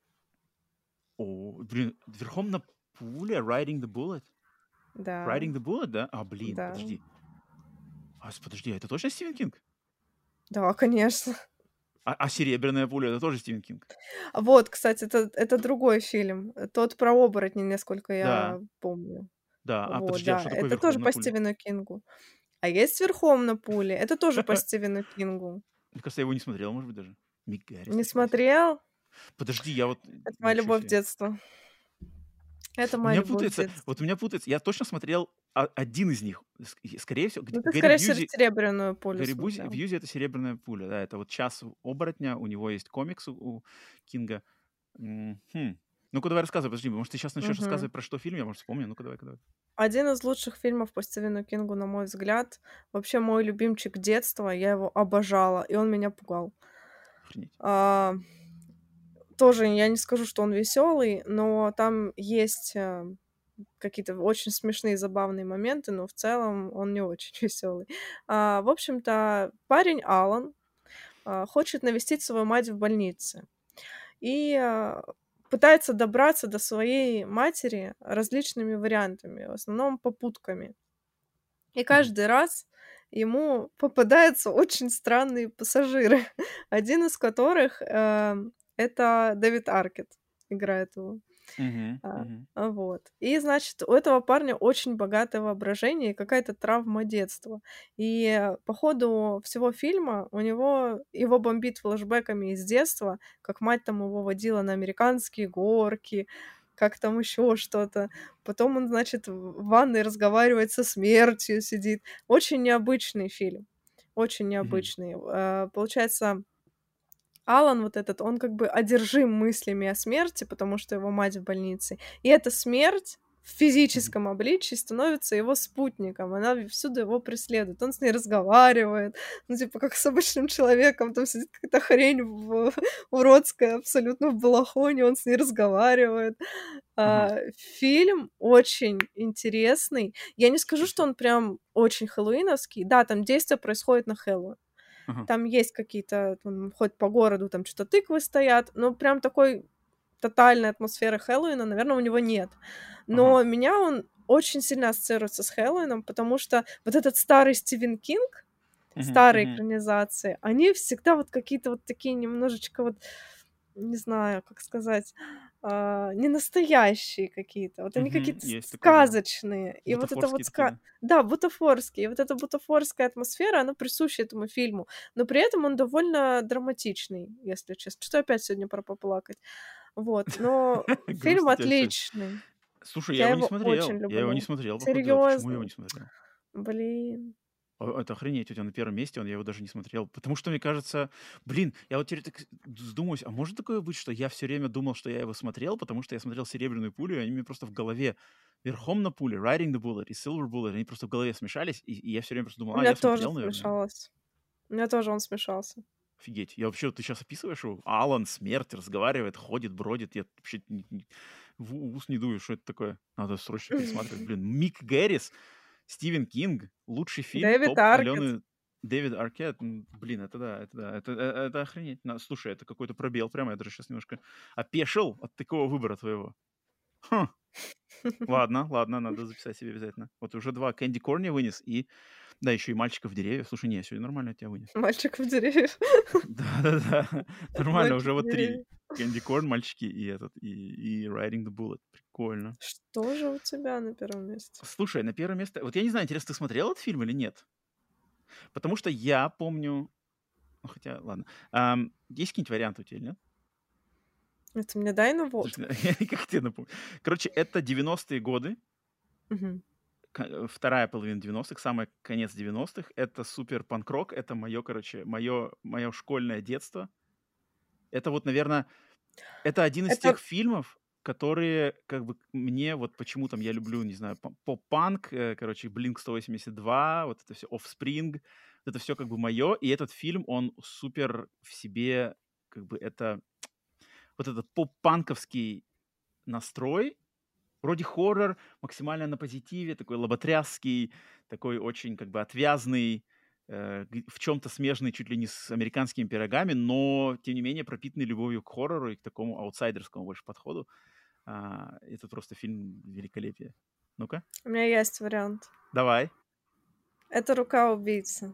О, блин, верхом на пуле? Riding the Bullet? Да, Riding the Bullet, да? А, блин, да. подожди. Подожди, это точно Стивен Кинг? Да, конечно. А «Серебряная пуля» — это тоже Стивен Кинг? Вот, кстати, это другой фильм. Тот про оборотней, насколько Да, я помню. да. А Вот, подожди, а да. что такое Это тоже верхом на по пуле? Стивену Кингу. А есть «Верхом на пуле». Это тоже по Стивену Кингу. Мне кажется, я его не смотрел, может быть, даже. Мик Гэррис, Не нифига себе. смотрел? Подожди, я вот... Это моя Ничего любовь себе. детства. Это У моя меня любовь путается, детства. вот у меня путается. Я точно смотрел один из них. Скорее всего, Ну, ты, Гэри скорее всего, Бьюзи. «Серебряную пулю» Гэри смотрел. Бьюзи — это «Серебряная пуля». Да, это вот «Час оборотня». У него есть комикс у Кинга. Ну-ка, давай рассказывай, подожди, может, ты сейчас начнешь Мгм. рассказывать про что фильм, я, может, вспомню. Ну-ка, давай. Один из лучших фильмов по Стивену Кингу, на мой взгляд. Вообще мой любимчик детства. Я его обожала, и он меня пугал. Охренеть. Тоже я не скажу, что он веселый, но там есть какие-то очень смешные, забавные моменты, но в целом он не очень веселый. В общем-то, парень Алан хочет навестить свою мать в больнице и пытается добраться до своей матери различными вариантами, в основном попутками. И каждый раз ему попадаются очень странные пассажиры, один из которых это Дэвид Аркетт играет его. Вот. И, значит, у этого парня очень богатое воображение и какая-то травма детства. И по ходу всего фильма его бомбит флешбэками из детства, как мать там его водила на американские горки, как там еще что-то. Потом он, значит, в ванной разговаривает со смертью, сидит. Очень необычный фильм. Очень необычный. Получается, Алан вот этот, он как бы одержим мыслями о смерти, потому что его мать в больнице. И эта смерть в физическом обличии становится его спутником. Она всюду его преследует. Он с ней разговаривает. Ну, типа, как с обычным человеком. Там сидит какая-то хрень уродская, абсолютно в балахоне. Он с ней разговаривает. Фильм очень интересный. Я не скажу, что он прям очень хэллоуиновский. Да, там действие происходит на Хэллоуин. Там есть какие-то, ходят по городу, там что-то тыквы стоят, но прям такой тотальной атмосферы Хэллоуина, наверное, у него нет. Но меня он очень сильно ассоциируется с Хэллоуином, потому что вот этот старый Стивен Кинг, старые экранизации, они всегда вот какие-то вот такие немножечко вот, не знаю, как сказать, не настоящие какие-то. Вот они какие-то сказочные. И вот это вот да, бутафорские. И вот эта бутафорская атмосфера, она присуща этому фильму. Но при этом он довольно драматичный, если честно. Что опять сегодня про поплакать. Вот. Но фильм отличный. Слушай, я его не смотрел. Я его не смотрел, походу. Почему я его не смотрел? Блин. Это охренеть, у тебя на первом месте я его даже не смотрел. Потому что, мне кажется, я вот теперь так задумываюсь, а может такое быть, что я все время думал, что я его смотрел, потому что я смотрел «Серебряную пулю», и они мне просто в голове «Верхом на пуле», «Riding the Bullet» и «Silver Bullet», они просто в голове смешались, и я все время просто думал, я смотрел, наверное. Смешалось. У меня тоже он смешался. Офигеть. Ты сейчас описываешь его? Алан, смерть, разговаривает, ходит, бродит. Я вообще в ус не дую, что это такое. Надо срочно пересматривать. Блин, Мик Гэррис, Стивен Кинг, лучший фильм, Дэвид топ Аркетт. Алены. Дэвид Аркетт. Блин, это да. Это охренеть. Слушай, это какой-то пробел. Прямо я даже сейчас немножко опешил от такого выбора твоего. Ладно, надо записать себе обязательно. Вот уже 2 Кэнди Корни вынес, и да, еще и «Мальчиков в деревьях». Слушай, не, сегодня нормально от тебя вынес. «Мальчик в деревьях». Да. Нормально, уже вот 3. «Мальчик Кэнди Корн, «Мальчики» и «Riding the Bullet». Прикольно. Что же у тебя на первом месте? Слушай, на первое место... Вот я не знаю, интересно, ты смотрел этот фильм или нет? Потому что я помню... Ну, хотя, ладно. Есть какие-нибудь варианты у тебя, нет? Это мне дай наводку. Как тебе напомню? Короче, это 90-е годы, Мгм. вторая половина 90-х, самый конец 90-х. Это супер панк-рок, это мое, короче, мое школьное детство. Это вот, наверное, это один из тех Это фильмов, которые как бы мне вот почему там я люблю, не знаю, поп-панк, короче, Blink-182, вот это все, Offspring, это все как бы мое, и этот фильм, он супер в себе, как бы это, вот этот поп-панковский настрой, вроде хоррор, максимально на позитиве, такой лоботрясский, такой очень как бы отвязный, в чем-то смежный чуть ли не с американскими пирогами, но, тем не менее, пропитанный любовью к хоррору и к такому аутсайдерскому больше подходу. Это просто фильм великолепия. Ну-ка, у меня есть вариант. давай. Это «Рука убийцы».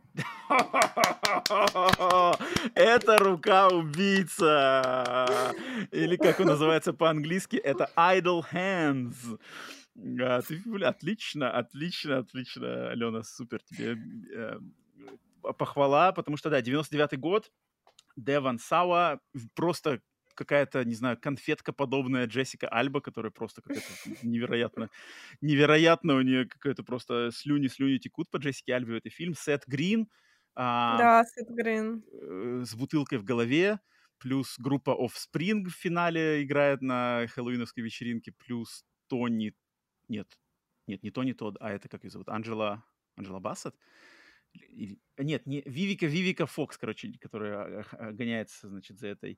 Это рука убийца. Или как он называется по-английски, это Idle Hands. Отлично, отлично, отлично, Алена, супер тебе похвала, потому что, да, 99-й год, Деван Сауа, просто какая-то, не знаю, конфетка подобная Джессика Альба, которая просто какая-то невероятно, невероятно у нее какая-то просто слюни текут по Джессике Альбе в этот фильм. Сет Грин Да, Сет Грин. с бутылкой в голове, плюс группа Offspring в финале играет на хэллоуиновской вечеринке, плюс Тони... Нет, не Тони Тодд, а это как ее зовут? Анджела Бассет? Нет, не Вивика Фокс, короче, которая гоняется, значит, за этой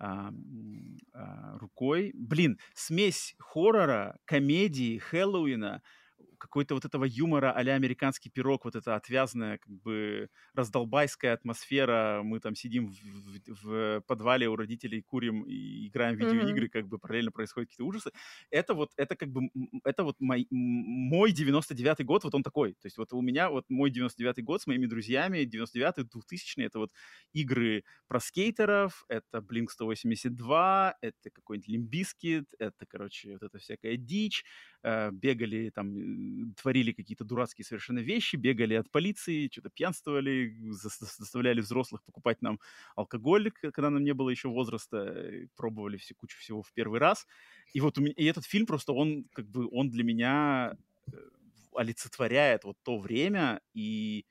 рукой. Блин, смесь хоррора, комедии, Хэллоуина, какой-то вот этого юмора а-ля американский пирог, вот эта отвязная, как бы раздолбайская атмосфера. Мы там сидим в подвале у родителей, курим и играем в видеоигры, Мгм. как бы параллельно происходят какие-то ужасы. Это как бы, это вот мой 99-й год, вот он такой. То есть вот у меня вот мой 99-й год с моими друзьями, 99-й, 2000-й, это вот игры про скейтеров, это Blink-182, это какой-нибудь Limp Bizkit, это, короче, вот эта всякая дичь. Бегали там, творили какие-то дурацкие совершенно вещи, бегали от полиции, что-то пьянствовали, заставляли взрослых покупать нам алкоголь, когда нам не было еще возраста, пробовали все кучу всего в первый раз. И вот и этот фильм просто, он как бы, он для меня э, олицетворяет вот то время и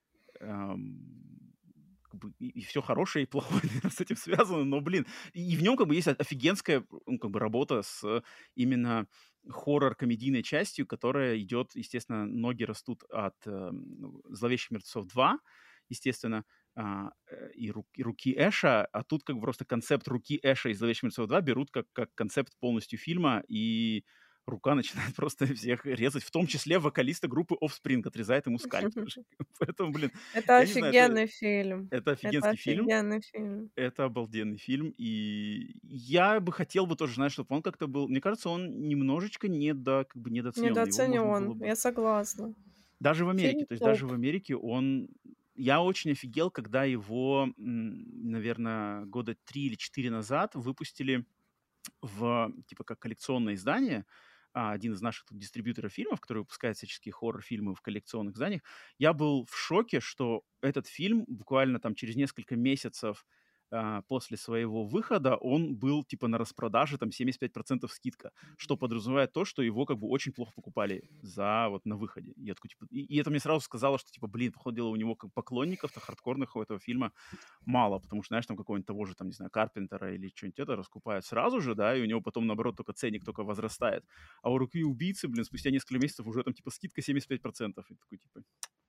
как бы и все хорошее, и плохое наверно, с этим связано, но, блин, и в нем как бы есть офигенская, ну, как бы работа с именно хоррор-комедийной частью, которая идет, естественно, ноги растут от «Зловещих мертвецов 2», естественно, и «Руки Эша», а тут как бы просто концепт «Руки Эша» и «Зловещих мертвецов 2» берут как концепт полностью фильма, и рука начинает просто всех резать, в том числе вокалиста группы Offspring, отрезает ему скальп даже. Поэтому, блин, Это я не знаю, это офигенный фильм. это Это офигенский фильм, офигенный фильм. это обалденный фильм, и я бы хотел бы тоже, знаешь, чтобы он как-то был, мне кажется, он немножечко как бы недооцененный, его можно было Недооценен, бы я согласна. даже в Америке, Фильм то есть даже топ. в Америке я очень офигел, когда его, наверное, года 3 или 4 назад выпустили в, типа, как коллекционное издание, один из наших тут дистрибьюторов фильмов, который выпускает всяческие хоррор-фильмы в коллекционных изданиях, я был в шоке, что этот фильм буквально там через несколько месяцев после своего выхода, он был типа на распродаже, там 75% скидка, что подразумевает то, что его как бы очень плохо покупали вот на выходе. И, я такой, типа, и это мне сразу сказало, что типа, блин, походу дела, у него как поклонников-то хардкорных у этого фильма мало, потому что, знаешь, там какого-нибудь того же, там, не знаю, Карпентера или что-нибудь это раскупают сразу же, да, и у него потом, наоборот, только ценник только возрастает. А у «Руки убийцы», блин, спустя несколько месяцев уже там, типа, скидка 75%. И такой, типа,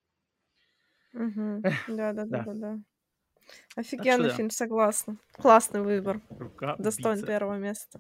Мгм. да. Да-да-да-да-да. Так что Офигенный да, фильм, согласна. Классный выбор. «Рука Достоин убийца». первого места.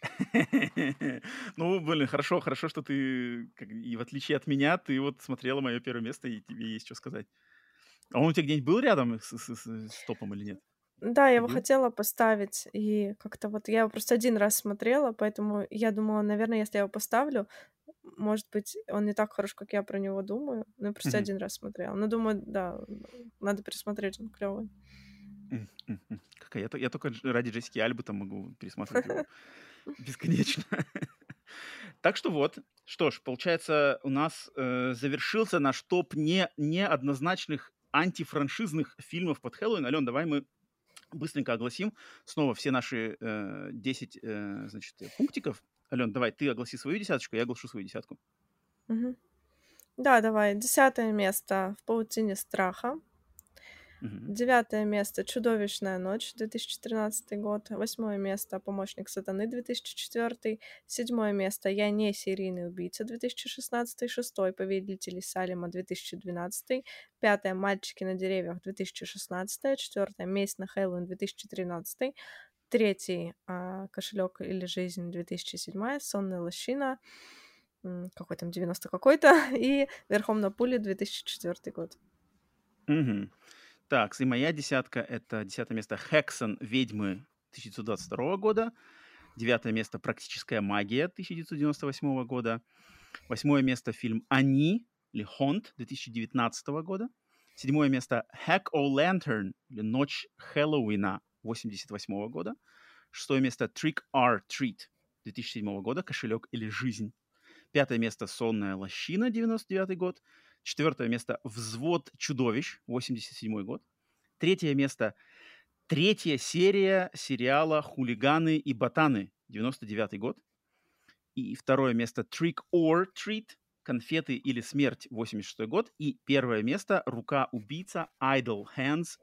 Ну, блин, хорошо, что ты, и в отличие от меня, ты вот смотрела мое первое место, и тебе есть что сказать. А он у тебя где-нибудь был рядом с топом или нет? Да, я его Ходил? хотела поставить, и как-то вот я его просто один раз смотрела, поэтому я думала, наверное, если я его поставлю, может быть, он не так хорош, как я про него думаю. Но я просто Мгм. один раз смотрела. Но думаю, да, надо пересмотреть, он клевый. Какая я только ради Джессики Альбы там могу пересматривать его бесконечно. Так что вот. Что ж, получается, у нас завершился наш топ неоднозначных антифраншизных фильмов под Хэллоуин. Ален, давай мы быстренько огласим снова все наши 10 значит, пунктиков. Ален, давай ты огласи свою десяточку, я оглашу свою десятку. Угу. Да, давай. 10 место «В паутине страха». 9 место «Чудовищная ночь», 2013 год. 8 место «Помощник сатаны», 2004. 7 место «Я не серийный убийца», 2016. 6 «Повелители Салема», 2012. 5 «Мальчики на деревьях», 2016. 4 «Месть на Хэллоуин», 2013. 3 «Кошелек или жизнь», 2007. «Сонная лощина», какой там 90 какой-то, и «Верхом на пуле», 2004 год. Так, и моя десятка — это 10 место «Хексон. Ведьмы» 1922 года, 9 место «Практическая магия» 1998 года, 8 место фильм «Они» или «Хонт» 2019 года, 7 место «Hack-O-Lantern» или «Ночь Хэллоуина» 1988 года, 6 место «Trick or Treat» 2007 года, «Кошелек или жизнь», 5 место «Сонная лощина» 99 год, 4 место «Взвод чудовищ» 87 год, 3 место третья серия сериала «Хулиганы и ботаны» 99 год, и 2 место «Trick or Treat» «Конфеты или смерть» 86 год, и 1 место «Рука убийца» Idle Hands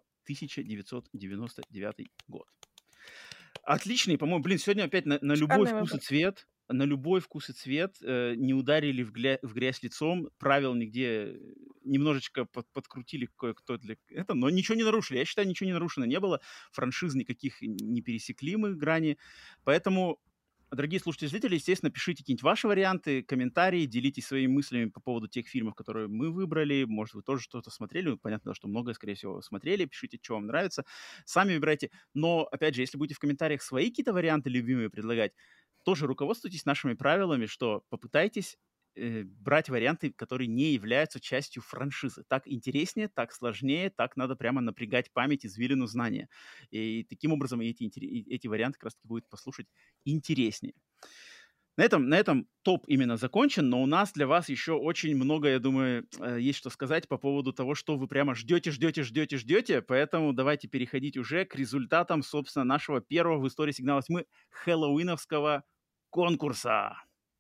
1999 год. Отличный, по-моему, сегодня опять на любой вкус и цвет. На любой вкус и цвет не ударили в грязь лицом, правил нигде немножечко подкрутили кое-кто для этого, но ничего не нарушили. Я считаю, ничего не нарушено не было, франшиз никаких не пересекли мы грани, поэтому, дорогие слушатели и зрители, естественно, пишите какие-нибудь ваши варианты, комментарии, делитесь своими мыслями по поводу тех фильмов, которые мы выбрали. Может, вы тоже что-то смотрели. Понятно, что многое, скорее всего, смотрели. Пишите, что вам нравится. Сами выбирайте. Но, опять же, если будете в комментариях свои какие-то варианты любимые предлагать, тоже руководствуйтесь нашими правилами, что попытайтесь брать варианты, которые не являются частью франшизы. Так интереснее, так сложнее, так надо прямо напрягать память, извилину знания. И таким образом эти варианты как раз-таки будет послушать интереснее. На этом топ именно закончен, но у нас для вас еще очень много, я думаю, есть что сказать по поводу того, что вы прямо ждете, поэтому давайте переходить уже к результатам, собственно, нашего первого в истории «Сигнала тьмы» хэллоуиновского конкурса.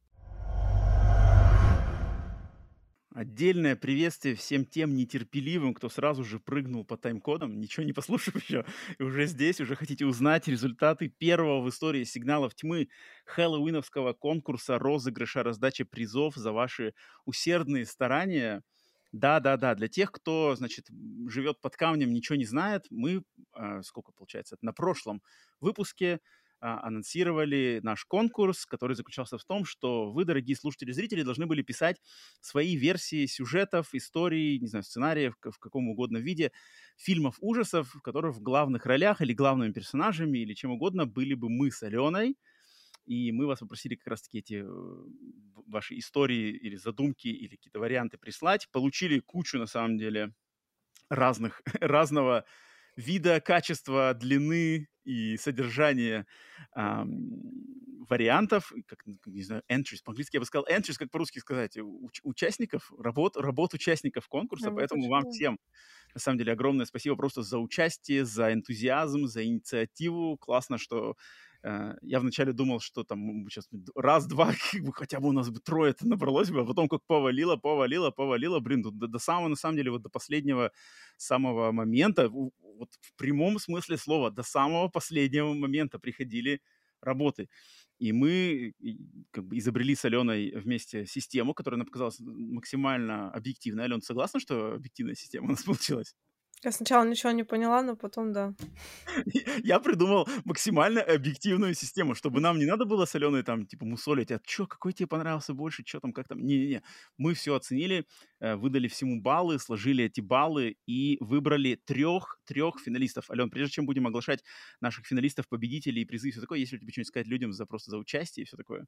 Отдельное приветствие всем тем нетерпеливым, кто сразу же прыгнул по тайм-кодам, ничего не послушав еще, и уже здесь, уже хотите узнать результаты первого в истории «Сигналов тьмы» хэллоуиновского конкурса, розыгрыша, раздачи призов за ваши усердные старания. Да, для тех, кто, значит, живет под камнем, ничего не знает, мы, сколько получается, на прошлом выпуске анонсировали наш конкурс, который заключался в том, что вы, дорогие слушатели и зрители, должны были писать свои версии сюжетов, историй, не знаю, сценариев в каком угодно виде, фильмов ужасов, в которых в главных ролях или главными персонажами или чем угодно были бы мы с Аленой. И мы вас попросили как раз-таки эти ваши истории или задумки или какие-то варианты прислать. Получили кучу, на самом деле, разного вида, качества, длины и содержания вариантов, как, не знаю, entries, по-английски я бы сказал entries, как по-русски сказать, участников, работ участников конкурса, поэтому вам всем, на самом деле, огромное спасибо просто за участие, за энтузиазм, за инициативу. Классно, что я вначале думал, что там сейчас раз-два, как бы, хотя бы у нас бы трое-то набралось бы, а потом как повалило, блин, тут до самого, на самом деле, вот до последнего самого момента, вот в прямом смысле слова, до самого последнего момента приходили работы. И мы как бы изобрели с Аленой вместе систему, которая нам показалась максимально объективной. Алена, согласна, что объективная система у нас получилась? Я сначала ничего не поняла, но потом да. Я придумал максимально объективную систему, чтобы нам не надо было с Аленой там, типа, мусолить, а что, какой тебе понравился больше, что там, как там. Не-не-не. Мы все оценили, выдали всему баллы, сложили эти баллы и выбрали трех финалистов. Ален, прежде чем будем оглашать наших финалистов, победителей и призы и все такое, есть ли у тебя что-нибудь сказать людям просто за участие и все такое?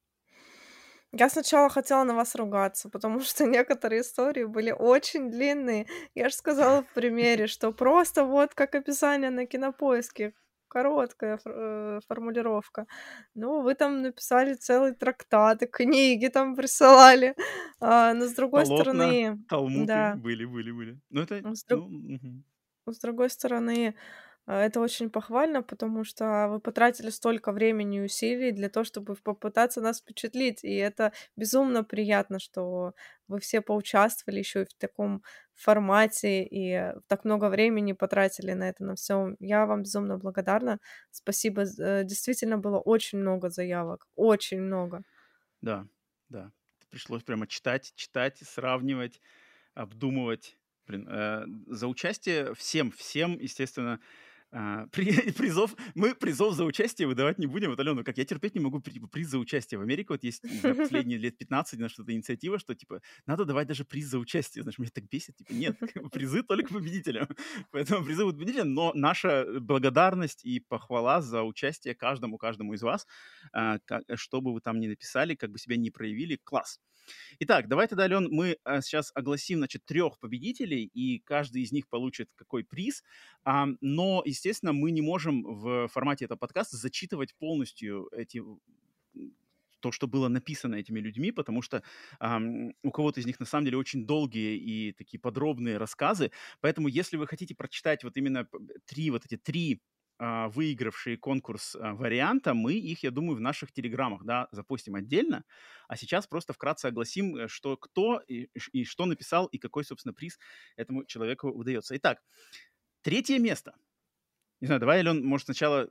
Я сначала хотела на вас ругаться, потому что некоторые истории были очень длинные. Я же сказала в примере, что просто вот как описание на Кинопоиске. короткая формулировка. Ну, вы там написали целый трактат, и книги там присылали. Но с другой Полотна, стороны, талмуды да, были. Ну, это, с друг ну, мгм. с другой стороны, это очень похвально, потому что вы потратили столько времени и усилий для того, чтобы попытаться нас впечатлить. И это безумно приятно, что вы все поучаствовали еще и в таком формате, и так много времени потратили на это, на все. Я вам безумно благодарна. Спасибо. Действительно было очень много заявок. Очень много. Да, да. Пришлось прямо читать, сравнивать, обдумывать. Блин, за участие всем, естественно, мы призов за участие выдавать не будем. Вот, Алена, как я терпеть не могу приз за участие. В Америке вот есть, не знаю, последние лет 15 на что-то инициатива, что, типа, надо давать даже приз за участие. Знаешь, меня так бесит. Типа, нет, как бы призы только победителям. Поэтому призы будут победителям, но наша благодарность и похвала за участие каждому из вас, что бы вы там ни написали, как бы себя ни проявили, класс. Итак, давай тогда, Ален, мы сейчас огласим, значит, 3 победителей, и каждый из них получит какой приз. Но, естественно, мы не можем в формате этого подкаста зачитывать полностью то, что было написано этими людьми, потому что у кого-то из них на самом деле очень долгие и такие подробные рассказы. Поэтому, если вы хотите прочитать вот именно эти три выигравшие конкурс варианта, мы их, я думаю, в наших телеграммах, да, запустим отдельно. А сейчас просто вкратце огласим, кто и что написал, и какой, собственно, приз этому человеку выдается. Итак, 3 место. Не знаю, давай, Ален, может, сначала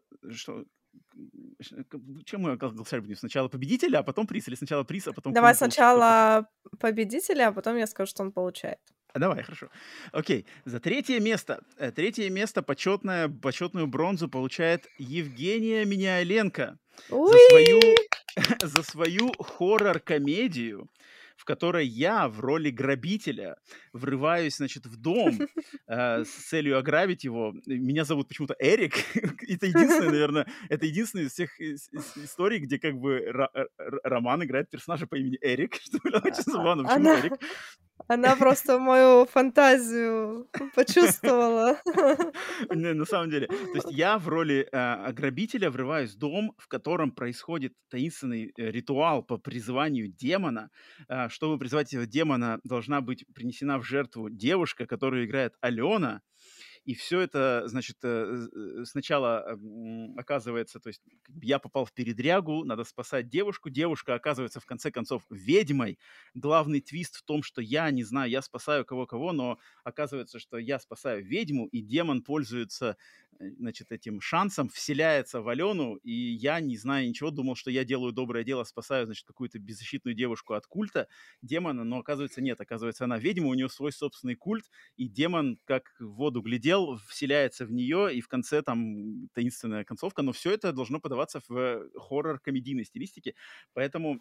чем мы голосовать будем? Сначала победителя, а потом приз? Или сначала приз, а потом кто Давай не получит? Кто хочет? сначала победителя, а потом я скажу, что он получает. Давай, хорошо. Окей, за 3 место. 3 место, почетную бронзу получает Евгения Миняйленко за свою, Уи! за свою хоррор-комедию, в которой я в роли грабителя врываюсь, значит, в дом с целью ограбить его. Меня зовут почему-то Эрик. Это единственное, наверное, это единственная из всех историй, где как бы Роман играет персонажа по имени Эрик, что очень забавно. Почему Она Эрик? она просто мою фантазию почувствовала. На самом деле. То есть я в роли грабителя врываюсь в дом, в котором происходит таинственный ритуал по призыванию демона. Чтобы призвать этого демона, должна быть принесена в жертву девушка, которую играет Алена. И все это, значит, сначала оказывается, то есть я попал в передрягу, надо спасать девушку. Девушка оказывается, в конце концов, ведьмой. Главный твист в том, что я не знаю, я спасаю кого-кого, но оказывается, что я спасаю ведьму, и демон пользуется, значит, этим шансом, вселяется в Алену, и я, не знаю ничего, думал, что я делаю доброе дело, спасаю, значит, какую-то беззащитную девушку от культа демона, но оказывается нет, оказывается, она ведьма, у нее свой собственный культ, и демон, как в воду глядел, вселяется в нее, и в конце там таинственная концовка, но все это должно подаваться в хоррор-комедийной стилистике, поэтому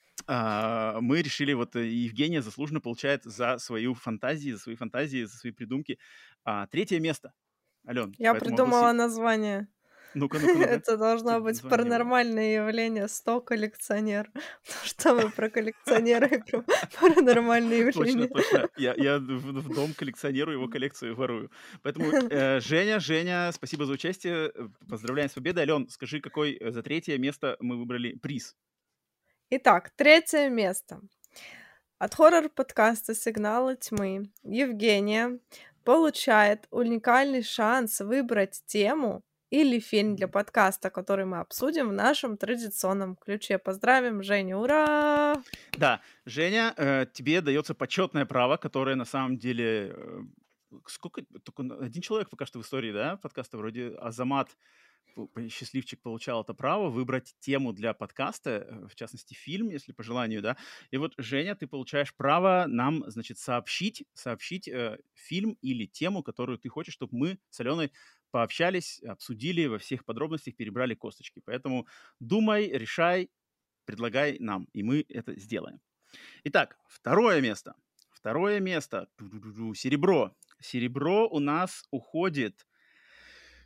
мы решили, вот Евгения заслуженно получает за свои фантазии, за свои придумки 3 место. Ален, Я поэтому придумала огласи. название. Ну-ка. Это должно быть Название его. паранормальное явление 100 коллекционер. Потому что мы про коллекционера и про паранормальные Точно, явления. точно. Я в дом коллекционирую, его коллекцию ворую. Поэтому, Женя, спасибо за участие. Поздравляем с победой. Ален, скажи, какой за 3 место мы выбрали приз? Итак, 3 место. От хоррор-подкаста «Сигналы тьмы» Евгения получает уникальный шанс выбрать тему или фильм для подкаста, который мы обсудим в нашем традиционном ключе. Поздравим Женю! Ура! Да, Женя, тебе дается почетное право, которое на самом деле только один человек пока что в истории, да, подкаста, вроде Азамат, счастливчик, получал это право выбрать тему для подкаста, в частности, фильм, если по желанию, да. И вот, Женя, ты получаешь право нам, значит, сообщить фильм или тему, которую ты хочешь, чтобы мы с Аленой пообщались, обсудили во всех подробностях, перебрали косточки. Поэтому думай, решай, предлагай нам, и мы это сделаем. Итак, 2 место. 2 место. Серебро. Серебро у нас уходит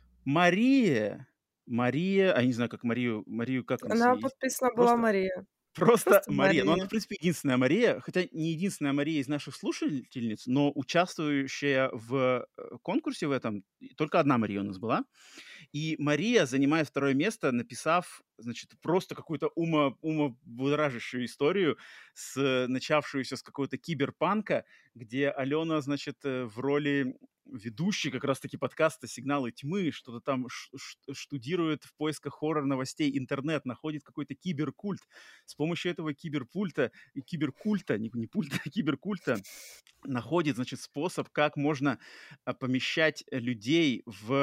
Мария. Мария, не знаю, как Марию как Она нести. Есть подписана была просто Мария. Просто Просто Мария. Ну, она, в Мария. принципе, единственная Мария, хотя не единственная Мария из наших слушательниц, но участвующая в конкурсе в этом, только одна Мария у нас была. И Мария занимает второе место, написав, значит, просто какую-то умобудоражащую историю, начавшуюся с какого-то киберпанка, где Алена, значит, в роли ведущей как раз-таки подкаста «Сигналы тьмы», что-то там штудирует в поисках хоррор-новостей интернет, находит какой-то киберкульт. С помощью этого киберкульта, не пульта, а киберкульта, находит, значит, способ, как можно помещать людей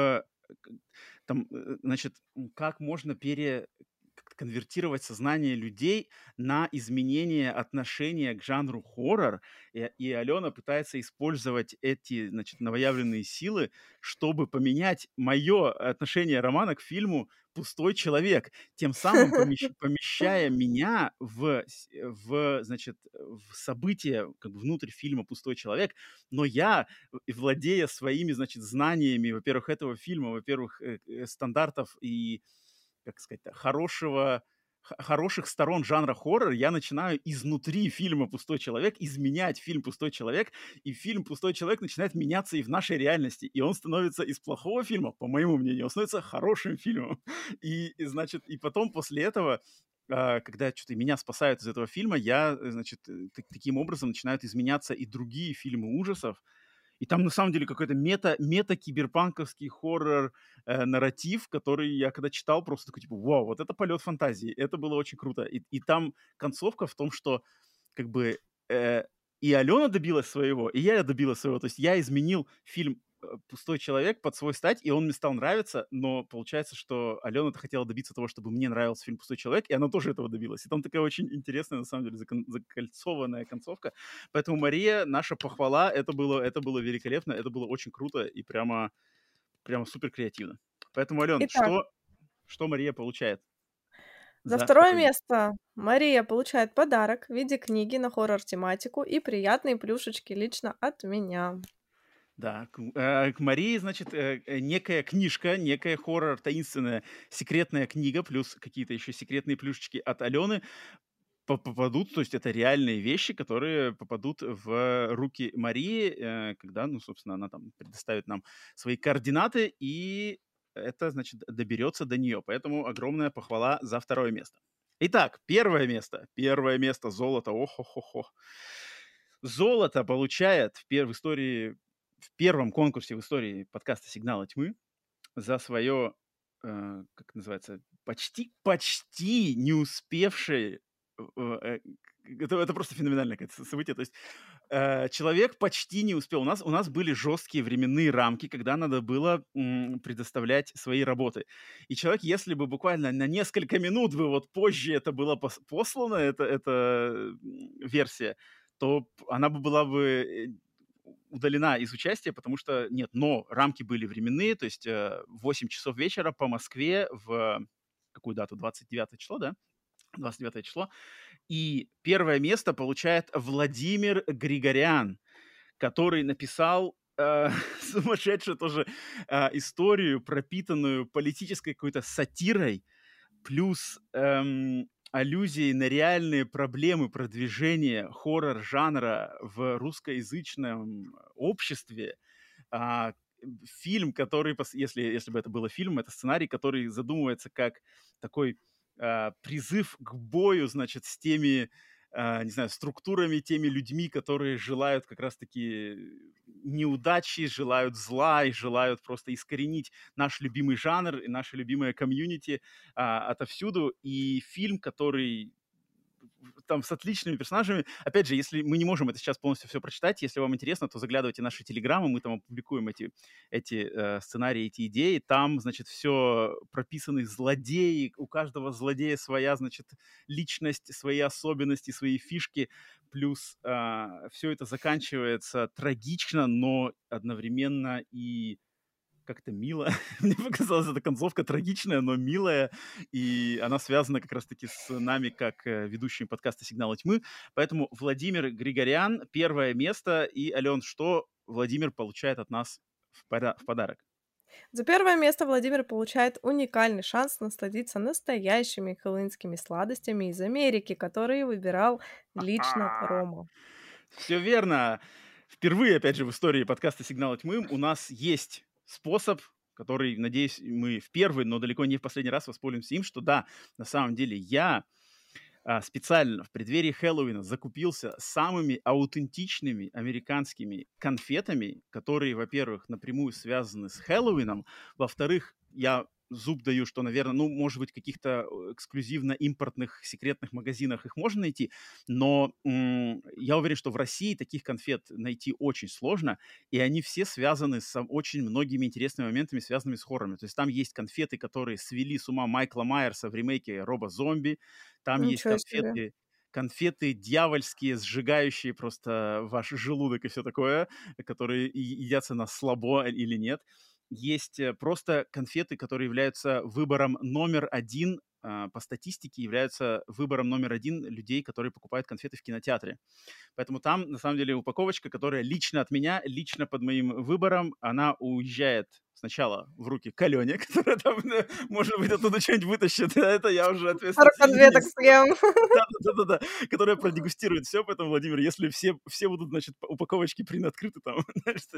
там, значит, как можно конвертировать сознание людей на изменение отношения к жанру хоррор. И Алена пытается использовать эти, значит, новоявленные силы, чтобы поменять мое отношение романа к фильму «Пустой человек», тем самым помещая меня значит, в событие, как бы внутрь фильма «Пустой человек», но я, владея своими, значит, знаниями, во-первых, этого фильма, во-первых, стандартов и, как сказать, хороших сторон жанра хоррор, я начинаю изнутри фильма «Пустой человек» изменять фильм «Пустой человек», и фильм «Пустой человек» начинает меняться и в нашей реальности, и он становится из плохого фильма, по моему мнению, он становится хорошим фильмом. Значит, и потом после этого когда что-то меня спасают из этого фильма, значит, таким образом начинают изменяться и другие фильмы ужасов. И там на самом деле какой-то мета-киберпанковский хоррор нарратив, который я когда читал, просто такой, типа, вау, вот это полет фантазии, это было очень круто. И там концовка в том, что как бы и Алена добилась своего, и я добилась своего. То есть я изменил фильм «Пустой человек» под свой стать, и он мне стал нравиться, но получается, что Алена-то хотела добиться того, чтобы мне нравился фильм «Пустой человек», и она тоже этого добилась. И там такая очень интересная, на самом деле, закольцованная концовка. Поэтому, Мария, наша похвала, это было великолепно, это было очень круто и прямо супер креативно. Поэтому, Ален, Итак, что Мария получает за за второе второе место? место Мария получает подарок в виде книги на хоррор-тематику и приятные плюшечки лично от меня. Да, к Марии, значит, некая книжка, некая хоррор, таинственная секретная книга, плюс какие-то еще секретные плюшечки от Алены попадут, то есть это реальные вещи, которые попадут в руки Марии, когда, ну, собственно, она там предоставит нам свои координаты, и это, значит, доберется до нее. Поэтому огромная похвала за второе место. Итак, первое место. Первое место золото. Ох-хо-хо-хо. Золото получает в первом конкурсе в истории подкаста «Сигналы тьмы» за свое, как называется, почти не успевшее, э, это просто феноменальное какое-то событие. То есть человек почти не успел. У нас были жесткие временные рамки, когда надо было предоставлять свои работы. И человек, если бы буквально на несколько минут бы вот позже это было послано, эта версия, то она бы была бы удалена из участия, потому что нет, но рамки были временные, то есть 8 часов вечера по Москве в какую дату? 29 число, да? 29 число. И первое место получает Владимир Григорян, который написал сумасшедшую тоже историю, пропитанную политической какой-то сатирой, плюс аллюзии на реальные проблемы продвижения хоррор-жанра в русскоязычном обществе. А, Фильм, который, если бы это было фильм, это сценарий, который задумывается как такой призыв к бою, значит, с теми, не знаю, структурами, теми людьми, которые желают как раз-таки неудачи, желают зла и желают просто искоренить наш любимый жанр и наше любимое комьюнити отовсюду. И фильм, который там с отличными персонажами. Опять же, если мы не можем это сейчас полностью все прочитать, если вам интересно, то заглядывайте в наши телеграммы, мы там опубликуем эти сценарии, эти идеи. Там, значит, все прописаны злодеи, у каждого злодея своя, значит, личность, свои особенности, свои фишки. Плюс все это заканчивается трагично, но одновременно и как-то мило. Мне показалась эта концовка трагичная, но милая, и она связана как раз-таки с нами, как ведущими подкаста «Сигналы тьмы». Поэтому Владимир Григорян, первое место. И, Ален, что Владимир получает от нас в подарок? За первое место Владимир получает уникальный шанс насладиться настоящими хэллоуинскими сладостями из Америки, которые выбирал лично Рома. Все верно. Впервые, опять же, в истории подкаста «Сигналы тьмы» у нас есть способ, который, надеюсь, мы в первый, но далеко не в последний раз воспользуемся им, что да, на самом деле я специально в преддверии Хэллоуина закупился самыми аутентичными американскими конфетами, которые, во-первых, напрямую связаны с Хэллоуином, во-вторых, я зуб даю, что, наверное, ну, может быть, в каких-то эксклюзивно импортных секретных магазинах их можно найти, но я уверен, что в России таких конфет найти очень сложно, и они все связаны с очень многими интересными моментами, связанными с хоррорами. То есть там есть конфеты, которые свели с ума Майкла Майерса в ремейке «Роба Зомби», там есть Ничего себе. конфеты дьявольские, сжигающие просто ваш желудок и все такое, которые едятся на слабо или нет. Есть просто конфеты, которые являются выбором номер один, по статистике являются выбором номер один людей, которые покупают конфеты в кинотеатре. Поэтому там, на самом деле, упаковочка, которая лично от меня, лично под моим выбором, она уезжает сначала в руки к Алене, которая там, может быть, оттуда что-нибудь вытащит. Это я уже Пару ответственность не конфеток несу. съем. Да-да-да, которая продегустирует все. Поэтому, Владимир, если все будут, значит, упаковочки приоткрыты, там, знаешь, что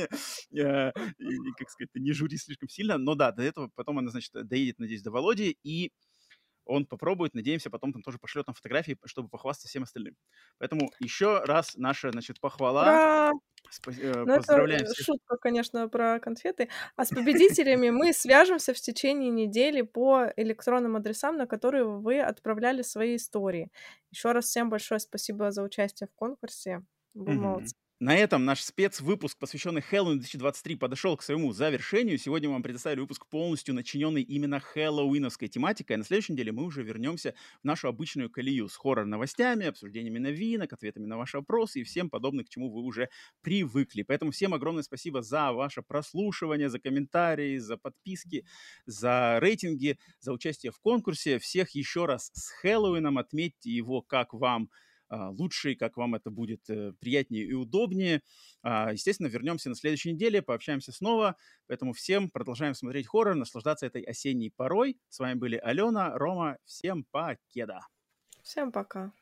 как сказать, не жури слишком сильно. Но да, до этого потом она, значит, доедет, надеюсь, до Володи, и он попробует, надеемся, потом там тоже пошлет нам фотографии, чтобы похвастаться всем остальным. Поэтому еще раз наша, значит, похвала. Ура! Ну, это Поздравляем всех. шутка, конечно, про конфеты. А с победителями мы свяжемся в течение недели по электронным адресам, на которые вы отправляли свои истории. Еще раз всем большое спасибо за участие в конкурсе. Вы Мгм. молодцы. На этом наш спецвыпуск, посвященный Хэллоуину 2023, подошел к своему завершению. Сегодня мы вам предоставили выпуск полностью начиненный именно хэллоуиновской тематикой. А на следующей неделе мы уже вернемся в нашу обычную колею с хоррор-новостями, обсуждениями новинок, ответами на ваши вопросы и всем подобным, к чему вы уже привыкли. Поэтому всем огромное спасибо за ваше прослушивание, за комментарии, за подписки, за рейтинги, за участие в конкурсе. Всех еще раз с Хэллоуином. Отметьте его, как вам лучше, и как вам это будет приятнее и удобнее. Естественно, вернемся на следующей неделе, пообщаемся снова. Поэтому всем продолжаем смотреть хоррор, наслаждаться этой осенней порой. С вами были Алена, Рома. Всем покеда. Всем пока.